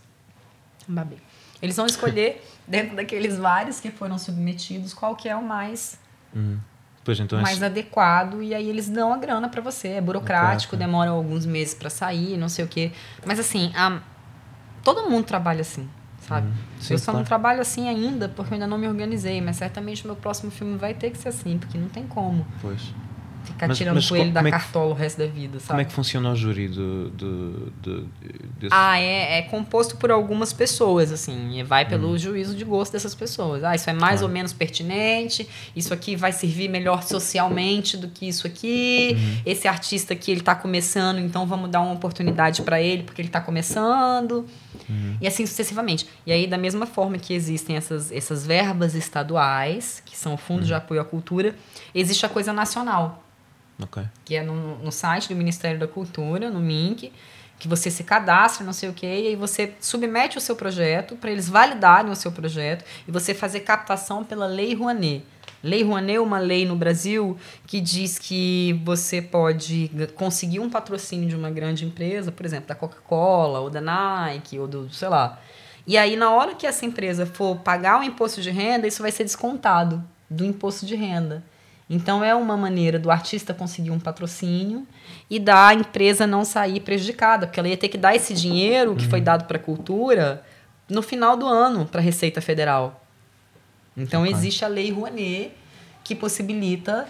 Speaker 2: Babê. Eles vão escolher... dentro daqueles vários que foram submetidos, qual que é o mais,
Speaker 3: uhum. pois, então
Speaker 2: mais
Speaker 3: é...
Speaker 2: adequado, e aí eles dão a grana para você. É burocrático, okay, demora alguns meses para sair, não sei o quê. Mas assim, a... todo mundo trabalha assim, sabe? Uhum. Sim, eu só claro. não trabalho assim ainda porque eu ainda não me organizei, mas certamente o meu próximo filme vai ter que ser assim, porque não tem como.
Speaker 3: Pois.
Speaker 2: Ficar
Speaker 3: mas,
Speaker 2: tirando
Speaker 3: mas
Speaker 2: coelho da
Speaker 3: é
Speaker 2: cartola o resto da vida, sabe?
Speaker 3: Como é que funciona o júri do, do, do, desse...
Speaker 2: Ah, é, é composto por algumas pessoas, assim, e vai pelo hum. juízo de gosto dessas pessoas. Ah, isso é mais claro. ou menos pertinente, isso aqui vai servir melhor socialmente do que isso aqui, uhum. esse artista aqui, ele tá começando, então vamos dar uma oportunidade para ele, porque ele tá começando, uhum. e assim sucessivamente. E aí, da mesma forma que existem essas, essas verbas estaduais, que são o Fundo uhum. de Apoio à Cultura, existe a coisa nacional.
Speaker 3: Okay.
Speaker 2: Que é no, no site do Ministério da Cultura, no M I N C, que você se cadastra, não sei o quê, e aí você submete o seu projeto para eles validarem o seu projeto e você fazer captação pela Lei Rouanet. Lei Rouanet é uma lei no Brasil que diz que você pode conseguir um patrocínio de uma grande empresa, por exemplo, da Coca-Cola, ou da Nike, ou do, sei lá. E aí, na hora que essa empresa for pagar o imposto de renda, isso vai ser descontado do imposto de renda. Então, é uma maneira do artista conseguir um patrocínio e da empresa não sair prejudicada, porque ela ia ter que dar esse dinheiro que uhum. foi dado para a cultura no final do ano para a Receita Federal. Então, okay. existe a Lei Rouanet, que possibilita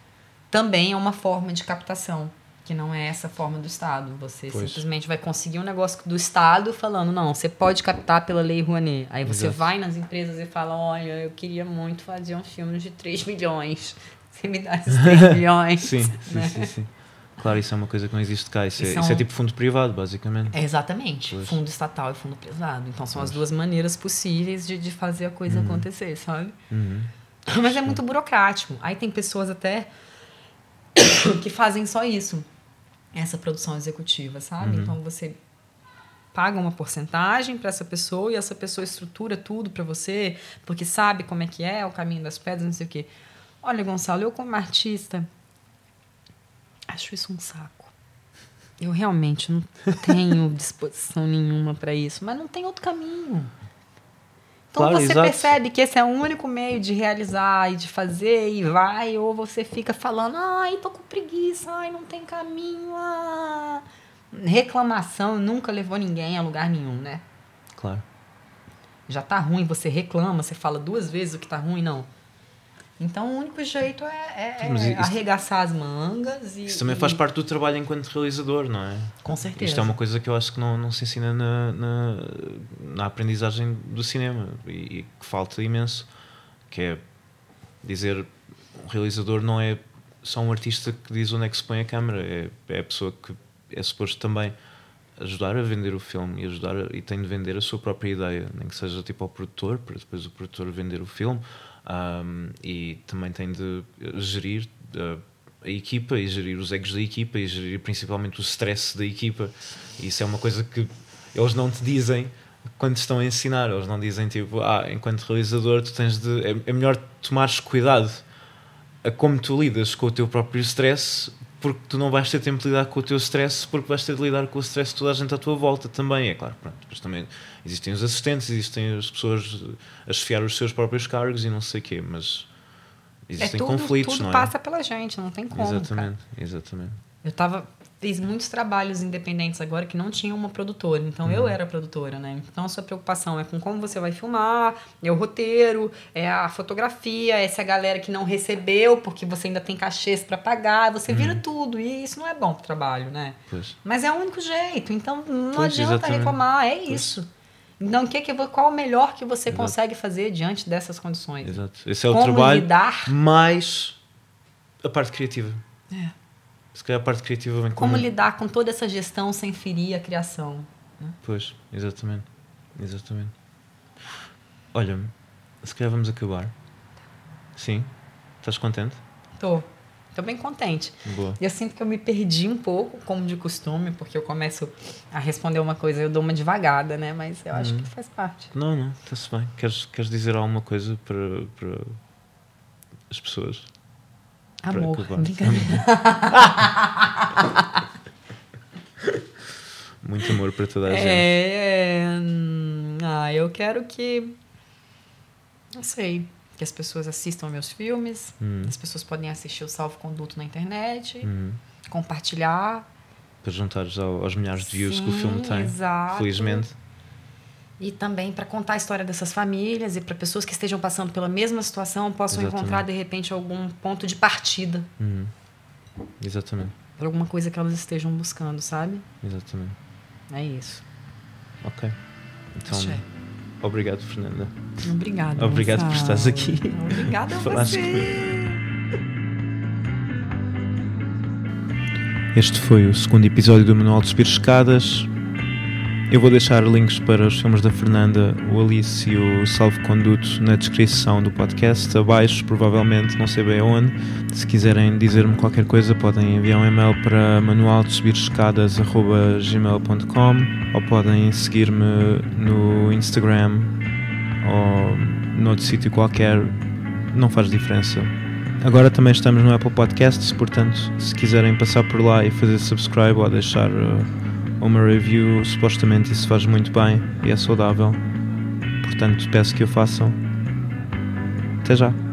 Speaker 2: também uma forma de captação, que não é essa forma do Estado. Você pois. simplesmente vai conseguir um negócio do Estado falando, não, você pode captar pela Lei Rouanet. Aí você Exato. vai nas empresas e fala, olha, eu queria muito fazer um filme de três milhões. Você me dá esses três milhões.
Speaker 3: sim,
Speaker 2: né?
Speaker 3: sim, sim, sim. Claro, isso é uma coisa que não existe cá. Isso, é,
Speaker 2: são...
Speaker 3: isso é tipo fundo privado, basicamente.
Speaker 2: É exatamente. Pois. Fundo estatal e fundo privado. Então, são pois. as duas maneiras possíveis de, de fazer a coisa uhum. acontecer, sabe?
Speaker 3: Uhum.
Speaker 2: Mas é muito burocrático. Aí tem pessoas até que fazem só isso. Essa produção executiva, sabe? Uhum. Então, você paga uma porcentagem para essa pessoa e essa pessoa estrutura tudo para você, porque sabe como é que é o caminho das pedras, não sei o quê. Olha, Gonçalo, eu como artista acho isso um saco. Eu realmente não tenho disposição nenhuma para isso, mas não tem outro caminho. Então claro, você exato. percebe que esse é o único meio de realizar e de fazer e vai, ou você fica falando, ai, tô com preguiça, ai, não tem caminho. Ah. Reclamação nunca levou ninguém a lugar nenhum, né?
Speaker 3: Claro.
Speaker 2: Já tá ruim, você reclama, você fala duas vezes o que tá ruim, não. Então, o único jeito é, é
Speaker 3: Sim,
Speaker 2: arregaçar as mangas. E,
Speaker 3: isso também
Speaker 2: e...
Speaker 3: faz parte do trabalho enquanto realizador, não é?
Speaker 2: Com certeza.
Speaker 3: Isto é uma coisa que eu acho que não, não se ensina na, na, na aprendizagem do cinema e, e que falta imenso, que é dizer, um realizador não é só um artista que diz onde é que se põe a câmera, é, é a pessoa que é suposto também ajudar a vender o filme e, ajudar a, e tem de vender a sua própria ideia, nem que seja tipo ao produtor, para depois o produtor vender o filme, um, e também tem de gerir uh, a equipa e gerir os egos da equipa e gerir principalmente o stress da equipa. E isso é uma coisa que eles não te dizem quando estão a ensinar. Eles não dizem tipo, ah, enquanto realizador tu tens de, é, é melhor tomares cuidado a como tu lidas com o teu próprio stress, porque tu não vais ter tempo de lidar com o teu stress, porque vais ter de lidar com o stress de toda a gente à tua volta também, é claro. Pronto, depois também existem os assistentes, existem as pessoas a chefiar os seus próprios cargos e não sei o quê, mas existem
Speaker 2: é tudo,
Speaker 3: conflitos,
Speaker 2: tudo
Speaker 3: não é?
Speaker 2: passa pela gente, não tem como.
Speaker 3: Exatamente,
Speaker 2: cara.
Speaker 3: exatamente.
Speaker 2: Eu tava, fiz muitos trabalhos independentes agora que não tinham uma produtora, então hum. eu era produtora, né? Então a sua preocupação é com como você vai filmar, é o roteiro, é a fotografia, é se a galera que não recebeu, porque você ainda tem cachês para pagar, você hum. vira tudo, e isso não é bom pro trabalho, né?
Speaker 3: Pois.
Speaker 2: Mas é o único jeito, então não
Speaker 3: pois,
Speaker 2: adianta
Speaker 3: exatamente.
Speaker 2: reclamar, é
Speaker 3: pois.
Speaker 2: isso. Então, que que, qual o melhor que você
Speaker 3: Exato.
Speaker 2: consegue fazer diante dessas condições?
Speaker 3: Exato. Esse é o
Speaker 2: como
Speaker 3: trabalho
Speaker 2: lidar?
Speaker 3: mais a parte criativa.
Speaker 2: É.
Speaker 3: Se calhar a parte criativa vem
Speaker 2: Como
Speaker 3: com...
Speaker 2: lidar com toda essa gestão sem ferir a criação. Né?
Speaker 3: Pois, exatamente. Exatamente. Olha, se calhar vamos acabar. Sim? Estás contente?
Speaker 2: Tô. Tô bem contente.
Speaker 3: Boa.
Speaker 2: Eu sinto que eu me perdi um pouco, como de costume, porque eu começo a responder uma coisa e eu dou uma devagada, né? Mas eu hum. acho que faz parte.
Speaker 3: Não, não, está-se bem. Queres, queres dizer alguma coisa para, para as pessoas?
Speaker 2: Amor, brincadeira.
Speaker 3: Muito amor para toda a gente.
Speaker 2: É, ah, eu quero que, não sei, que as pessoas assistam meus filmes, hum. as pessoas podem assistir o Salvo Conduto na internet, hum. compartilhar.
Speaker 3: Para juntares ao, aos milhares de views
Speaker 2: Sim,
Speaker 3: que o filme tem,
Speaker 2: exato.
Speaker 3: felizmente.
Speaker 2: E também para contar a história dessas famílias e para pessoas que estejam passando pela mesma situação possam
Speaker 3: Exatamente.
Speaker 2: encontrar, de repente, algum ponto de partida.
Speaker 3: Hum. Exatamente.
Speaker 2: Por alguma coisa que elas estejam buscando, sabe?
Speaker 3: Exatamente.
Speaker 2: É isso.
Speaker 3: Ok. Então,
Speaker 2: Achei.
Speaker 3: Obrigado, Fernanda.
Speaker 2: Obrigada.
Speaker 3: Obrigado
Speaker 2: Gonçalo.
Speaker 3: por estares aqui.
Speaker 2: Obrigada a você.
Speaker 1: Este foi o segundo episódio do Manual de Subir Escadas. Eu vou deixar links para os filmes da Fernanda, o Alice e o Salvo Conduto na descrição do podcast, abaixo, provavelmente, não sei bem aonde. Se quiserem dizer-me qualquer coisa, podem enviar um e-mail para manual de subir escadas arroba gmail ponto com ou podem seguir-me no Instagram ou noutro sítio qualquer, não faz diferença. Agora também estamos no Apple Podcasts, portanto, se quiserem passar por lá e fazer subscribe ou deixar uh, uma review, supostamente isso faz muito bem e é saudável. Portanto, peço que o façam. Até já!